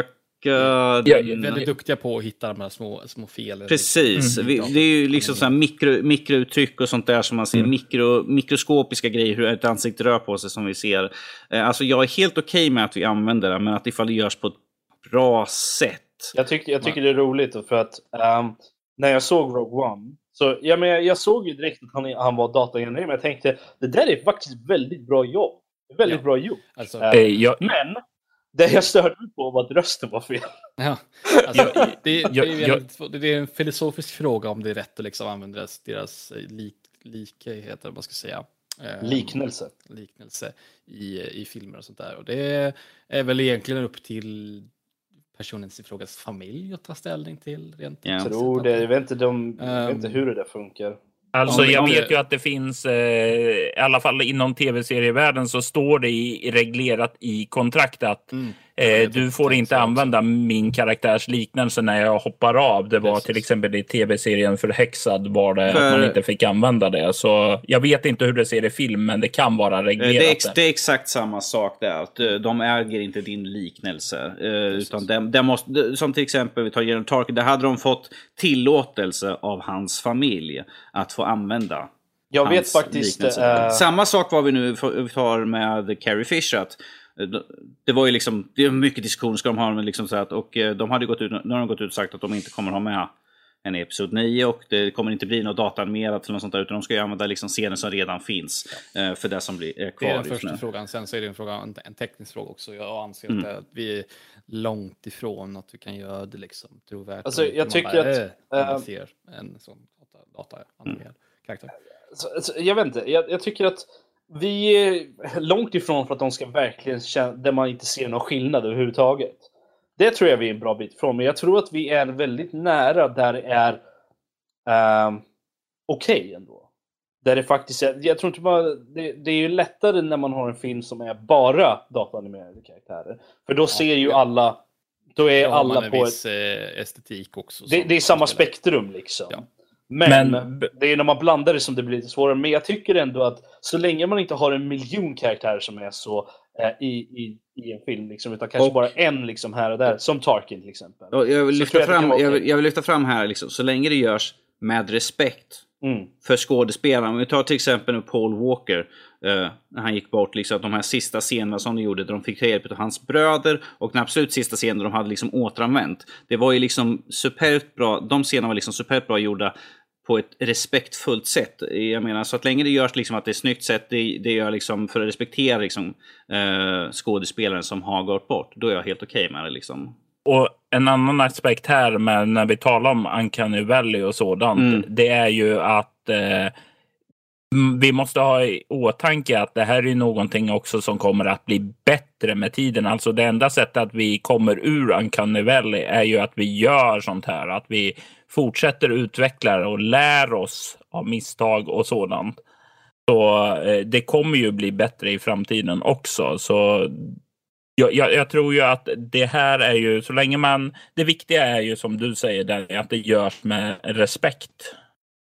S5: Ja,
S3: Vi är
S5: den-
S3: väldigt duktiga på att hitta de här små, små felen.
S5: Precis.
S3: Mm.
S5: Vi, det är ju liksom så här mikro, mikrouttryck och sånt där som man ser.
S3: Mm.
S5: Mikro, mikroskopiska grejer, hur ett ansikte rör på sig som vi ser. Eh, Alltså jag är helt okej med att vi använder det, men att ifall det görs på ett bra sätt.
S1: Jag tycker, jag tycker det är roligt för att ehm, när jag såg Rogue One så ja, men jag, jag såg ju direkt att han, han var datagenererad, men jag tänkte det där är faktiskt väldigt bra jobb. Väldigt
S3: Ja.
S1: bra gjort.
S3: Alltså,
S1: Eh,
S4: Eh, jag,
S1: Men det jag störde mig på var att rösten var fel.
S3: ja. Alltså, det, det, det,
S4: jag-
S3: är väldigt- det är en filosofisk fråga om det är rätt att liksom använda deras, deras lik, likheter, vad ska jag säga. Ehm,
S1: Liknelse.
S3: liknelse i, i filmer och sånt där. Och det är väl egentligen upp till personens i frågas familj att ta ställning till. Rent
S5: Ja.
S1: Jag
S3: tekniskt
S1: tror
S3: sett.
S1: det. Jag vet inte, de, jag vet
S3: Ehm.
S1: inte hur det där funkar.
S4: Alltså,
S3: Ja, men
S4: jag
S3: om
S4: vet
S3: det-
S4: ju att det finns, eh, i alla fall inom tv-serievärlden så står det i, reglerat i kontrakt att
S3: Mm.
S4: eh,
S3: vet
S4: du
S3: inte,
S4: får
S3: det
S4: inte
S3: är också.
S4: använda min karaktärs liknelse när jag hoppar av. Det var
S3: Precis.
S4: till exempel i tv-serien Förhäxad var det
S5: För-
S4: att man inte fick använda det. Så jag vet inte hur det ser i film, men det kan vara
S5: Eh,
S4: reglerat.
S5: Det är, ex, det är exakt samma sak där. Att, eh, de äger inte din liknelse. eh, Utan den, den måste, det- som till exempel, vi tar General Tarkin. Där hade de fått tillåtelse av hans familj att få använda.
S1: Jag vet
S5: hans
S1: faktiskt...
S5: liknelse.
S1: eh,
S5: Samma sak var vi nu vi tar med Carrie Fisher. Att, eh, det var ju liksom, det är mycket diskussion ska de ha, men liksom så att, och eh, de hade gått ut, nu har de gått ut och sagt att de inte kommer ha med en episod nio och det kommer inte bli något dataanimerat eller något sånt där, utan de ska ju använda liksom scener som redan finns eh, för det som blir är
S3: Det
S5: kvar
S3: är den
S5: just
S3: första
S5: nu.
S3: frågan. Sen så är det en, fråga, en, en teknisk fråga också. Jag anser
S5: Mm.
S3: att vi är långt ifrån att vi kan göra det liksom trovärdigt.
S1: Alltså,
S3: Och inte
S1: jag
S3: man
S1: tycker
S3: bara,
S1: att,
S3: äh, när man
S1: äh,
S3: ser en sån data, data animerad karaktär.
S1: Så, alltså, jag vet inte, jag, jag tycker att vi är långt ifrån för att de ska verkligen känna, där man inte ser någon skillnad överhuvudtaget. Det tror jag vi är en bra bit ifrån, men jag tror att vi är väldigt nära där det är um, okej okay ändå. Där det faktiskt är, jag tror inte bara, det, det är ju lättare när man har en film som är bara dataanimerade karaktärer. För då ser ju
S3: ja.
S1: alla, då är
S3: Då har
S1: alla
S3: man en
S1: på
S3: viss
S1: ett,
S3: eh, estetik också.
S1: det,
S3: som-
S1: det är samma
S3: som spelar.
S1: spektrum liksom.
S3: Ja.
S1: Men,
S4: Men-
S1: det är när man blandar det som det blir lite svårare. Men jag tycker ändå att så länge man inte har en miljon karaktärer som är så eh, i, i, i en film, liksom, utan kanske
S5: Och-
S1: bara en liksom här och där, som Tarkin till exempel.
S5: Och jag, vill
S1: Så
S5: lyfta
S1: tror jag att det kan
S5: fram,
S1: vara
S5: jag,
S1: okej.
S5: vill, jag vill lyfta fram här, liksom, så länge det görs med respekt
S1: Mm.
S5: för skådespelaren. Om vi tar till exempel nu Paul Walker, eh, när han gick bort, liksom, att de här sista scenerna som de gjorde, där de fick ta hjälp av hans bröder, och den absolut sista scenen de hade liksom återanvänt. Det var ju liksom superbt bra, de scenerna var liksom superbt bra gjorda på ett respektfullt sätt. Jag menar, så att länge det görs liksom att det är snyggt sätt, det, det gör liksom för att respektera liksom, eh, skådespelaren som har gått bort, då är jag helt okej med det liksom.
S4: Och en annan aspekt här med när vi talar om Uncanny Valley och sådant,
S5: Mm.
S4: det är ju att eh, vi måste ha i åtanke att det här är någonting också som kommer att bli bättre med tiden. Alltså det enda sättet att vi kommer ur Uncanny Valley är ju att vi gör sånt här. Att vi fortsätter utveckla och lär oss av misstag och sådant. Så eh, det kommer ju bli bättre i framtiden också. Så jag, jag, jag tror ju att det här är ju, så länge man, det viktiga är ju som du säger där, att det görs med respekt.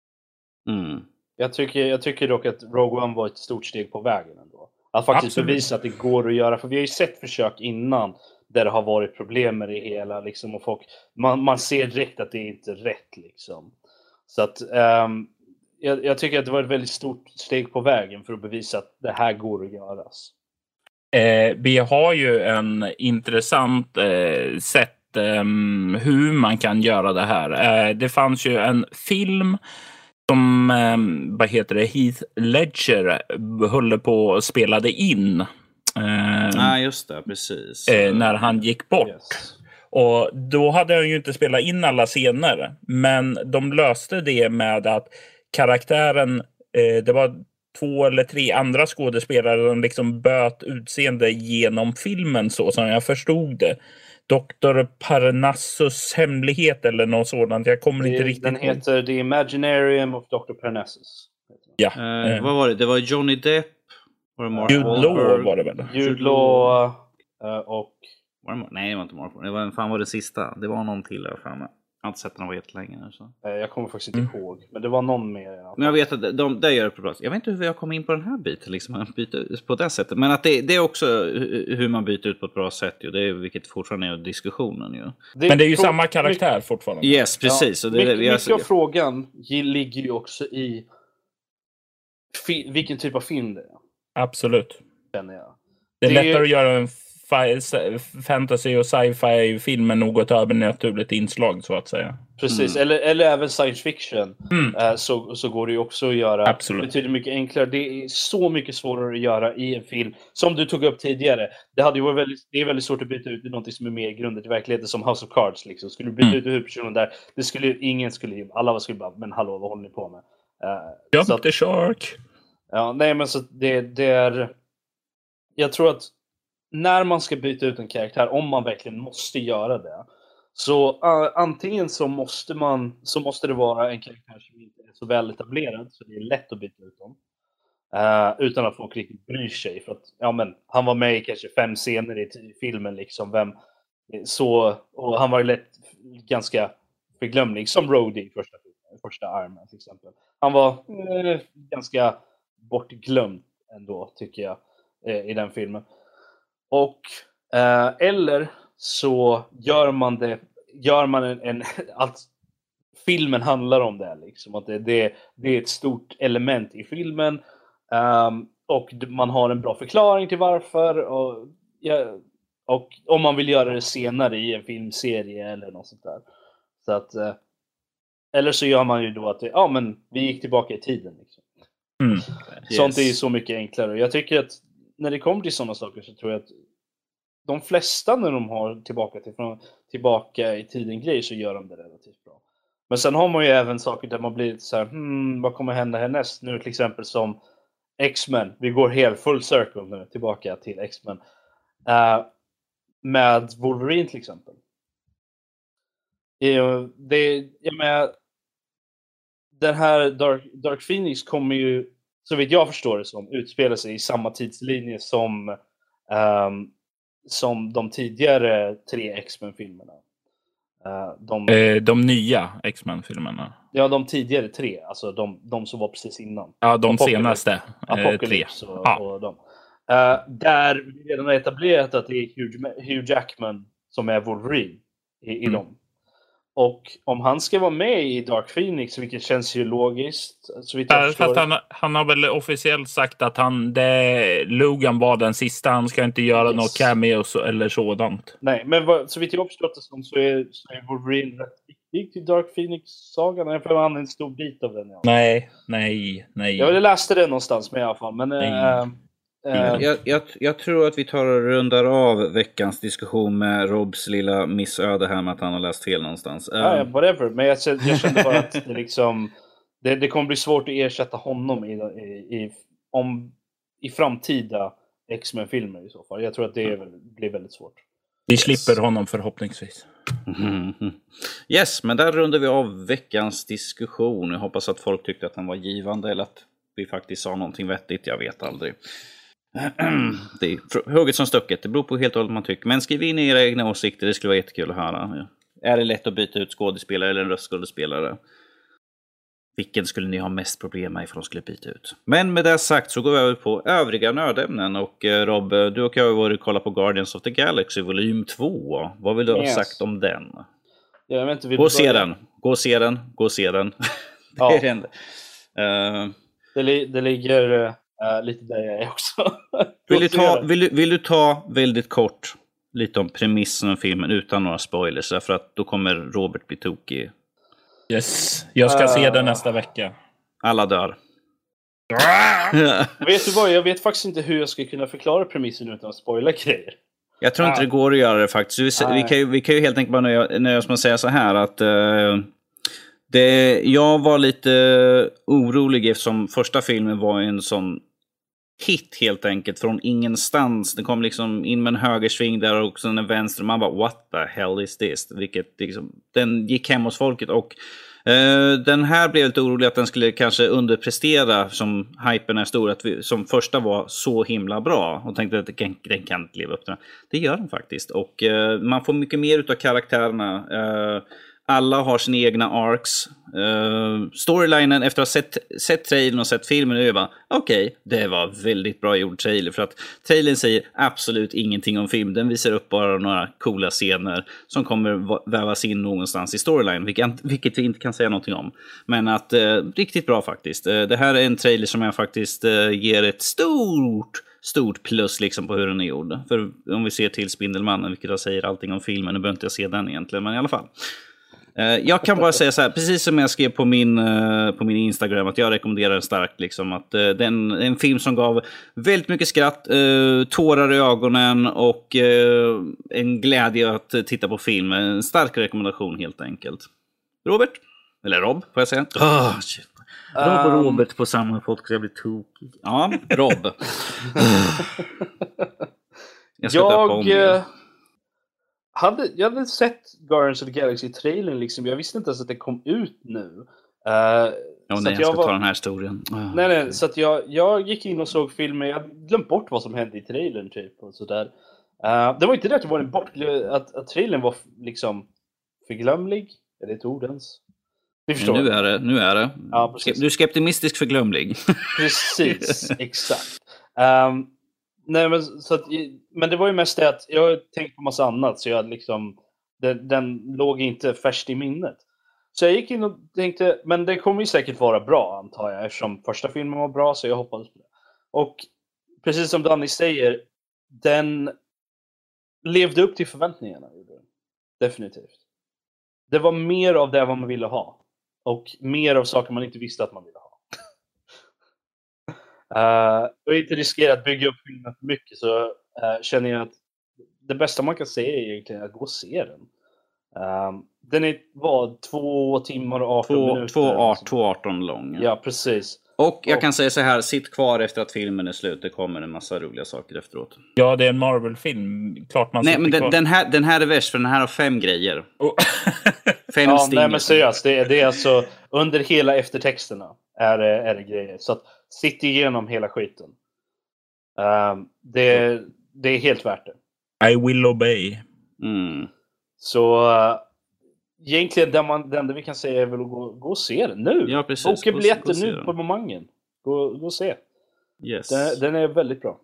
S5: Mm.
S1: Jag, tycker, jag tycker dock att Rogue One var ett stort steg på vägen ändå. Att faktiskt
S4: Absolut.
S1: bevisa att det går att göra. För vi har ju sett försök innan där det har varit problem med det hela. Liksom, och folk, man, man ser direkt att det är inte är rätt. Liksom. Så att ehm, jag, jag tycker att det var ett väldigt stort steg på vägen för att bevisa att det här går att göras.
S4: Eh, vi har ju en intressant eh, sätt eh, hur man kan göra det här. Eh, det fanns ju en film som, eh, vad heter det, Heath Ledger höll på och spelade in. Eh,
S5: Ja, just det, precis.
S4: eh, när han gick bort.
S1: Yes.
S4: Och då hade han ju inte spelat in alla scener. Men de löste det med att karaktären, eh, det var två eller tre andra skådespelare som liksom böt utseende genom filmen så som jag förstod det. doktor Parnassus hemlighet eller något sådant. Jag kommer inte
S1: Det,
S4: riktigt
S1: den heter The Imaginarium of doktor Parnassus.
S4: Ja.
S5: Eh,
S4: Eh,
S5: vad var det? Det var Johnny Depp. Var det Mark
S4: Jude Law
S5: Wahlberg?
S4: var det väl?
S1: Jude Law eh, och...
S5: Var det, Mar- nej, det var inte Mark Wahlberg. Det var, fan var det sista? Det var någon till här framme. Jag har inte sett den var jättelänge nu. Så.
S1: Jag kommer faktiskt inte mm. ihåg. Men det var någon mer.
S5: Men jag vet att de, de, de gör det på bra. Jag vet inte hur jag kom in på den här biten. Liksom, byta ut på det sättet. Men att det, det är också hur man byter ut på ett bra sätt. Ju. Det är, vilket fortfarande är diskussionen. Ju.
S4: Det, men det är ju samma karaktär
S1: mycket,
S4: fortfarande.
S5: Yes, precis.
S1: Ja,
S5: det,
S1: mycket,
S5: vi har,
S1: mycket av frågan ligger ju också i fi, vilken typ av film det är.
S4: Absolut.
S1: Känner jag.
S4: Det är
S1: det
S4: lättare
S1: är...
S4: att göra en fantasy och sci-fi film med något övernaturligt inslag så att säga.
S1: Precis,
S4: mm.
S1: eller, eller även science fiction
S4: mm.
S1: uh, så, så går det ju också att göra.
S4: Absolut.
S1: Betydligt mycket enklare. Det är så mycket svårare att göra i en film. Som du tog upp tidigare. Det, hade ju varit väldigt, det är väldigt svårt att byta ut något som är mer grundat i verkligheten som House of Cards. Liksom. Skulle du byta mm. ut huvudpersonen där, det skulle, ingen skulle, alla skulle bara, men hallå, vad håller ni på med? Uh,
S4: Jump så att, the shark!
S1: Ja, nej men så det, det är... Jag tror att när man ska byta ut en karaktär, om man verkligen måste göra det, så uh, antingen så måste man så måste det vara en karaktär som inte är så väl etablerad så det är lätt att byta ut dem uh, utan att folk riktigt bryr sig för att ja men han var med i kanske fem scener i filmen liksom vem så och han var lätt ganska förglömlig som Rhodey i första filmen, första Armen till exempel. Han var uh, ganska bortglömd ändå tycker jag uh, i den filmen. Och eh, eller så gör man det gör man en, en att filmen handlar om det liksom att det, det, det är ett stort element i filmen um, och man har en bra förklaring till varför och, ja, och om man vill göra det senare i en filmserie eller något sånt där så att eh, eller så gör man ju då att det, ja men vi gick tillbaka i tiden liksom.
S4: Mm.
S1: Sånt
S4: Yes.
S1: är ju så mycket enklare. Jag tycker att när det kommer till sådana saker så tror jag att de flesta när de har tillbaka, till, från, tillbaka i tiden grejer så gör de det relativt bra. Men sen har man ju även saker där man blir så här, hmm, vad kommer hända härnäst? Nu till exempel som X-Men. Vi går helt full circle nu tillbaka till X-Men. Uh, med Wolverine till exempel. Uh, det, jag menar, den här Dark, Dark Phoenix kommer ju så vitt jag förstår det som utspelar sig i samma tidslinje som um, som de tidigare tre X-Men-filmerna. Uh, de,
S4: eh, de nya X-Men-filmerna.
S1: Ja, de tidigare tre. Alltså de, de som var precis innan.
S4: Ja, de
S1: Apocalypse,
S4: senaste
S1: Apocalypse
S4: tre.
S1: Och,
S4: ja.
S1: och de. Uh, där vi redan har etablerat att det är Hugh, Hugh Jackman som är Wolverine i, i mm. dem. Och om han ska vara med i Dark Phoenix, vilket känns ju logiskt. Så vitt jag
S4: äh, fast han, han har väl officiellt sagt att han, det, Logan var den sista. Han ska inte göra yes. något cameo eller sådant.
S1: Nej, men vad, så vitt jag har förstått det som så är, så är Wolverine rätt viktig till Dark Phoenix-sagan. För han är en stor bit av den. Ja.
S4: Nej, nej, nej.
S1: Jag läste det någonstans med i alla fall. Men, äh,
S5: Uh, jag, jag, jag tror att vi tar och rundar av veckans diskussion med Robs lilla missöde här med att han har läst fel någonstans. Uh,
S1: ja, whatever. Men jag, jag kände bara att det, liksom, det, det kommer bli svårt att ersätta honom i, i, i, om, i framtida X-Men-filmer i så fall. Jag tror att det är, blir väldigt svårt.
S4: Vi slipper honom förhoppningsvis.
S5: Mm. Yes, men där rundar vi av veckans diskussion. Jag hoppas att folk tyckte att han var givande eller att vi faktiskt sa någonting vettigt. Jag vet aldrig. Det är hugget som stucket. Det beror på helt och hållet man tycker. Men skriv in era egna åsikter. Det skulle vara jättekul att höra. Är det lätt att byta ut skådespelare eller en röstskådespelare? Vilken skulle ni ha mest problem med ifall de skulle byta ut? Men med det sagt så går vi över på övriga nördämnen. Och Rob, du och jag har varit och kollat på Guardians of the Galaxy volym två. Vad vill du
S1: yes.
S5: ha sagt om den?
S1: Jag vet inte, vill
S5: gå och se den. Gå och se den. Gå och se den.
S1: Ja.
S5: Det är det enda. Uh,
S1: det, li- det ligger... Uh, lite där jag är också.
S5: vill, du ta, vill, du, vill du ta väldigt kort lite om premissen av filmen utan några spoilers? För att då kommer Robert bli tokig.
S4: Yes, jag ska uh, se den nästa vecka.
S5: Alla dör.
S1: Vet du vad, jag vet faktiskt inte hur jag ska kunna förklara premissen utan att spoila grejer.
S5: Jag tror inte uh. det går att göra det faktiskt. Vi, vi, kan, ju, vi kan ju helt enkelt bara nöja, nöja oss med att säga så här att... Uh, Det, jag var lite orolig eftersom första filmen var en sån hit helt enkelt från ingenstans. Det kom liksom in med en högersving där och sen en vänster. Man bara, what the hell is this? Vilket liksom, den gick hem hos folket och eh, den här blev lite orolig att den skulle kanske underprestera som hypen är stor. Att vi, som första var så himla bra och tänkte att den, den kan inte leva upp till det. Det gör den faktiskt och eh, man får mycket mer utav karaktärerna. Eh, Alla har sina egna arcs. Uh, storylinen efter att ha sett, sett trailern och sett filmen är bara okej, okay, det var väldigt bra gjord trailer. För att trailern säger absolut ingenting om film. Den visar upp bara några coola scener som kommer vävas in någonstans i storyline. Vilket, vilket vi inte kan säga någonting om. Men att uh, riktigt bra faktiskt. Uh, det här är en trailer som jag faktiskt uh, ger ett stort... stort plus liksom på hur den är gjord. För om vi ser till Spindelmannen, vilket jag säger allting om filmen, nu behöver inte jag se den egentligen, men i alla fall. Jag kan bara säga så här, precis som jag skrev på min, på min Instagram, att jag rekommenderar den starkt. Liksom, att den är en film som gav väldigt mycket skratt, tårar i ögonen och en glädje att titta på film. En stark rekommendation helt enkelt. Robert? Eller Rob, får jag säga? Oh, shit. Rob och Robert på samma folk, så jag blir tokig. Ja, Rob.
S1: jag ska jag, om eh, hade, jag hade sett Guardians of the Galaxy-trailern liksom. Jag visste inte ens att det kom ut nu. Uh,
S5: ja,
S1: så
S5: nej, jag,
S1: jag
S5: ska
S1: var,
S5: ta den här historien. Oh,
S1: nej, nej, så att jag, jag gick in och såg filmen. Jag hade glömt bort vad som hände i trailern typ. Och sådär. Uh, det var inte det att det var en bort, att, att trailern var liksom förglömlig. Är det ett ord ens?
S5: Nu är det, nu är det.
S1: Ja,
S5: du är skeptimistisk förglömlig.
S1: Precis, exakt. Um, nej, men, så att, men det var ju mest det att jag har tänkt på massa annat, så jag liksom, den, den låg inte färskt i minnet. Så jag gick in och tänkte, men det kommer ju säkert vara bra antar jag, eftersom första filmen var bra, så jag hoppades på det. Och precis som Danny säger, den levde upp till förväntningarna. Definitivt. Det var mer av det vad man ville ha. Och mer av saker man inte visste att man ville ha. uh, och inte riskera att bygga upp filmen för mycket, så uh, känner jag att det bästa man kan säga är egentligen att gå och se den. Um, den är vad, två timmar och arton
S5: två,
S1: minuter.
S5: två arton lång. Ja,
S1: ja precis.
S5: Och jag och, kan säga så här, sitt kvar efter att filmen är slut. Det kommer en massa roliga saker efteråt.
S4: Ja, det är en Marvel-film. Klart man
S5: nej, men den,
S4: kvar.
S5: den, här, den här är värst, för den här har fem grejer.
S4: Oh.
S5: fem
S1: ja,
S5: stinger.
S1: Nej, men seriöst, det är, det är alltså under hela eftertexterna är, är det grejer. Så att sitt igenom hela skiten. Um, det, det är helt värt det.
S4: I will obey.
S5: Mm.
S1: Så uh, egentligen det, man, det enda vi kan säga är väl att gå, gå och se den nu.
S5: Ja, precis.
S1: Boka biljetter nu
S5: den.
S1: på momangen. Gå, gå och se.
S5: Yes.
S1: Den, den är väldigt bra.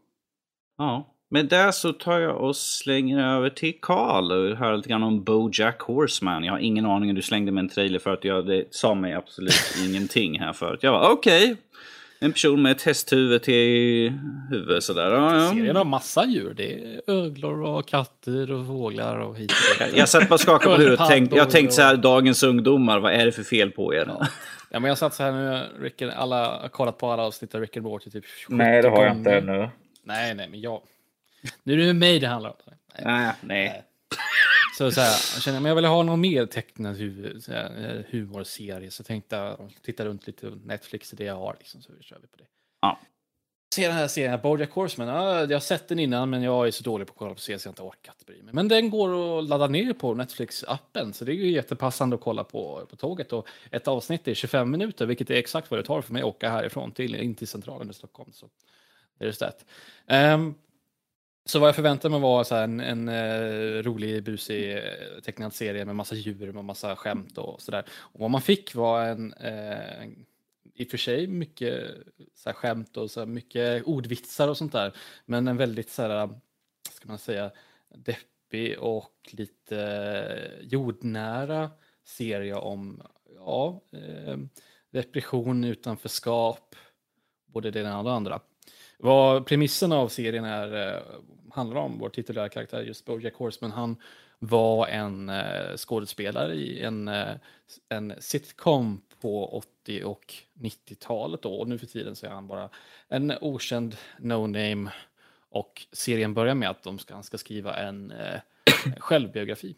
S5: Ja. Men där så tar jag och slänger över till Carl och hör lite grann om BoJack Horseman. Jag har ingen aning om du slängde med en trailer för att jag, det sa mig absolut ingenting här förut. Jag var okej. Okay. En person med ett hästhuvud till huvud sådär. Ja, ja.
S3: Serien har massa djur. Det är öglor och katter och fåglar och hit och
S5: dit. Jag satt bara och skakade på huvudet. Tänk, jag tänkte så här, dagens ungdomar, vad är det för fel på er?
S3: Ja, ja men jag satt så här nu, Rick, alla har kollat på alla avsnitt av Rick and Morty typ
S4: nej, det har jag inte ännu.
S3: Nej, nej, men jag... Nu är det mig det handlar om.
S5: Nej. Ah, nej.
S3: Så, så här, jag känner, men jag vill ha någon mer tecknad huvud, så här, humorserie. Så jag tänkte titta runt lite Netflix, det jag har. Liksom, så kör vi på det.
S5: Ja.
S3: Se den här serien, BoJack Horseman. Ja, jag har sett den innan, men jag är så dålig på att kolla på serien så jag inte orkat bry mig. Men den går att ladda ner på Netflix-appen. Så det är ju jättepassande att kolla på, på tåget. Och ett avsnitt är tjugofem minuter, vilket är exakt vad det tar för mig att åka härifrån till, in till centralen i Stockholm. Så det är just det. Um, Så vad jag förväntade mig var så här en, en uh, rolig, busig uh, tecknad serie med massa djur med massa skämt och sådär. Och vad man fick var en, uh, en i och för sig mycket så här, skämt och så här, mycket ordvitsar och sånt där. Men en väldigt så här, ska man säga, deppig och lite uh, jordnära serie om ja, uh, depression, utanförskap, både det ena och det andra. Vad premissen av serien är, eh, handlar om, vår titulära karaktär, just BoJack Horseman, han var en eh, skådespelare i en, eh, en sitcom på åttio- och nittiotalet då, och nu för tiden så är han bara en okänd no-name, och serien börjar med att de ska, han ska skriva en eh, självbiografi.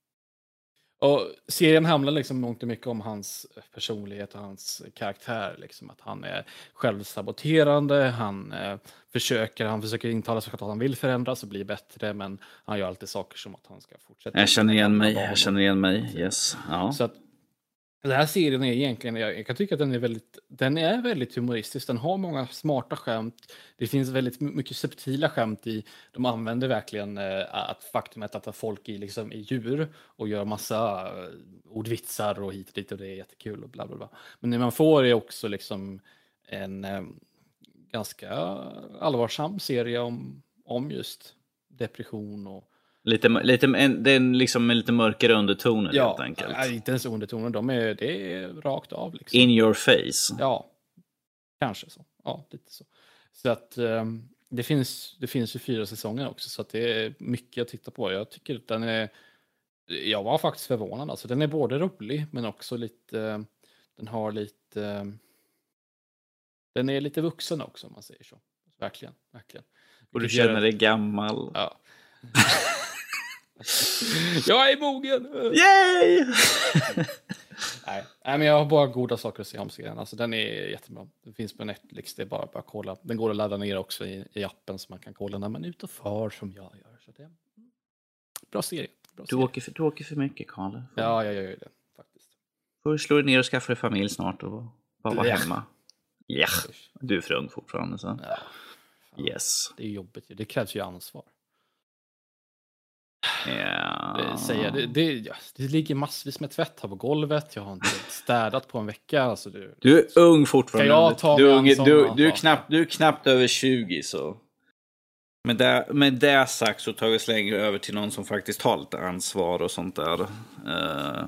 S3: Och serien handlar liksom mångt och mycket om hans personlighet och hans karaktär. Liksom, att han är självsaboterande, han, eh, försöker, han försöker intala sig att han vill förändras och bli bättre, men han gör alltid saker som att han ska fortsätta.
S5: Jag känner igen mig, jag känner igen mig, yes. Ja.
S3: Så att Den här serien är egentligen, jag, jag kan tycka att den är väldigt, den är väldigt humoristisk. Den har många smarta skämt. Det finns väldigt mycket subtila skämt i. De använder verkligen eh, att faktumet att folk är, liksom, är djur och gör massa eh, ordvitsar och hit och dit och det är jättekul och bla bla bla. Men det man får är också liksom en eh, ganska allvarsam serie om, om just depression och
S5: Lite, lite, en, det är liksom en lite mörkare undertoner
S3: ja,
S5: helt enkelt.
S3: Ja, inte ens undertoner, de är, det är rakt av. Liksom.
S5: In your face.
S3: Ja, kanske så. Ja, lite så. Så att um, det, finns, det finns ju fyra säsonger också, så att det är mycket att titta på. Jag tycker att den är, jag var faktiskt förvånad. Alltså, den är både rolig, men också lite, uh, den har lite, uh, den är lite vuxen också, om man säger så. Verkligen, verkligen.
S5: Och du känner dig gammal.
S3: Ja. Jag är mogen!
S5: Yay!
S3: Nej. Nej, men jag har bara goda saker att säga om serien. Alltså, den är jättebra. Den finns på Netflix, det är bara att kolla. Den går att ladda ner också i, i appen så man kan kolla när man är ute och far som jag gör. Så det är bra serie. Bra
S5: Du,
S3: serie.
S5: åker för, du åker för mycket, Karl.
S3: Ja, jag gör ju det faktiskt.
S5: Får du slå dig ner och skaffa dig familj snart och bara vara
S3: Ja.
S5: hemma. Ja, du är för ung fortfarande så.
S3: Ja, fan.
S5: Yes.
S3: Det är jobbigt. Det krävs ju ansvar.
S5: Ja.
S3: Det, säger, det, det, ja, det ligger massvis med tvätt här på golvet. Jag har inte städat på en vecka. Alltså, du,
S5: Du är ung fortfarande.
S3: Kan jag ta
S5: du, är
S3: mig
S5: ung,
S3: an sån,
S5: du, du, är
S3: ja.
S5: knappt, du är knappt över tjugo så. Med det, med det sagt så tar vi slänger över till någon som faktiskt har lite ansvar och sånt där. Uh,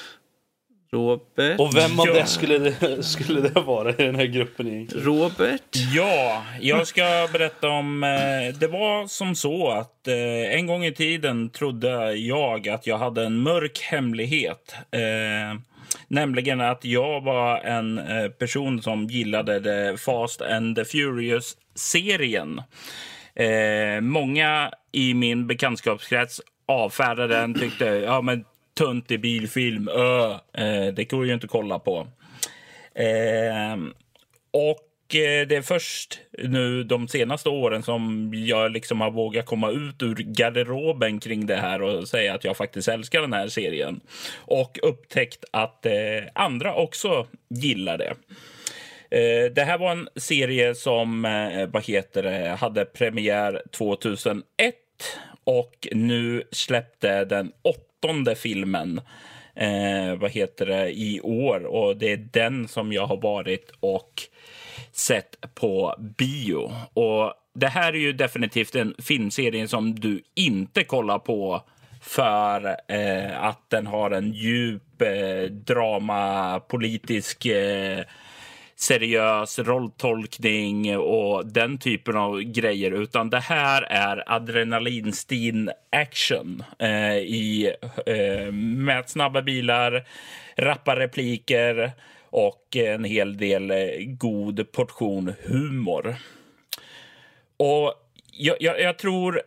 S5: Robert.
S1: Och vem av
S4: Ja.
S1: det skulle det, skulle det vara i den här gruppen egentligen?
S5: Robert.
S4: Ja, jag ska berätta om... Eh, det var som så att eh, en gång i tiden trodde jag att jag hade en mörk hemlighet. Eh, nämligen att jag var en eh, person som gillade The Fast and the Furious-serien. Eh, många i min bekantskapskrets avfärdade den, tyckte ja men tunt i bilfilm, ö, eh, det går ju inte att kolla på. Eh, och eh, det är först nu de senaste åren som jag liksom har vågat komma ut ur garderoben kring det här och säga att jag faktiskt älskar den här serien. Och upptäckt att eh, andra också gillar det. Eh, det här var en serie som eh, vad heter det, hade premiär tjugohundraett och nu släppte den åttonde filmen eh, vad heter det, i år. Och det är den som jag har varit och sett på bio. Och det här är ju definitivt en filmserie som du inte kollar på för eh, att den har en djup eh, drama, politisk eh, seriös rolltolkning och den typen av grejer, utan det här är adrenalinstin action eh, i eh, med snabba bilar, rappa repliker och en hel del eh, god portion humor. Och jag, jag, jag tror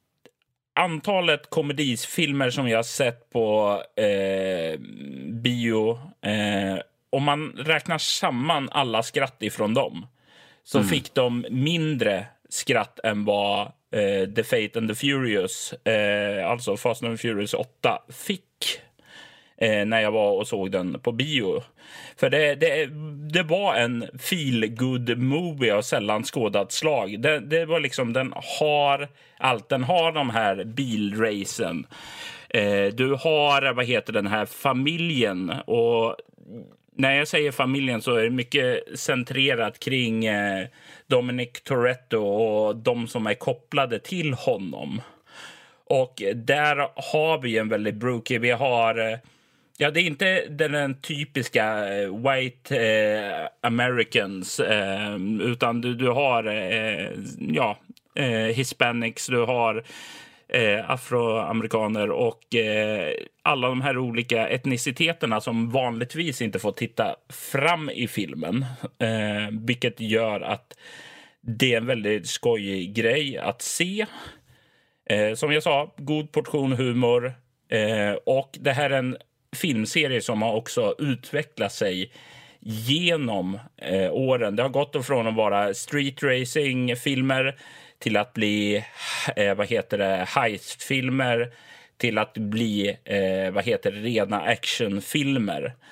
S4: antalet komedisfilmer som jag har sett på eh, bio, eh, om man räknar samman alla skratt ifrån dem, så mm. fick de mindre skratt än vad eh, The Fate and the Furious, eh, alltså Fast and the Furious åtta, fick eh, när jag var och såg den på bio. För det, det, det var en feel-good movie av sällan skådat slag. Det, det var liksom, den har allt. Den har de här bilracen. Eh, du har, vad heter den här familjen, och när jag säger familjen så är det mycket centrerat kring eh, Dominic Toretto och de som är kopplade till honom. Och där har vi en väldigt brokig. Vi har, eh, ja, det är inte den, den typiska eh, white eh, Americans, eh, utan du, du har eh, ja, eh, Hispanics, du har Eh, afroamerikaner och eh, alla de här olika etniciteterna som vanligtvis inte får titta fram i filmen. Eh, vilket gör att det är en väldigt skojig grej att se. Eh, som jag sa, god portion humor. Eh, och det här är en filmserie som har också utvecklat sig genom eh, åren. Det har gått från att vara street racing-filmer till att bli eh, vad heter det, heistfilmer, till att bli eh, vad heter det, rena actionfilmer.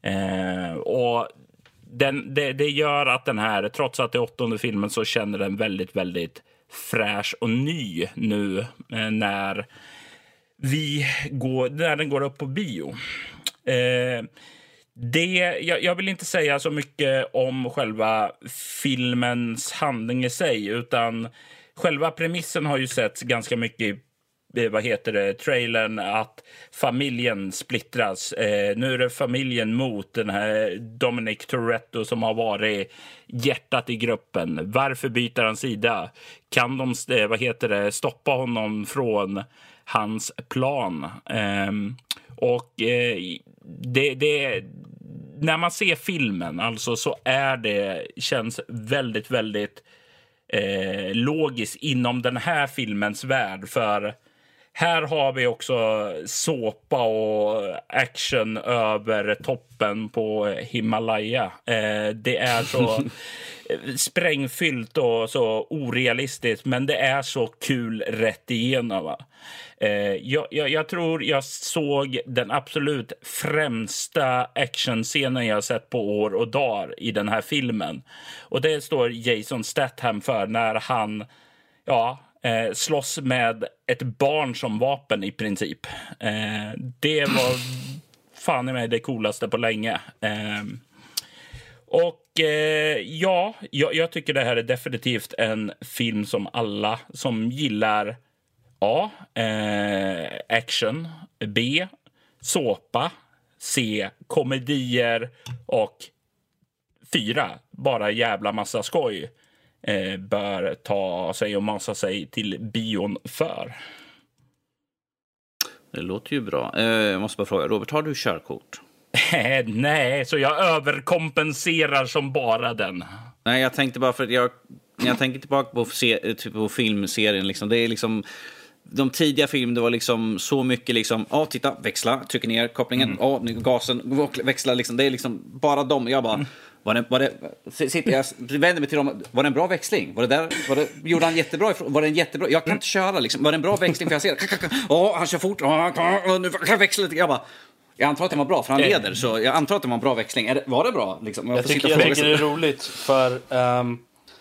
S4: Eh, och den, det, det gör att den här, trots att det är åttonde filmen, så känner den väldigt, väldigt fräsch och ny nu eh, när vi går, när den går upp på bio. Eh, det, jag, jag vill inte säga så mycket om själva filmens handling i sig, utan själva premissen har ju setts ganska mycket i, vad heter det, trailern, att familjen splittras. Eh, nu är det familjen mot den här Dominic Toretto som har varit hjärtat i gruppen. Varför byter han sida? Kan de, eh, vad heter det, stoppa honom från hans plan? Eh, och eh, det, det när man ser filmen, alltså, så är det, känns väldigt, väldigt eh, logiskt inom den här filmens värld, för här har vi också såpa och action över toppen på Himalaya. Eh, det är så sprängfyllt och så orealistiskt, men det är så kul rätt igenom. Va? Eh, jag, jag, jag tror jag såg den absolut främsta actionscenen jag sett på år och dagar i den här filmen. Och det står Jason Statham för när han, ja... Eh, slåss med ett barn som vapen i princip. Eh, det var fan i mig det coolaste på länge. Eh, och eh, ja, jag, jag tycker det här är definitivt en film som alla som gillar A. Eh, action, B. såpa, C. komedier och fyra. Bara jävla massa skoj. Eh, bör ta sig och massa sig till bion för.
S5: Det låter ju bra. Eh, jag måste bara fråga, Robert, har du körkort?
S4: Nej, så jag överkompenserar som bara den.
S5: Nej, jag tänkte bara för att jag, jag tänker tillbaka på, se, typ på filmserien. Liksom. Det är liksom... De tidiga filmerna, det var liksom så mycket liksom, ja, titta, växla, trycker ner kopplingen, ja, mm. gasen, växla, liksom, det är liksom bara dem. Jag bara, var det, var det, sitter jag vänder mig till dem, var det en bra växling? Var det där, var det, gjorde han jättebra ifrån, var det en jättebra, jag kan inte köra liksom, var det en bra växling för jag ser, ja, han kör fort, ja, nu kan jag växla lite, jag bara, jag antar att det var bra, för han leder, så jag antar att det var en bra växling. Är det, var det bra? Liksom? Jag,
S1: jag tycker, jag tycker det är roligt, för um,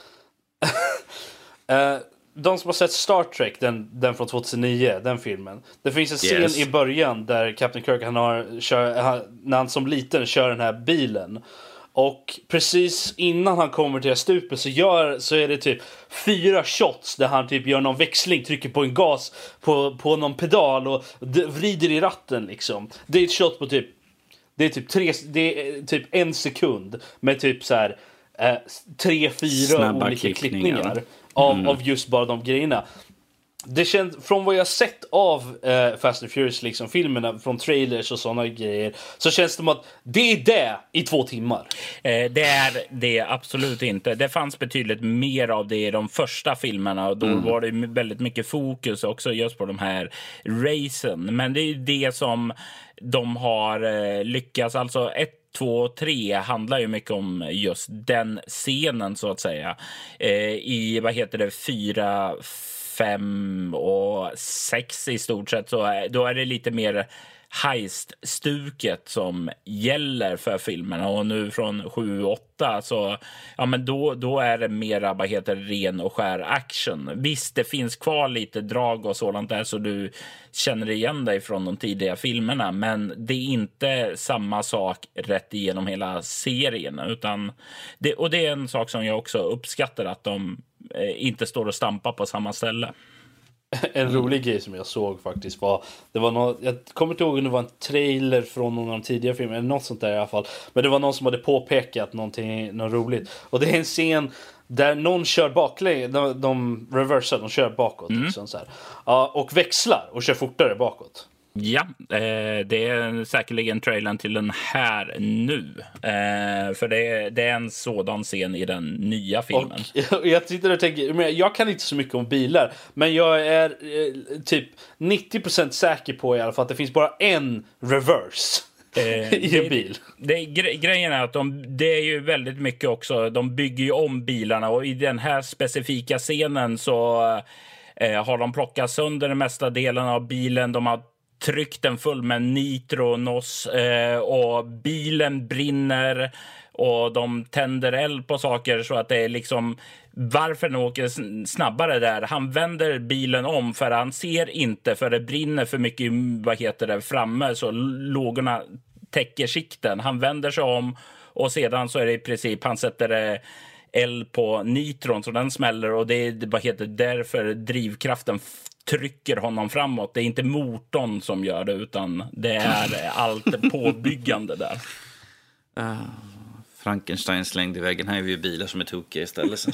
S1: uh, de som har sett Star Trek, den, den från tjugohundranio, den filmen. Det finns en scen yes. i början där Captain Kirk, han har, kör, han, när han som liten kör den här bilen. Och precis innan han kommer till stupet så, gör, så är det typ fyra shots där han typ gör någon växling, trycker på en gas på, på någon pedal och vrider i ratten liksom. Det är ett shot på typ, det är typ, tre, det är typ en sekund med typ så här eh, tre, fyra
S5: snabba
S1: olika
S5: klippningar.
S1: klippningar. Av,
S5: Mm.
S1: av just bara de grejerna. Det känns, från vad jag sett av eh, Fast and Furious liksom, filmerna, från trailers och sådana grejer, så känns det som att det är det i två timmar.
S4: Eh, det är det absolut inte. Det fanns betydligt mer av det i de första filmerna, och då mm. var det väldigt mycket fokus också just på de här racen. Men det är det som de har eh, lyckats, alltså ett två, tre handlar ju mycket om just den scenen så att säga. Eh, I, vad heter det, fyra, fem och sex i stort sett, så då är det lite mer heist-stuket som gäller för filmerna, och nu från sju åtta så ja, men då, då är det mera, vad heter det, ren och skär action. Visst, det finns kvar lite drag och sådant där så du känner igen dig från de tidiga filmerna, men det är inte samma sak rätt igenom hela serien, utan det, och det är en sak som jag också uppskattar, att de eh, inte står och stampar på samma ställe.
S1: En rolig grej som jag såg faktiskt var, det var något, jag kommer inte ihåg om det var en trailer från någon av de tidiga filmerna eller något sånt där i alla fall, men det var någon som hade påpekat någonting, något roligt, och det är en scen där någon kör baklänges, de, de reversar, de kör bakåt mm. liksom, så här. Ja, och växlar och kör fortare bakåt.
S4: Ja, eh, det är säkerligen trailern till den här nu. Eh, för det är, det är en sådan scen i den nya filmen.
S1: Och jag sitter och tänker, men jag kan inte så mycket om bilar, men jag är eh, typ nittio procent säker på i alla fall att det finns bara en reverse. Eh, i en bil.
S4: Det, det, gre- grejen är att de, det är ju väldigt mycket också, de bygger ju om bilarna, och i den här specifika scenen så eh, har de plockat sönder den mesta delen av bilen. De har tryckt den full med nitronos eh, och bilen brinner och de tänder eld på saker så att det är liksom varför den åker snabbare där. Han vänder bilen om för han ser inte för det brinner för mycket, vad heter det, framme så lågorna täcker sikten. Han vänder sig om och sedan så är det i princip han sätter eld på nitron så den smäller och det är vad heter därför drivkraften trycker honom framåt. Det är inte motorn som gör det utan det är allt påbyggande där.
S5: Uh, Frankenstein slängde i väggen. Här är vi bilar som är tokiga istället.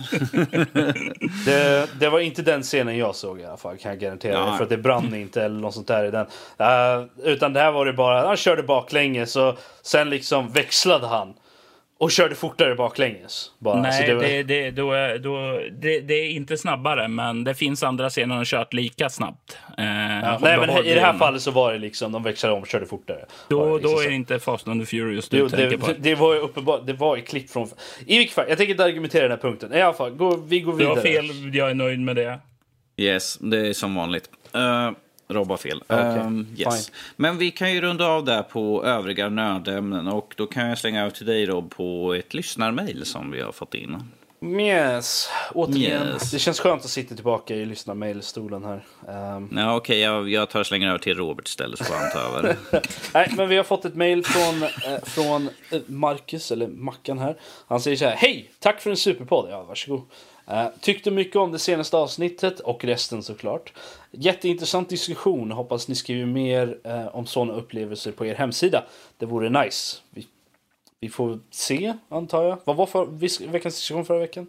S1: det, det var inte den scenen jag såg i alla fall, kan jag garantera. Ja. För att det brann inte eller något sånt där i den. Uh, utan det här var det bara, han körde baklänges så sen liksom växlade han. Och körde fortare baklänges. Bara.
S4: Nej,
S1: alltså det, var...
S4: det, det, då, då, det, det är inte snabbare, men det finns andra scener som kört lika snabbt. Eh,
S1: ja, nej, men i det här fallet så var det liksom, de växlade om och körde fortare.
S4: Då,
S1: liksom
S4: då är det inte Fast and the Furious du
S1: jo,
S4: tänker
S1: det,
S4: på.
S1: Det var ju uppenbart, det var ju klipp från... I vilket fall, jag tänker inte argumentera den här punkten. I alla fall, gå, vi går vidare.
S4: Du har fel, jag är nöjd med det.
S5: Yes, det är som vanligt. Uh... Rob har fel.
S1: Okay,
S5: um, yes. Men vi kan ju runda av där på övriga nördämnen och då kan jag slänga över till dig Rob på ett lyssnarmail som vi har fått in.
S1: Yes, återigen.
S5: Yes.
S1: Det känns skönt att sitta tillbaka i lyssnarmailstolen här. Um...
S5: Ja, okej, okay, jag, jag tar och slänger över till Robert istället så får han ta över.
S1: Nej, men vi har fått ett mail från, eh, från Marcus, eller Mackan här. Han säger så här: hej, tack för en superpodd. Ja, varsågod. Uh, tyckte mycket om det senaste avsnittet och resten såklart. Jätteintressant diskussion. Hoppas ni skriver mer uh, om sådana upplevelser på er hemsida. Det vore nice. Vi, vi får se, antar jag. Vad var för veckans diskussion förra veckan?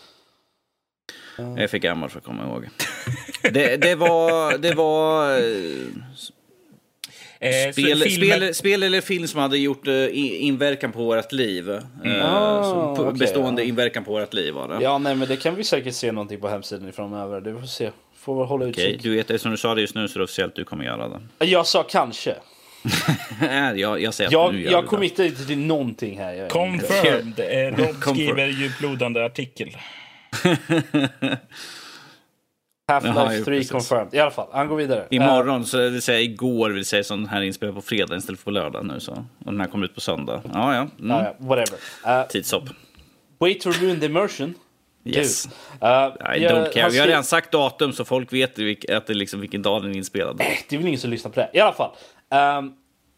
S5: Uh. Jag är för gammal för att komma ihåg. det, det var... Det var uh... Eh, spel, spel, spel eller film som hade gjort uh, inverkan på vårt liv. Uh,
S1: ah,
S5: på,
S1: okay,
S5: bestående
S1: ja.
S5: inverkan på vårt liv var det.
S1: Ja, nej, men det kan vi säkert se någonting på hemsidan framöver. Det får se. Får väl hålla
S5: Okej,
S1: utkik.
S5: du vet det som du sa det just nu så är det officiellt du kommer göra det.
S1: Jag sa kanske.
S5: jag, jag säger att
S1: jag,
S5: nu gör
S1: jag
S5: det.
S1: committar inte till någonting här. Jag
S4: Confirmed. Eh, Rob skriver djuplodande artikel.
S1: Half-Life tre confirmed. I alla fall, han går vidare.
S5: Imorgon, så det vill säga igår, vill säga som den här inspelad på fredag istället för på lördag nu så. Och den här kommer ut på söndag. Ja, ja. Mm.
S1: Uh, whatever. Uh,
S5: Tidshopp.
S1: Wait to ruin the immersion.
S5: Yes.
S1: Uh,
S5: I don't care.
S1: skri-
S5: Vi har redan sagt datum så folk vet vilk- att det är liksom vilken dag den är inspelad.
S1: Äh, det är väl ingen som lyssnar på det. I alla fall. Um,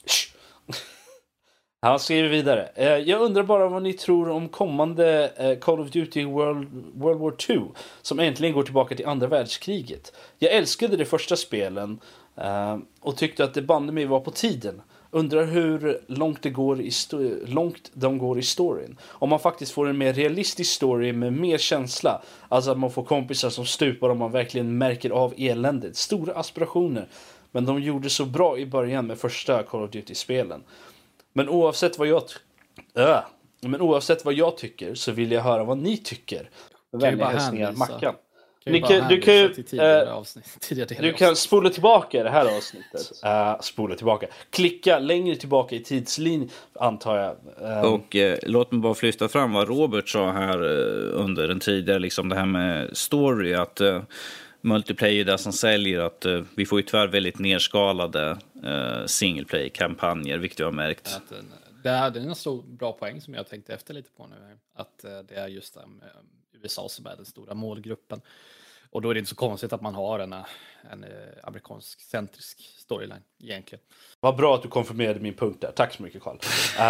S1: Han skriver vidare. Eh, jag undrar bara vad ni tror om kommande eh, Call of Duty World, World War två som äntligen går tillbaka till andra världskriget. Jag älskade de första spelen eh, och tyckte att det bandet mig var på tiden. Undrar hur långt, det går i sto- långt de går i storyn. Om man faktiskt får en mer realistisk story med mer känsla. Alltså att man får kompisar som stupar och man verkligen märker av eländet. Stora aspirationer. Men de gjorde så bra i början med första Call of Duty-spelen. Men oavsett vad jag t- äh. Men oavsett vad jag tycker så vill jag höra vad ni tycker. Vänliga hälsningar, Mackan.
S3: Kan
S1: Ni kan, du kan ju
S3: tidigare avsnitt, tidigare
S1: du kan spola tillbaka det här avsnittet. Uh, spola tillbaka. Klicka längre tillbaka i tidslinjen, antar jag. Um,
S5: Och eh, låt mig bara flytta fram vad Robert sa här eh, under den tidigare, liksom det här med story, att eh, multiplayer är det som säljer, att eh, vi får ju tyvärr väldigt nerskalade eh, single play-kampanjer, vilket jag har märkt.
S3: Att, det är en stor bra poäng som jag tänkte efter lite på nu. Att eh, det är just det med U S A som är den stora målgruppen. Och då är det inte så konstigt att man har en, en amerikansk-centrisk storyline egentligen.
S1: Vad bra att du konfirmerade min punkt där. Tack så mycket, Carl.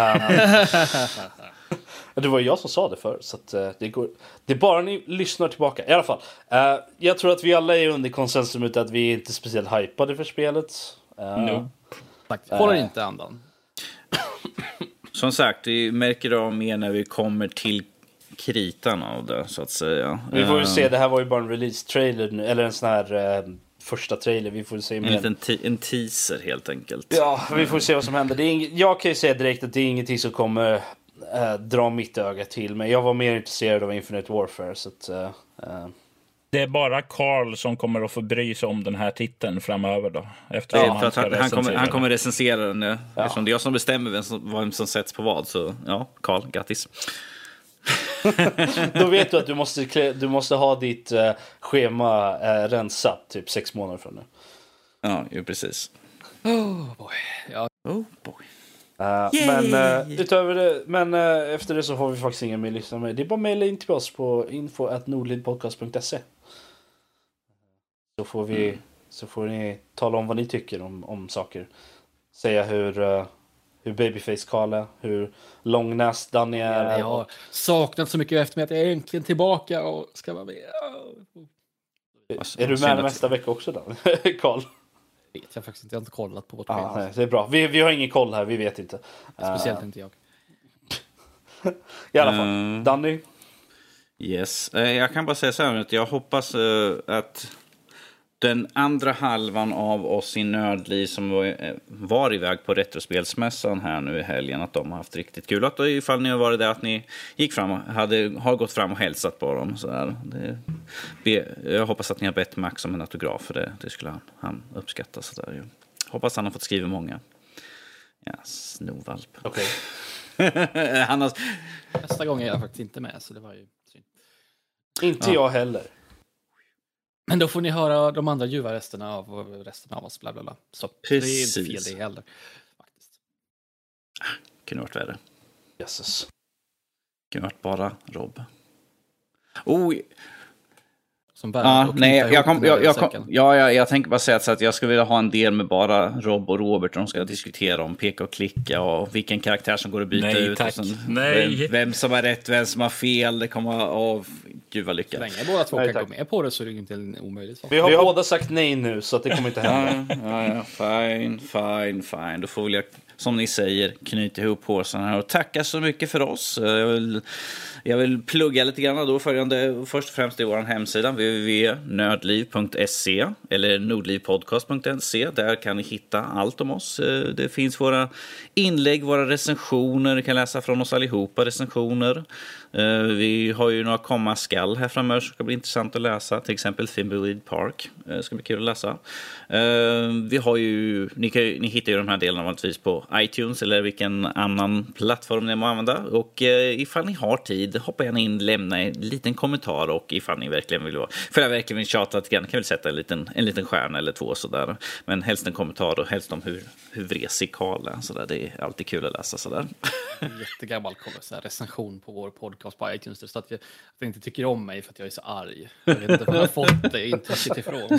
S1: Um, det var jag som sa det för så att, uh, det, går, det är bara ni lyssnar tillbaka. I alla fall. Uh, jag tror att vi alla är under konsensus att vi är inte speciellt hypade för spelet. Uh,
S4: no.
S3: Tack. Håller uh, inte andan.
S5: Som sagt, vi märker av mer när vi kommer till kritan av det, så att säga.
S1: Vi får ju se, det här var ju bara en release-trailer nu, eller en sån här uh, första trailer. Vi får se
S5: en
S1: mer.
S5: liten te- en teaser helt enkelt.
S1: Ja, vi får se vad som händer. Det är ing- jag kan ju säga direkt att det är ingenting som kommer uh, dra mitt öga till mig. Jag var mer intresserad av Infinite Warfare, så att... Uh, uh,
S4: Det är bara Carl som kommer att få bry sig om den här titeln framöver då. Efter
S5: Ja,
S4: han,
S5: för att han, han, kommer, han kommer recensera den. Ja.
S1: Ja.
S5: Eftersom det är jag som bestämmer vem som, vem som sätts på vad. Så ja, Carl, grattis.
S1: Då vet du att du måste, klä, du måste ha ditt uh, schema uh, rensat typ sex månader från nu.
S5: Ja, ju precis.
S3: Oh boy. Ja.
S5: Oh boy.
S1: Uh, men uh, utöver det, men uh, efter det så har vi faktiskt ingen mer lyssna med. Det är bara att mejla in till oss på info at nordlidpodcast punkt se. Så får vi mm. så får ni tala om vad ni tycker om, om saker. Säga hur uh, hur babyface Karl är, hur långnäst Danny är.
S3: Jag har saknat så mycket efter mig att jag är äntligen tillbaka och ska vara med.
S1: Alltså, är du med nästa vecka också då, Karl?
S3: Vet jag faktiskt inte, jag har inte kollat på vårt
S1: ah, nej, det är bra. Vi, vi har ingen koll här, vi vet inte.
S3: Speciellt
S1: uh,
S3: inte jag.
S1: I alla fall,
S5: uh,
S1: Danny?
S5: Yes, uh, jag kan bara säga så här att jag hoppas uh, att den andra halvan av oss i Nördliv som var, var iväg på Retrospelsmässan här nu i helgen, att de har haft riktigt kul. Att ifall ni har varit där, att ni gick fram och hade, har gått fram och hälsat på dem. Så där. Det, be, jag hoppas att ni har bett Max om en autograf, för det, det skulle han, han uppskatta. Så där. Hoppas han har fått skriva många. Ja, snovalp.
S1: Okej.
S5: Okay. han har...
S3: Nästa gång är jag faktiskt inte med, så det var ju synd.
S1: Inte ja. jag heller.
S3: Men då får ni höra de andra ljuva resterna av resten av oss, bla bla bla. Så
S5: precis.
S3: Det är inte fel det heller, faktiskt.
S5: Kunde varit värre.
S1: Jesus.
S5: Kunde varit bara Rob. Oh,
S3: som bär
S5: ja, nej, jag, jag, kom, jag, jag, kom, ja, jag, jag tänker bara säga att, så att jag skulle vilja ha en del med bara Rob och Robert. De ska diskutera om peka och klicka och vilken karaktär som går att byta
S4: nej,
S5: ut.
S4: Tack.
S5: Och sen,
S4: nej.
S5: Vem, vem som har rätt, vem som har fel. Det kommer att... Oh, gud vad lyckat.
S3: Så länge båda två
S1: nej,
S3: kan
S1: tack.
S3: gå med på det så är det inte en omöjligt sak.
S1: Vi har, Vi har båda sagt nej nu, så att det kommer inte hända.
S5: ja, ja, ja, fine, fine, fine. Då får väl jag, som ni säger, knyta ihop påsarna här och tacka så mycket för oss. Jag vill, jag vill plugga lite grann då följande. Först och främst i vår hemsida w w w punkt nördliv punkt se eller nordlivpodcast punkt se. Där kan ni hitta allt om oss. Det finns våra inlägg, våra recensioner. Ni kan läsa från oss allihopa recensioner. Vi har ju några komma skall här framöver som ska bli intressant att läsa. Till exempel Thimbleweed Park. Det ska bli kul att läsa. Vi har ju, ni, kan, ni hittar ju de här delarna vanligtvis på iTunes eller vilken annan plattform ni må använda. Och ifall ni har tid, hoppa gärna in, lämna en liten kommentar. Och ifall ni verkligen vill vara, för jag verkligen vill tjata lite grann, kan vi sätta en liten, en liten stjärna eller två sådär. Men helst en kommentar och helst om hur, hur vresig Karl är. Sådär. Det är alltid kul att läsa sådär.
S3: Jättegammal så här, recension på vår podcast på iTunes. Det står att jag, att jag inte tycker om mig för att jag är så arg. Jag vet inte var jag har fått det intrycket ifrån.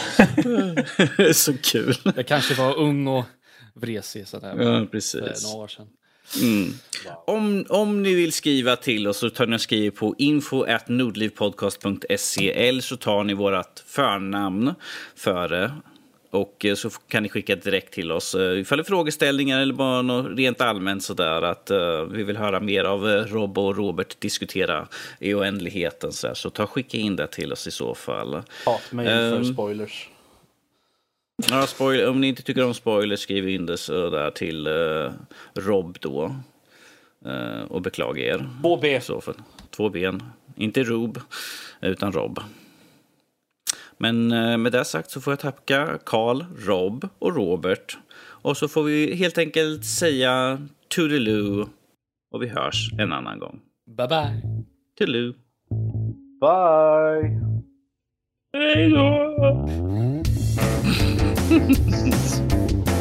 S5: Så kul.
S3: Jag kanske var ung och vresig sådär.
S5: Ja, precis.
S3: Några år sedan.
S5: Mm. Wow. Om, om ni vill skriva till oss så tar ni och skriver på info at nordlivpodcast punkt se eller så tar ni vårat förnamn före. Och så kan ni skicka direkt till oss ifall det är frågeställningar eller bara något rent allmänt sådär att uh, vi vill höra mer av uh, Rob och Robert diskutera i oändligheten så, så ta skicka in det till oss i så fall.
S1: Hatmail um, för spoilers.
S5: Ja, spoiler, om ni inte tycker om spoilers skriv in det så där till uh, Rob då uh, och beklaga er.
S1: Två B.
S5: Så för, två ben. Inte Rob utan Rob. Men med det sagt så får jag tacka Karl, Rob och Robert. Och så får vi helt enkelt säga toodaloo. Och vi hörs en annan gång.
S3: Bye bye.
S5: Toodaloo.
S1: Bye.
S4: Hej då.